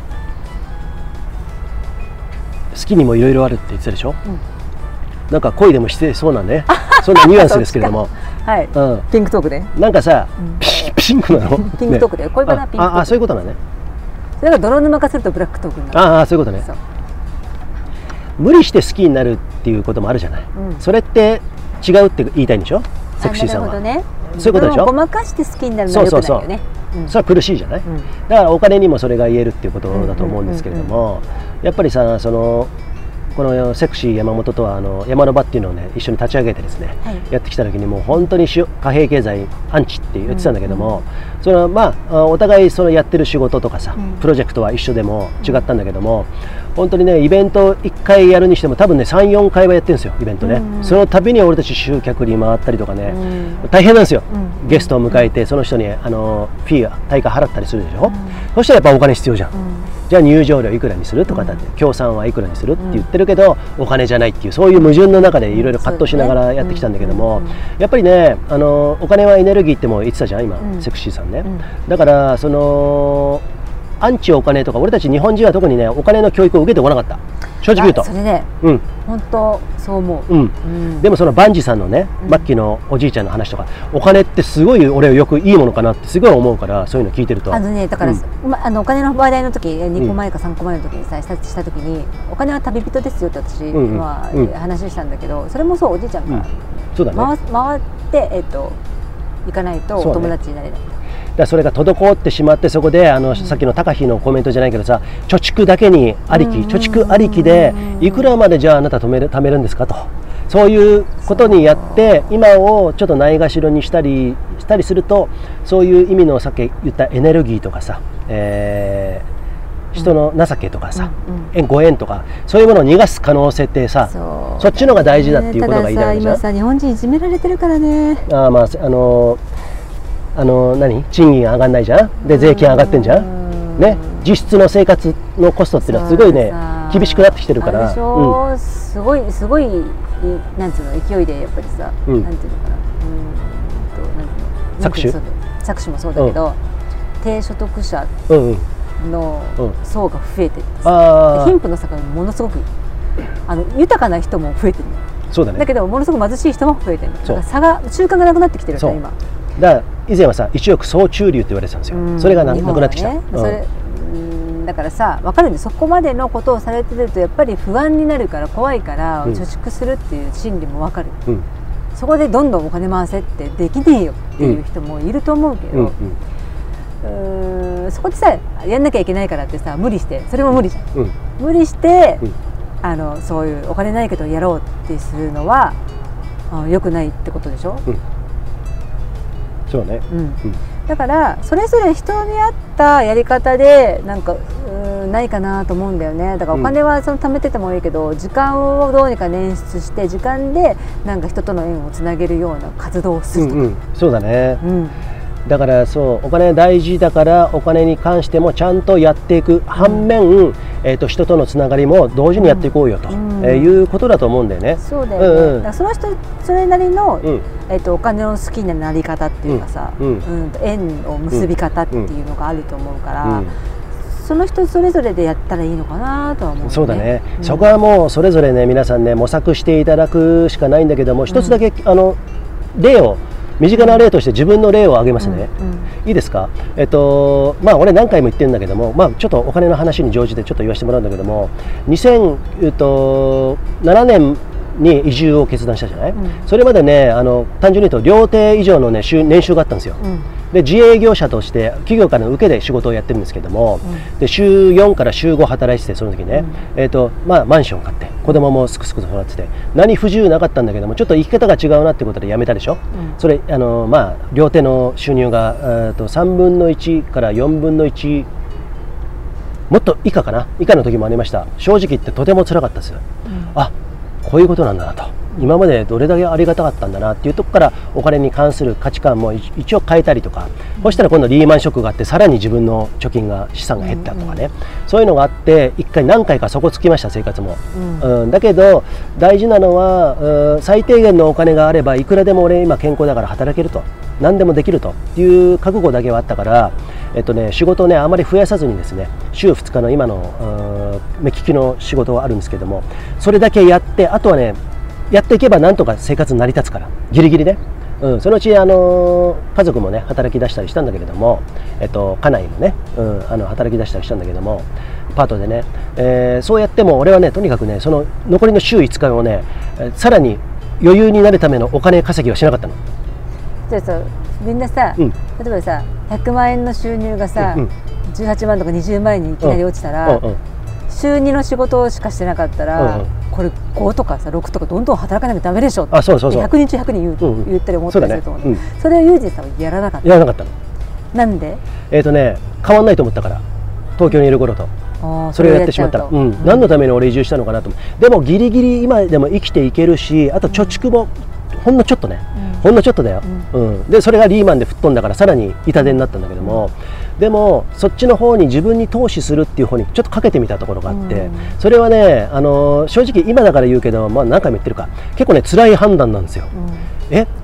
S1: きにもいろいろあるって言ってたでしょ、うん、なんか恋でもしてそうなんねそんなニュアンスですけれども
S2: はい、うん、ピンクトークで
S1: なんかさ、うん、ピ, ピンクなの
S2: ピンクトークで、ね、恋バナピンクトーク。
S1: ああ、そういうことだね。
S2: それが泥沼化するとブラックトークになる。
S1: ああ、そういうことね。無理して好きになるっていうこともあるじゃない、うん、それって違うって言いたいんでしょ、セクシーさんは。
S2: なるほどね。
S1: そういうことでしょ。
S2: ごまかして好きになるのは良くないよね。
S1: うん、それは苦しいじゃない、うん、だからお金にもそれが言えるっていうことだと思うんですけれども、やっぱりさ、そのこのセクシー山本とはあの山の場っていうのをね一緒に立ち上げてですね、はい、やってきた時にもう本当に貨幣経済アンチって言ってたんだけども、うんうん、そのまあお互いそのやってる仕事とかさ、うん、プロジェクトは一緒でも違ったんだけども、本当にねイベントいっかいやるにしても多分ねさん、よんかいはやってるんですよ、イベントね、うんうん、その度に俺たち集客に回ったりとかね、うん、大変なんですよ、うん、ゲストを迎えてその人にあのフィー対価払ったりするでしょ、うん、そしたらやっぱお金必要じゃん、うん、じゃあ入場料いくらにするとかだって、うん、協賛はいくらにするって言ってるけど、うん、お金じゃないっていう、そういう矛盾の中でいろいろ葛藤しながらやってきたんだけども、やっぱりねあのお金はエネルギーっても言ってたじゃん今、うん、セクシーさんね、うん、だからそのアンチお金とか、俺たち日本人は特にねお金の教育を受けてこなかった、正直言うと。
S2: それね、うん、本当そう思う、うんうん、
S1: でもそのバンジさんのね、マッキーのおじいちゃんの話とか、お金ってすごい俺よくいいものかなってすごい思うから、そういうの聞いてると。
S2: あのねだから、うんま、あのお金の話題の時にこまえかさんこまえの時にさしたした時に、お金は旅人ですよって私、うんうんまあうん、話したんだけど、それもそうおじいちゃんが、うんそうだね、回, 回ってえっ、ー、と行かないとお友達になれない。
S1: だそれが滞ってしまって、そこであの、うん、さっきの高飛のコメントじゃないけどさ、貯蓄だけにありき、貯蓄ありきでいくらまでじゃああなた貯める貯めるんですかと、そういうことにやって今をちょっとないがしろにしたりしたりすると、そういう意味のさっき言ったエネルギーとかさ、えー、人の情けとかさ、うんうん、ご縁とかそういうものを逃がす可能性ってさ、 そ, そっちのが大事だっていうことが言いたいわけじゃん。
S2: たださ今さ日本人いじめられてるからね。
S1: あまああのあの何賃金上がんないじゃん、で税金上がってんじゃん、ね、実質の生活のコストっていうのはすごいね厳しくなってきてるから、
S2: でしょ、うん、すごいすごいなんつうの勢いでやっぱりさ、うん、なんていうのかな、うんとなんていうの搾取搾取もそうだけど、うん、低所得者の層が増えてる、うん、貧富の差がものすごくあの豊かな人も増えてる、
S1: そうだね、
S2: だけどものすごく貧しい人も増えてる、だから差が中間がなくなってきてるんだ今。
S1: だから以前はさ一億総中流って言われてたんですよ、うん、それが な, なくなってきた、ねうん、それ
S2: うんだからさ分かるんで、そこまでのことをされてるとやっぱり不安になるから怖いから貯蓄するっていう心理も分かる、うん、そこでどんどんお金回せってできねえよっていう人もいると思うけど、うんうん、うーんそこでさやんなきゃいけないからってさ無理して、それも無理じゃん、うん、無理して、うん、あのそういうお金ないけどやろうってするのは良くないってことでしょ、うん
S1: そうねうんうん、
S2: だからそれぞれ人に合ったやり方でなんかうーんないかなと思うんだよね。だからお金はその貯めててもいいけど、うん、時間をどうにか捻出して時間でなんか人との縁をつなげるような活動をするとか、うんうん、
S1: そうだね、うんだからそうお金大事だから、お金に関してもちゃんとやっていく反面、うん、えー、と人とのつながりも同時にやっていこうよと、うんえー、いうことだと思うんだよね。
S2: そうだよね、うんうん、だからその人それなりの、うんえー、とお金の好きななり方っていうかさ、うんうん、縁を結び方っていうのがあると思うから、うんうん、その人それぞれでやったらいいのかなとは思う、ね、
S1: そうだね、うん、そこはもうそれぞれね皆さんね模索していただくしかないんだけども、一つだけ、うん、あの例を身近な例として自分の例を挙げますね、うんうん、いいですか。えっとまあ俺何回も言ってるんだけども、まあちょっとお金の話に乗じてちょっと言わせてもらうんだけども、にせんななねんに移住を決断したじゃない、うん、それまでねあの単純に言うと両手以上の、ね、年収があったんですよ、うん、で自営業者として企業からの受けで仕事をやってるんですけども、うん、で週よんから週ご働いてて、その時ね、うんえーとまあ、マンション買って子供もすくすくと育ってて何不自由なかったんだけども、ちょっと生き方が違うなってことで辞めたでしょ、うん、それあの、まあ、両手の収入がとさんぶんのいちからよんぶんのいちもっと以下かな以下の時もありました。正直言ってとても辛かったですよ、うん、あこういうことなんだなと、今までどれだけありがたかったんだなっていうとこからお金に関する価値観も一応変えたりとか、そしたら今度リーマンショックがあってさらに自分の貯金が資産が減ったとかね、うんうん、そういうのがあって一回何回か底つきました、生活も、うんうん、だけど大事なのは最低限のお金があればいくらでも俺今健康だから働けると、何でもできるという覚悟だけはあったから、えっとね、仕事をねあまり増やさずにですね、週ふつかの今の目利きの仕事はあるんですけども、それだけやって、あとはねやっていけばなんとか生活成り立つからギリギリね、うん、そのうち、あのー、家族もね働き出したりしたんだけれども、えっと、家内もね、うん、あの働き出したりしたんだけどもパートでね、えー、そうやっても俺はねとにかくねその残りの週いつかをねさらに余裕になるためのお金稼ぎはしなかったの。
S2: じゃあさみんなさ、うん、例えばさひゃくまんえんの収入がさ、うんうん、じゅうはちまんとかにじゅうまんえんにいきなり落ちたら、うんうん、週にの仕事しかしてなかったら、うんうん、これごとかさろくとかどんどん働かなきゃダメでしょってひゃくにん中ひゃくにん言う、うん、言ったり思ったりすると思う、ねうん、それをユージさんはやらなかった
S1: やらなかったの。
S2: なんで？
S1: えっとね変わんないと思ったから東京にいる頃とそれをやってしまったら、うん、何のために俺移住したのかなと思う。でもギリギリ今でも生きていけるし、あと貯蓄もほんのちょっとね、うん、ほんのちょっとだよ、うんうん、でそれがリーマンで吹っ飛んだからさらに痛手になったんだけども、でもそっちの方に自分に投資するっていう方にちょっとかけてみたところがあって、うん、それはね、あのー、正直今だから言うけど、まあ、何回も言ってるか結構ね辛い判断なんですよ、うん、え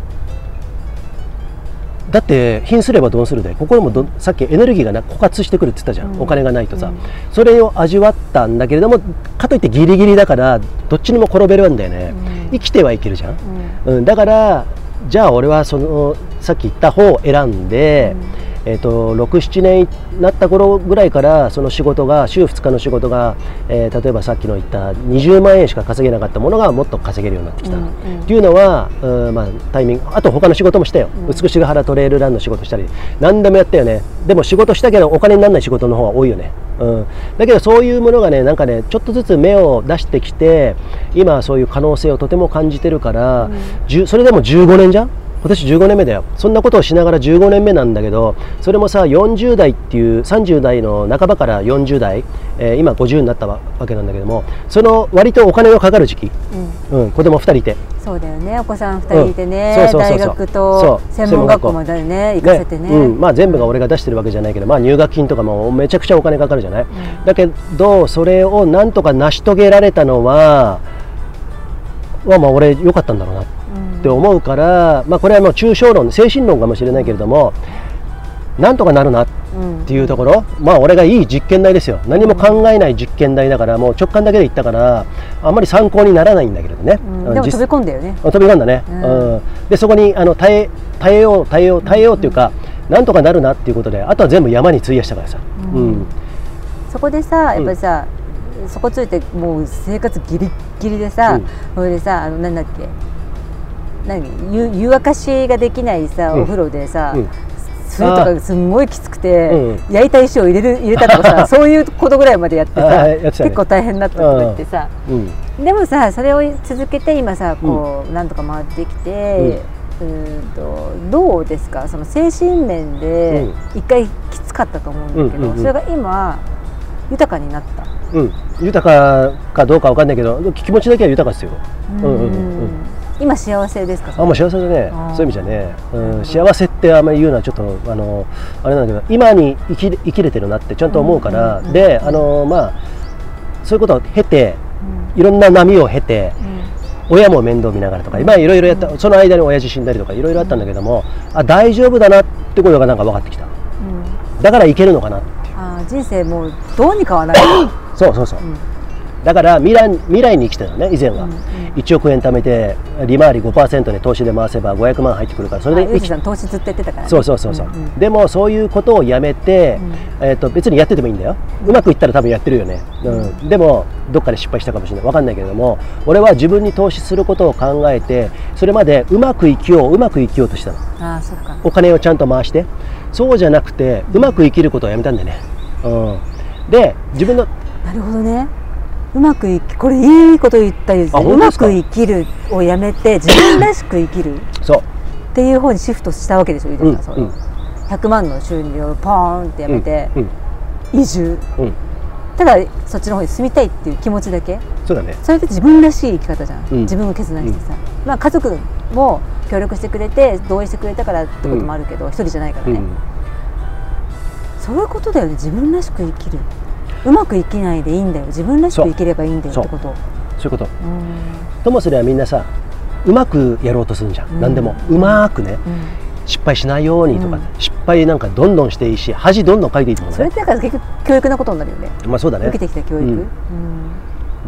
S1: だって貧すればどうするで心もどさっきエネルギーがな枯渇してくるって言ったじゃん、うん、お金がないとさ、うん、それを味わったんだけれどもかといってギリギリだからどっちにも転べるんだよね、うん、生きてはいけるじゃん、うんうん、だからじゃあ俺はそのさっき言った方を選んで、うん、えーとろく、ななねんになった頃ぐらいからその仕事が週ふつかの仕事が、えー、例えばさっきの言ったにじゅうまんえんしか稼げなかったものがもっと稼げるようになってきた、うんうん、っていうのは、うんまあ、タイミングあと他の仕事もしたよ、うん、美しが原トレイルランの仕事したり何でもやったよね。でも仕事したけどお金にならない仕事の方が多いよね、うん、だけどそういうものがねなんかねちょっとずつ芽を出してきて今はそういう可能性をとても感じてるから、うん、それでもじゅうごねんじゃん今年じゅうごねんめだよ。そんなことをしながらじゅうごねんめなんだけど、それもさよんじゅうだいっていうさんじゅうだいの半ばからよんじゅうだい、えー、今ごじゅうになったわけなんだけども、その割とお金がかかる時期、うんうん、子供ふたりいて
S2: そうだよね、お子さんふたりいてね、うん、そうそうそうそう大学と専門学校までね行かせてね、
S1: ね、うんまあ、全部が俺が出してるわけじゃないけど、まあ、入学金とかもめちゃくちゃお金かかるじゃない、うん、だけどそれをなんとか成し遂げられたのはまあまあ俺良かったんだろうなって思うから、まあ、これはもう抽象論精神論かもしれないけれどもなんとかなるなっていうところ、まあ俺がいい実験台ですよ。何も考えない実験台だからもう直感だけで言ったからあんまり参考にならないんだけれどね、
S2: うん、でも飛び込んだよね。
S1: 飛び込んだね、うんうん、でそこにあの耐え耐えよう耐えよう耐えようっていうか、うん、なんとかなるなっていうことであとは全部山に費やしたからさ、うんうん、
S2: そこでさやっぱりさ、うん、そこついてもう生活ギリギリでさ、うん、それでさあのなんだっけ何湯湯沸かしができないさ、うん、お風呂でさ、うん、するとかすんごいきつくて、うん、焼いた石を入れる入れたとかさそういうことぐらいまでやってさ、ね、結構大変だったとか言ってさ、うん、でもさそれを続けて今さこう、うん、なんとか回ってきて、うん、うんとどうですかその精神面で一回きつかったと思うんだけど、うんうんうん、それが今豊かになった、
S1: うん、豊かかどうかわかんないけど気持ちだけは豊かですよ。うんうんうんうん
S2: 今幸せですか？
S1: あ、もう幸せだね。そういう意味じゃね、うん、幸せってあんまり言うのはちょっとあのあれなんだけど今に生き生きれてるなってちゃんと思うから、うんうんうん、であのまあそういうことを経て、うん、いろんな波を経て、うん、親も面倒見ながらとか今いろいろやった、うん、その間に親父死んだりとかいろいろあったんだけども、うん、あ大丈夫だなってことがなんか分かってきた、うん、だからいけるのかなって。
S2: あ人生もうどうにかはなる
S1: そうそうそう、うんだから未来、未来に生きてたのね以前は、うんうん、いちおくえん貯めて利回り ごパーセント で投資で回せばごひゃくまん入ってくるからそれで
S2: ユージさん投資ずっとやってたから、ね、
S1: そうそうそうそう、うんうん、でもそういうことをやめて、うんえー、と別にやっててもいいんだようまくいったら多分やってるよね、うんうん、でもどっかで失敗したかもしれない分かんないけれども俺は自分に投資することを考えてそれまでうまく生きよううまく生きようとしたの。
S2: あそっか
S1: お金をちゃんと回してそうじゃなくてうまく生きることをやめたんだよね、うん、で自分の
S2: なるほどねうまくいきこれいいこと言ったですね。うまく生きるをやめて自分らしく生きるそうっていう方にシフトしたわけでしょ、うんうん、そのひゃくまんの収入をポーンってやめて、うんうん、移住、うん、ただそっちの方に住みたいっていう気持ちだけ
S1: そうだね
S2: それって自分らしい生き方じゃん、うん、自分を決断してさ、うんまあ、家族も協力してくれて同意してくれたからってこともあるけど、うん、一人じゃないからね、うん、そういうことだよね自分らしく生きるうまくいけないでいいんだよ自分らしく生きればいいんだよってこと
S1: そういうことともすればみんなさうまくやろうとするんじゃん、うん、何でもうまくね、うん、失敗しないようにとか、うん、失敗なんかどんどんしていいし恥どんどんかいていいと思うね。
S2: それってだから結局教育のことになるよね。
S1: まあそうだね
S2: 受けてきた教育、うんうん、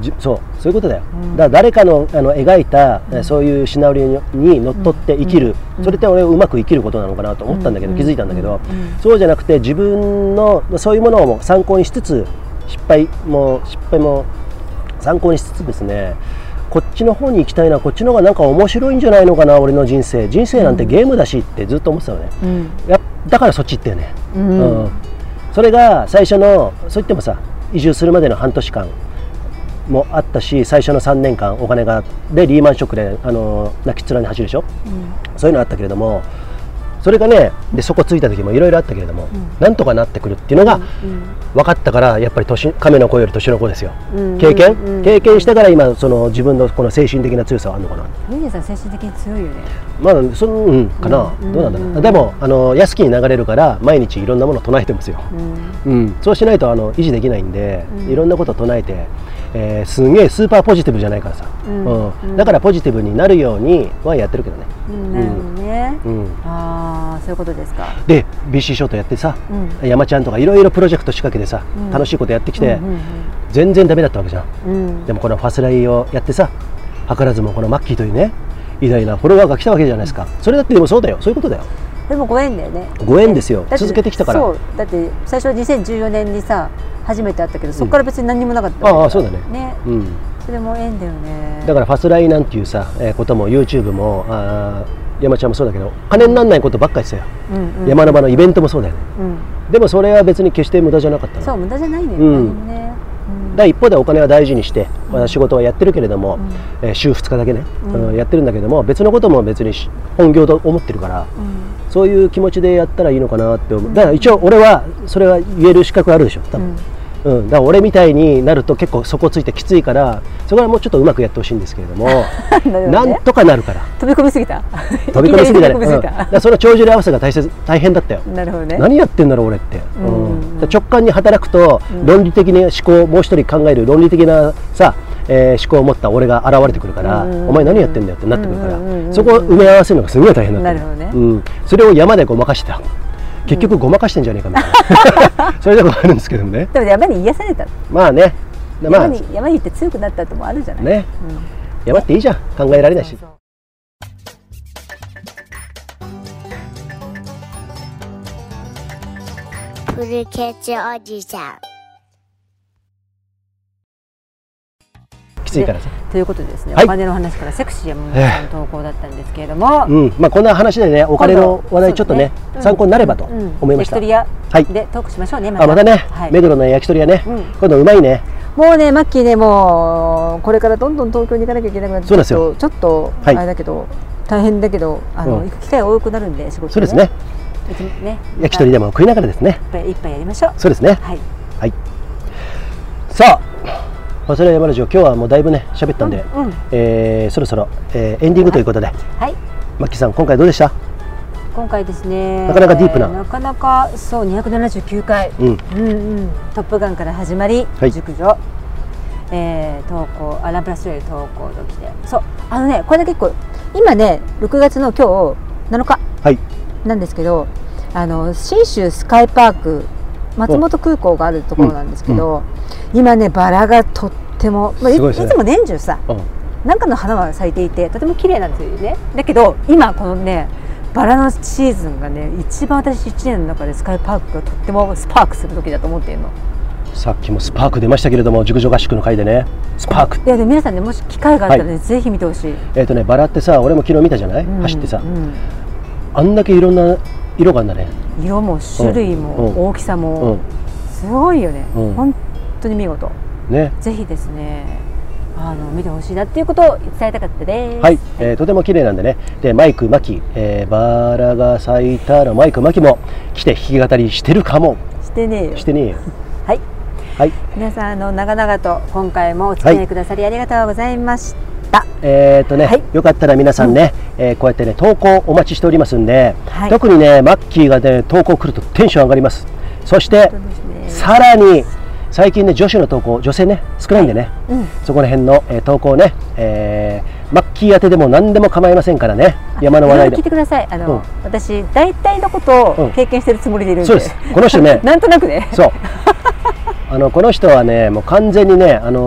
S1: じそうそういうことだよ、うん、だから誰かのあの描いた、うん、そういうシナリオにのっとって生きる、うん、それって俺うまく生きることなのかなと思ったんだけど、うん、気づいたんだけど、うん、そうじゃなくて自分のそういうものを参考にしつつ失敗も失敗も参考にしつつですね、こっちの方に行きたいな、こっちの方がなんか面白いんじゃないのかな、俺の人生人生なんてゲームだしってずっと思ってたのね、うん、やだからそっち行ったよね、うんうん、それが最初のそう言ってもさ移住するまでの半年間もあったし、最初のさんねんかんお金がでリーマンショックであの泣きっ面に走るでしょ、うん、そういうのあったけれども、それがねでそこついた時もいろいろあったけれども、うん、なんとかなってくるっていうのが分かったから、やっぱり年亀の子より年の子ですよ、うん、経験、うん、経験してから今その自分のこの精神的な強さはあるのかな。
S2: ユージさん精神的に強いよね。
S1: まあそのうんかな、うん、どうなんだろう、うん、でもあの安きに流れるから毎日いろんなものを唱えてますよ、うんうん、そうしないとあの維持できないんで、うん、いろんなことを唱えて、えー、すんげえスーパーポジティブじゃないからさ、うんうん、だからポジティブになるようにはやってるけどね、
S2: うん、なるほどね、うん、ああそういうことですか。
S1: で ビーシー ショートやってさ、うん、山ちゃんとかいろいろプロジェクト仕掛けてさ、うん、楽しいことやってきて、うんうんうん、全然ダメだったわけじゃん、うん、でもこのファスライをやってさ、図らずもこのマッキーというね偉大なフォロワーが来たわけじゃないですか。それだってでもそうだよ、そういうことだよ。
S2: でもご縁だよね。
S1: ご縁ですよ、続けてきたから。
S2: そうだって最初はにせんじゅうよねんにさ初めて会ったけど、そこから別に何にもなかった、うん、
S1: ああそうだね、
S2: ね、うん、それも縁だよね。
S1: だからファスライなんていうさ、えー、ことも YouTube もあ山ちゃんもそうだけど金にならないことばっかりですよ、うんうん、山の場のイベントもそうだよね、うん、でもそれは別に決して無駄じゃなかったの。
S2: そう無駄じゃないね、
S1: うんね、うん、だ一方でお金は大事にして、うん、仕事はやってるけれども、うんえー、週ふつかだけね、うん、やってるんだけども別のことも別に本業と思ってるから、うん、そういう気持ちでやったらいいのかなって思う。だから一応俺はそれは言える資格あるでしょ多分、うんうん、だから俺みたいになると結構底ついてきついから、そこはもうちょっとうまくやってほしいんですけれどもね、なんとかなるから。
S2: 飛び込みすぎた
S1: 飛び込みすぎたね、うん、だからその帳尻合わせが大切大変だったよ。
S2: なるほどね。
S1: 何やってんだろう俺って、うんうん、直感に働くと論理的な思考、もう一人考える論理的なさ、えー、思考を持った俺が現れてくるから、お前何やってんだよってなってくるから、そこを埋め合わせるのがすごい大変だった。
S2: なるほどね、
S1: うん、それを山でごまかしてた。結局ごまかしてんじゃねえかみたいなそれでもあるんですけどもね。
S2: でも山に癒された。ま
S1: あね、まあ、
S2: 山に山に行って強くなったともあるじゃない
S1: ね、うん、山っていいじゃん、考えられないし。
S9: フルケツおじさん
S1: きついからさ。
S2: ということでですね、はい、お金の話からセクシー山本さんの投稿だったんですけれども、
S1: うん、まあこんな話でねお金の話題ちょっとね、ねうん、参考になればと思いました。
S2: 焼き鳥屋でトークしましょうね。
S1: また、あまたね、はい、目黒の焼き鳥屋ね、うん、今度うまいね。
S2: もうねマッキーね、もうこれからどんどん東京に行かなきゃいけなくなって、ちょっとちょっとあれだけど、はい、大変だけどあの、うん、行く機会多くなるんで仕事、ね、
S1: そうですね。
S2: ね
S1: 焼き鳥でも食いながらですね。
S2: 一杯やりましょう。
S1: そうですね。はい。はい。さあ。ファスライ山ラジオ、今日はもうだいぶね喋ったんで、うんうん、えー、そろそろ、えー、エンディングということで、はい、マッキーさん今回どうでした？
S2: 今回ですね、
S1: なかなかディープな、
S2: なかなかそうにひゃくななじゅうきゅうかい、うんうんうん、トップガンから始まり、はい、熟女、えー、投稿アランプラスより投稿ときて、そうあのねこれだけ結構今ねろくがつの今日なのかなんですけど、はい、あの信州スカイパーク松本空港があるところなんですけど、うんうん、今ねバラがとっても、まあ、い, ね、いつも年中さ、うん、なんかの花は咲いていてとても綺麗なんですよね。だけど今このねバラのシーズンがね一番私いちねんの中でスカイパークがとってもスパークする時だと思っているの。
S1: さっきもスパーク出ましたけれども、熟女合宿の回でねスパーク。
S2: いやで皆さんねもし機会があったら、ねはい、ぜひ見てほしい。
S1: えっ、ー、とねバラってさ、俺も昨日見たじゃない、うん、走ってさ、うん、あんだけいろんな色があるんだね。
S2: 色も種類も大きさも、うんうん、すごいよね、うん、本当に見事ね。ぜひですねあの見てほしいなっていうことを伝えたかったです。
S1: はい、はい、えー、とても綺麗なんでね。でマイクマキ、えー、バラが咲いたらマイクマキも来て弾き語りしてるかも。
S2: してねえよ。
S1: してねえよ
S2: はい、はい、皆さんあの長々と今回もお付き合いくださりありがとうございました、はい、え
S1: ーとね、はい、よかったら皆さんね、うん、えー、こうやってね投稿お待ちしておりますんで、はい、特にねマッキーがね投稿来るとテンション上がります。そして、ね、さらに最近ね女子の投稿、女性ね少ないんでね、はい、うん、そこら辺の、えー、投稿ね、えー、マッキー宛てでも何でも構いませんからね。山の話題で聞
S2: いてください。あの、うん、私大体のことを経験してるつもりでいるんで、
S1: うん、そうです。この人ね
S2: なんとなくね
S1: そうあのこの人はねもう完全にね、あの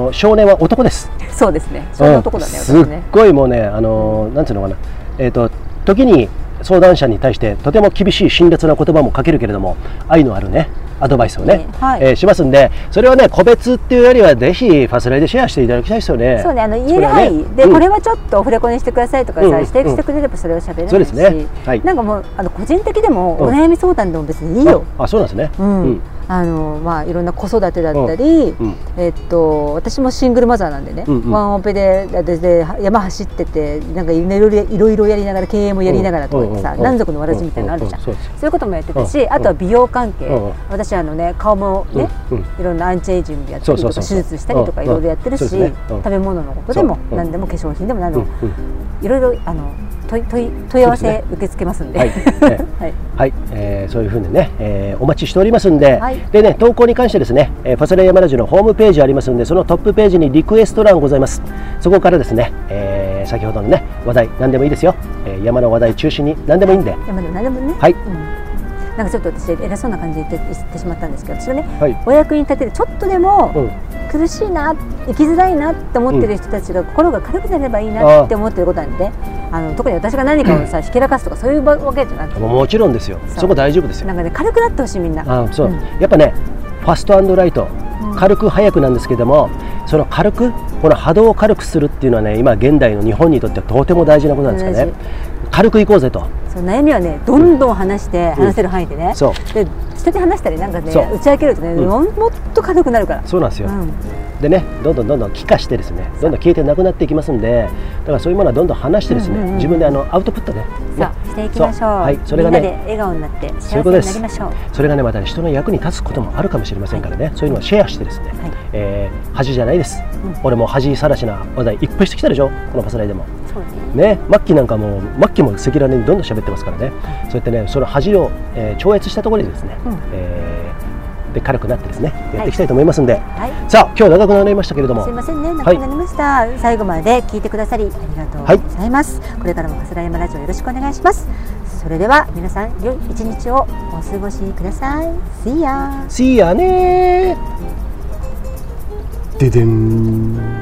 S1: の少年は男です。
S2: そうですね。少年男だね。
S1: すっごいもうね、あのなんていうのかな、えっと時に相談者に対してとても厳しい辛辣な言葉もかけるけれども、愛のあるねアドバイスをね、はい、えー、しますんで、それはね個別っていうよりはぜひファスライでシェアしていただきたいですよね。
S2: そうね、あの言える範囲、ね、で、うん、これはちょっとオフレコにしてくださいとかさ、うん、指定してくれればそれを喋れるし、そうですね、はい、なんかもうあの個人的でもお悩み相談でも別にいいよ。
S1: うん、あ, あそうなんですね。うん、うん
S2: あのまあ、いろんな子育てだったり、うん、えっと私もシングルマザーなんでね、うんうん、ワンオペででで山走っててなんかいろいろやりながら経営もやりながらとか言ってさ、何族のわらじみたいなのあるじゃん。そういうこともやってたし、あとは美容関係、私あのね顔もね、いろんなアンチエイジングやったりとか手術したりとかいろいろやってるし、食べ物のことでも何でも化粧品でも何でもいろいろあの問い問い問い合わせ受け付けますんで、はい、
S1: はいはい、えー、そういうふうにね、えー、お待ちしておりますんで、はい、でね投稿に関してですね、えー、ファスライヤマラジオのホームページありますんで、そのトップページにリクエスト欄ございます。そこからですね、えー、先ほどのね話題何でもいいですよ、えー、山の話題中心に何でもいいんで、
S2: 山の何でもね、
S1: はい、
S2: うん、なんかちょっと私偉そうな感じで言って、言ってしまったんですけど、私はね、はい、お役に立てるちょっとでも、うん、苦しいな、生きづらいなって思ってる人たちが心が軽くなればいいなって思ってることなんで、あの特に私が何かをさひけらかすとかそういうわけじゃなくて、
S1: もちろんですよ。そこ大丈夫ですよ。
S2: なんかね軽くなってほしいみんな。
S1: あそう、うん、やっぱねファスト&ライト、うん、軽く早くなんですけども、その軽くこの波動を軽くするっていうのはね今現代の日本にとってはとても大事なことなんですよね。軽くいこうぜと。
S2: そう悩みはねどんどん話して、うん、話せる範囲でね、うん、そうで人で話したりなんかね打ち明けるとね、うん、もっと軽くなるから。
S1: そうなんですよ、うん、でねどんどんどんどん気化してですねどんどん消えてなくなっていきますんで、だからそういうものはどんどん話してですね、うんうんうん、自分であのアウトプットね
S2: そうしていきましょう。はい、それがねみんなで笑顔になって幸せになりましょう。
S1: それがねまた、ね、人の役に立つこともあるかもしれませんからね、はい、そういうのをシェアしてですね、はい、えー、恥じゃないです、うん、俺も恥さらしな話題いっぱいしてきたでしょこのファスライでも。そうね、マッキーなんかもマッキーも赤裸々にどんどん喋ってますからね、はい、そうやってねその恥を、えー、超越したところでですね、うん、えー、で軽くなってですねやっていきたいと思いますんで、はいはい、さあ今日長くなりましたけれども、
S2: すいませんね長くなりました、はい、最後まで聞いてくださりありがとうございます、はい、これからもファスライヤマラジオよろしくお願いします。それでは皆さん良い一日をお過ごしください。 See ya
S1: See ya ねーででん。